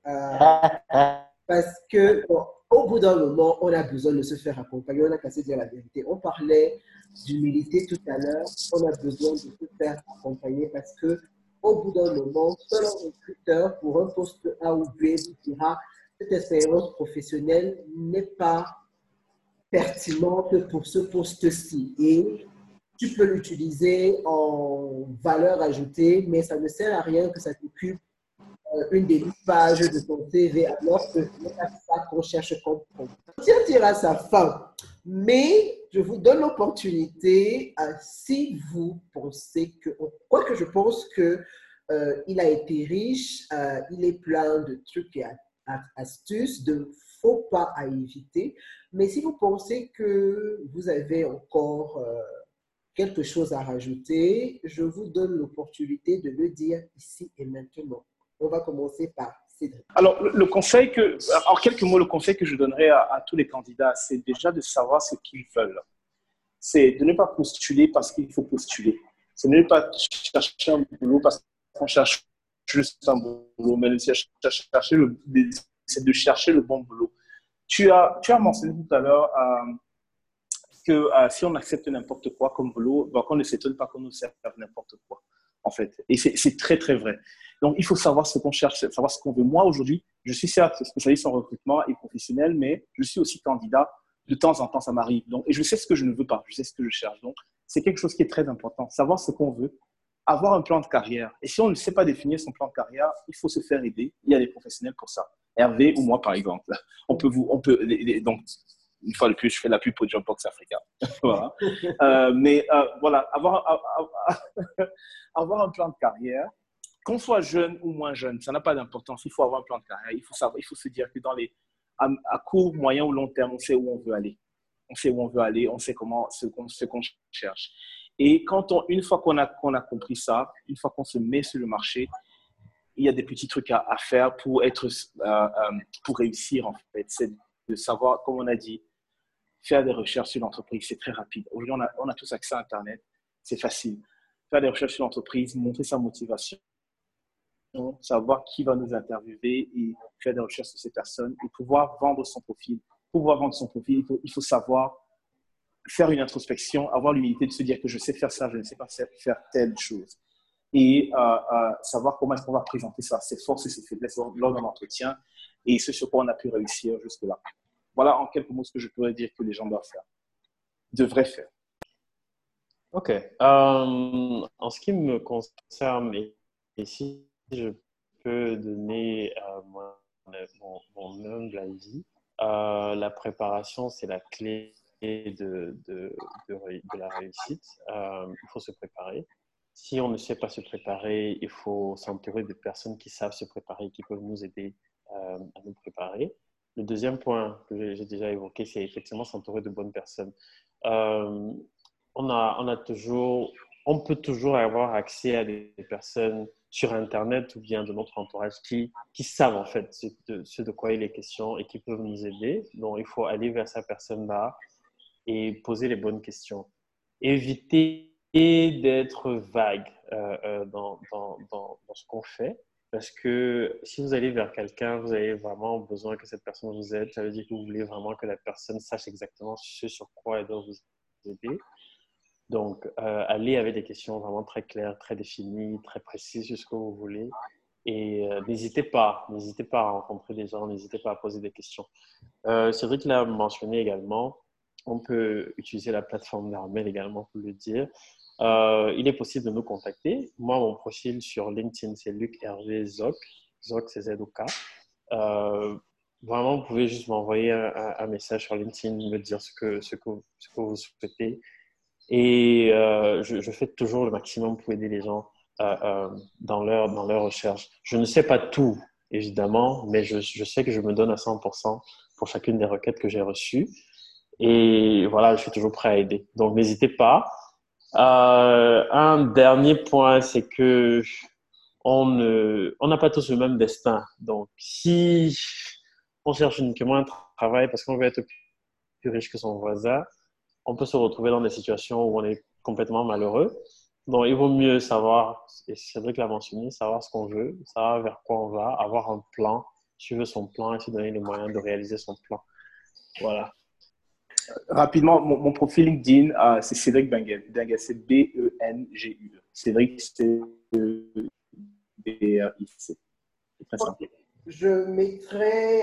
parce que, bon, au bout d'un moment, on a besoin de se faire accompagner. On a qu'à se dire la vérité. On parlait d'humilité tout à l'heure. On a besoin de se faire accompagner parce que, au bout d'un moment, seul un recruteur pour un poste A ou B vous dira cette expérience professionnelle n'est pas pertinente pour ce poste-ci. Et tu peux l'utiliser en valeur ajoutée, mais ça ne sert à rien que ça t'occupe une des pages de ton CV alors que c'est ça qu'on cherche comme compte. On tire à sa fin. Mais je vous donne l'opportunité, si vous pensez que, quoique je pense que il a été riche, il est plein de trucs et astuces, de faux pas à éviter. Mais si vous pensez que vous avez encore quelque chose à rajouter, je vous donne l'opportunité de le dire ici et maintenant. On va commencer par Cédric. Alors, en quelques mots, le conseil que je donnerais à tous les candidats, c'est déjà de savoir ce qu'ils veulent. C'est de ne pas postuler parce qu'il faut postuler. C'est de ne pas chercher un boulot parce qu'on cherche juste un boulot, mais c'est de chercher le bon boulot. Tu as mentionné tout à l'heure que si on accepte n'importe quoi comme boulot, qu'on ne s'étonne pas qu'on nous serve n'importe quoi, en fait. Et c'est très, très vrai. Donc, il faut savoir ce qu'on cherche, savoir ce qu'on veut. Moi, aujourd'hui, je suis certes spécialiste en recrutement et professionnel, mais je suis aussi candidat. De temps en temps, ça m'arrive. Donc, et je sais ce que je ne veux pas, je sais ce que je cherche. Donc, c'est quelque chose qui est très important. Savoir ce qu'on veut, avoir un plan de carrière. Et si on ne sait pas définir son plan de carrière, il faut se faire aider. Il y a des professionnels pour ça. Hervé ou moi, par exemple. Donc, une fois de plus, je fais la pub pour Jobbox Africa. Voilà. Voilà, avoir un plan de carrière, qu'on soit jeune ou moins jeune, ça n'a pas d'importance. Il faut avoir un plan de carrière. Il faut se dire que à court, moyen ou long terme, on sait où on veut aller. On sait où on veut aller, on sait ce qu'on cherche. Et une fois qu'on a compris ça, une fois qu'on se met sur le marché, il y a des petits trucs à faire pour réussir, en fait. C'est de savoir, comme on a dit, faire des recherches sur l'entreprise, c'est très rapide. Aujourd'hui, on a tous accès à Internet, c'est facile. Faire des recherches sur l'entreprise, montrer sa motivation, savoir qui va nous interviewer et faire des recherches sur ces personnes et pouvoir vendre son profil. Pour pouvoir vendre son profil, il faut savoir faire une introspection, avoir l'humilité de se dire que je sais faire ça, je ne sais pas faire telle chose. Et savoir comment est-ce qu'on va présenter ça, ses forces et ses faiblesses lors d'un entretien et ce sur quoi on a pu réussir jusque-là. Voilà en quelques mots ce que je pourrais dire que les gens doivent faire, devraient faire. OK. En ce qui me concerne, et si je peux donner mon humble avis, la préparation, c'est la clé de la réussite. Il faut se préparer. Si on ne sait pas se préparer, il faut s'entourer de personnes qui savent se préparer, qui peuvent nous aider à nous préparer. Le deuxième point que j'ai déjà évoqué, c'est effectivement s'entourer de bonnes personnes. On peut toujours avoir accès à des personnes sur Internet ou bien de notre entourage qui savent en fait ce de quoi il est question et qui peuvent nous aider. Donc, il faut aller vers cette personne-là et poser les bonnes questions. Éviter d'être vague dans ce qu'on fait. Parce que si vous allez vers quelqu'un, vous avez vraiment besoin que cette personne vous aide. Ça veut dire que vous voulez vraiment que la personne sache exactement ce sur quoi elle doit vous aider. Donc, allez avec des questions vraiment très claires, très définies, très précises sur ce que vous voulez. Et n'hésitez pas à rencontrer des gens, n'hésitez pas à poser des questions. Cédric l'a mentionné également, on peut utiliser la plateforme d'Armel également pour le dire. Il est possible de nous contacter. Moi, mon profil sur LinkedIn, c'est Luc Hervé Zoc. Zoc, c'est Z-O-K. Vraiment, vous pouvez juste m'envoyer un message sur LinkedIn, me dire ce que vous souhaitez. Et je fais toujours le maximum pour aider les gens dans leur recherche. Je ne sais pas tout, évidemment, mais je sais que je me donne à 100% pour chacune des requêtes que j'ai reçues. Et voilà, je suis toujours prêt à aider. Donc, n'hésitez pas. Un dernier point, c'est que on n'a pas tous le même destin. Donc, si on cherche uniquement un travail parce qu'on veut être plus riche que son voisin, on peut se retrouver dans des situations où on est complètement malheureux. Donc, il vaut mieux savoir, et Cédric l'a mentionné, savoir ce qu'on veut, savoir vers quoi on va, avoir un plan, suivre son plan et se donner les moyens de réaliser son plan. Voilà. Rapidement, mon profil LinkedIn, c'est Cédric Benguel. Benguel, c'est B-E-N-G-U-E. Cédric, c'est B-R-I-C. C'est très simple. Je mettrai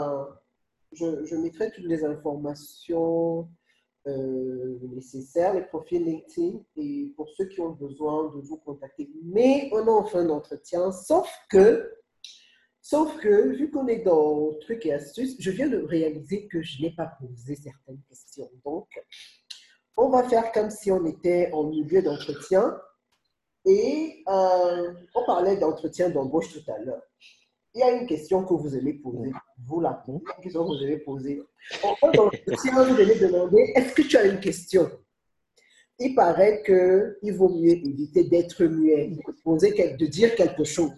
toutes les informations nécessaires, les profils LinkedIn, et pour ceux qui ont besoin de vous contacter. Mais on est en fin d'entretien, sauf que, vu qu'on est dans trucs et astuces, je viens de réaliser que je n'ai pas posé certaines questions. Donc, on va faire comme si on était en milieu d'entretien et on parlait d'entretien d'embauche tout à l'heure. il y a une question que vous aimez poser. Vous là, il y a une question que vous aimez poser. Dans l'entretien, vous allez demander, est-ce que tu as une question? Il paraît qu'il vaut mieux éviter d'être muet, de dire quelque chose.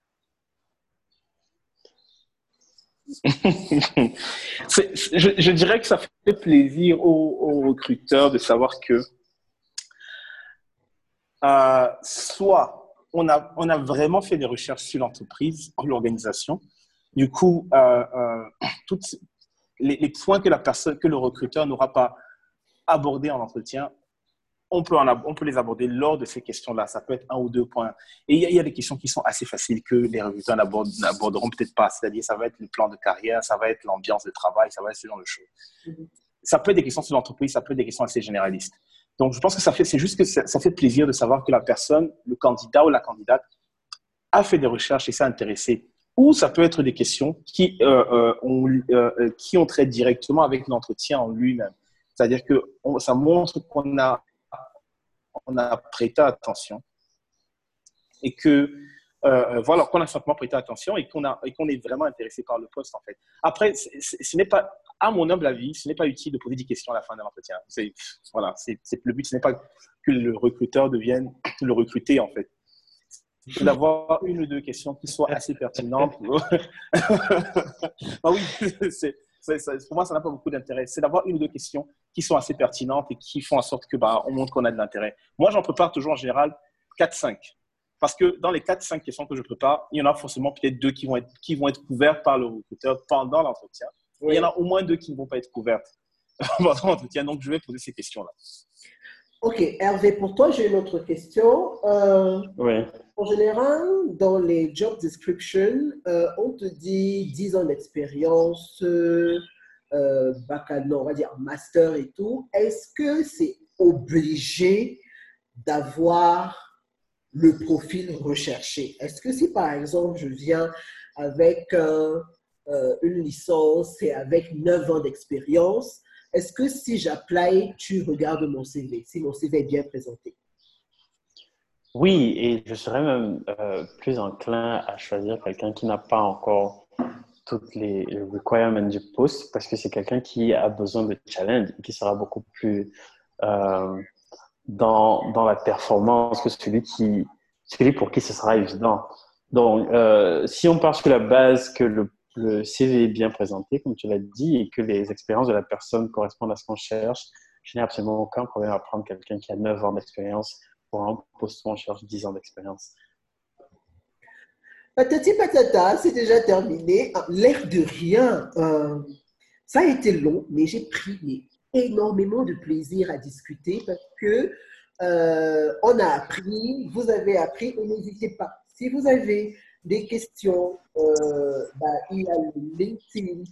Je dirais que ça fait plaisir aux recruteurs de savoir que soit on a vraiment fait des recherches sur l'entreprise, l'organisation. Du coup, tous les points que le recruteur n'aura pas abordés en entretien, on peut les aborder lors de ces questions-là. Ça peut être un ou deux points. Et il y a des questions qui sont assez faciles que les recruteurs n'aborderont peut-être pas. C'est-à-dire, ça va être le plan de carrière, ça va être l'ambiance de travail, ça va être ce genre de choses. Ça peut être des questions sur l'entreprise, ça peut être des questions assez généralistes. Donc, je pense que c'est juste que ça fait plaisir de savoir que la personne, le candidat ou la candidate, a fait des recherches et s'est intéressé. Ou ça peut être des questions qui ont trait directement avec l'entretien en lui-même. C'est-à-dire que ça montre qu'on a prêté attention et que voilà, qu'on a simplement prêté attention et qu'on est vraiment intéressé par le poste en fait. Après, ce n'est pas, à mon humble avis, ce n'est pas utile de poser des questions à la fin de l'entretien. Voilà, le but, ce n'est pas que le recruteur devienne le recruté en fait. C'est d'avoir une ou deux questions qui soient assez pertinentes. Ah oui, pour moi, ça n'a pas beaucoup d'intérêt. C'est d'avoir une ou deux questions qui sont assez pertinentes et qui font en sorte que on montre qu'on a de l'intérêt. Moi, j'en prépare toujours en général 4-5. Parce que dans les 4-5 questions que je prépare, il y en a forcément peut-être 2 qui vont être couvertes par le recruteur pendant l'entretien. Oui. Il y en a au moins 2 qui ne vont pas être couvertes pendant l'entretien. Donc, je vais poser ces questions-là. Ok, Hervé, pour toi, j'ai une autre question. Oui. En général, dans les job descriptions, on te dit 10 ans d'expérience, baccalauréat, on va dire master et tout. Est-ce que c'est obligé d'avoir le profil recherché? Est-ce que si, par exemple, je viens avec une licence et avec 9 ans d'expérience, est-ce que si j'apply, tu regardes mon CV, si mon CV est bien présenté? Oui, et je serais même plus enclin à choisir quelqu'un qui n'a pas encore toutes les requirements du poste parce que c'est quelqu'un qui a besoin de challenge et qui sera beaucoup plus dans la performance que celui pour qui ce sera évident. Donc, si on part sur la base que le CV est bien présenté, comme tu l'as dit, et que les expériences de la personne correspondent à ce qu'on cherche, je n'ai absolument aucun problème à prendre quelqu'un qui a 9 ans d'expérience pour un poste où on cherche 10 ans d'expérience. Patati patata, c'est déjà terminé. L'air de rien, ça a été long, mais j'ai pris énormément de plaisir à discuter parce que on a appris, vous avez appris et n'hésitez pas. Si vous avez des questions, il y a le LinkedIn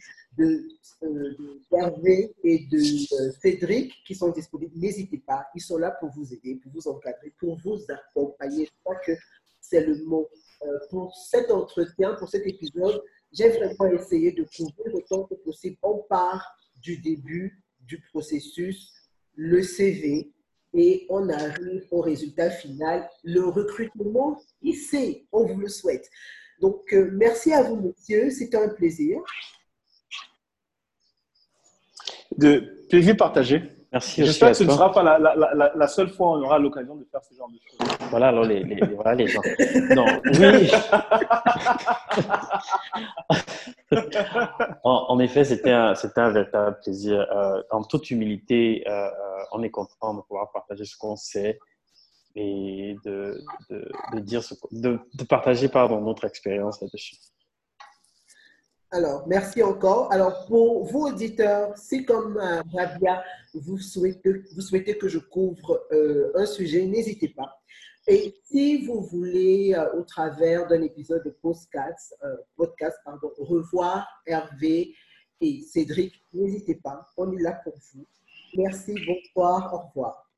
d'Hervé et de Cédric qui sont disponibles. N'hésitez pas, ils sont là pour vous aider, pour vous encadrer, pour vous accompagner. Je crois que c'est le mot. Pour cet entretien, pour cet épisode, j'ai vraiment essayé de couvrir autant que possible. On part du début du processus, le CV, et on arrive au résultat final, le recrutement, qui sait, on vous le souhaite. Donc, merci à vous, messieurs, c'était un plaisir. De plaisir partagé. Merci. J'espère que ce ne sera pas la seule fois où on aura l'occasion de faire ce genre de choses. Voilà, alors voilà les gens. Non, oui. En effet, c'était un véritable plaisir. En toute humilité, on est content de pouvoir partager ce qu'on sait et de partager notre expérience là-dessus. Alors, merci encore. Alors, pour vous, auditeurs, si comme Rabia, vous souhaitez que je couvre un sujet, n'hésitez pas. Et si vous voulez, au travers d'un épisode de podcast, revoir Hervé et Cédric, n'hésitez pas. On est là pour vous. Merci, bonsoir, au revoir.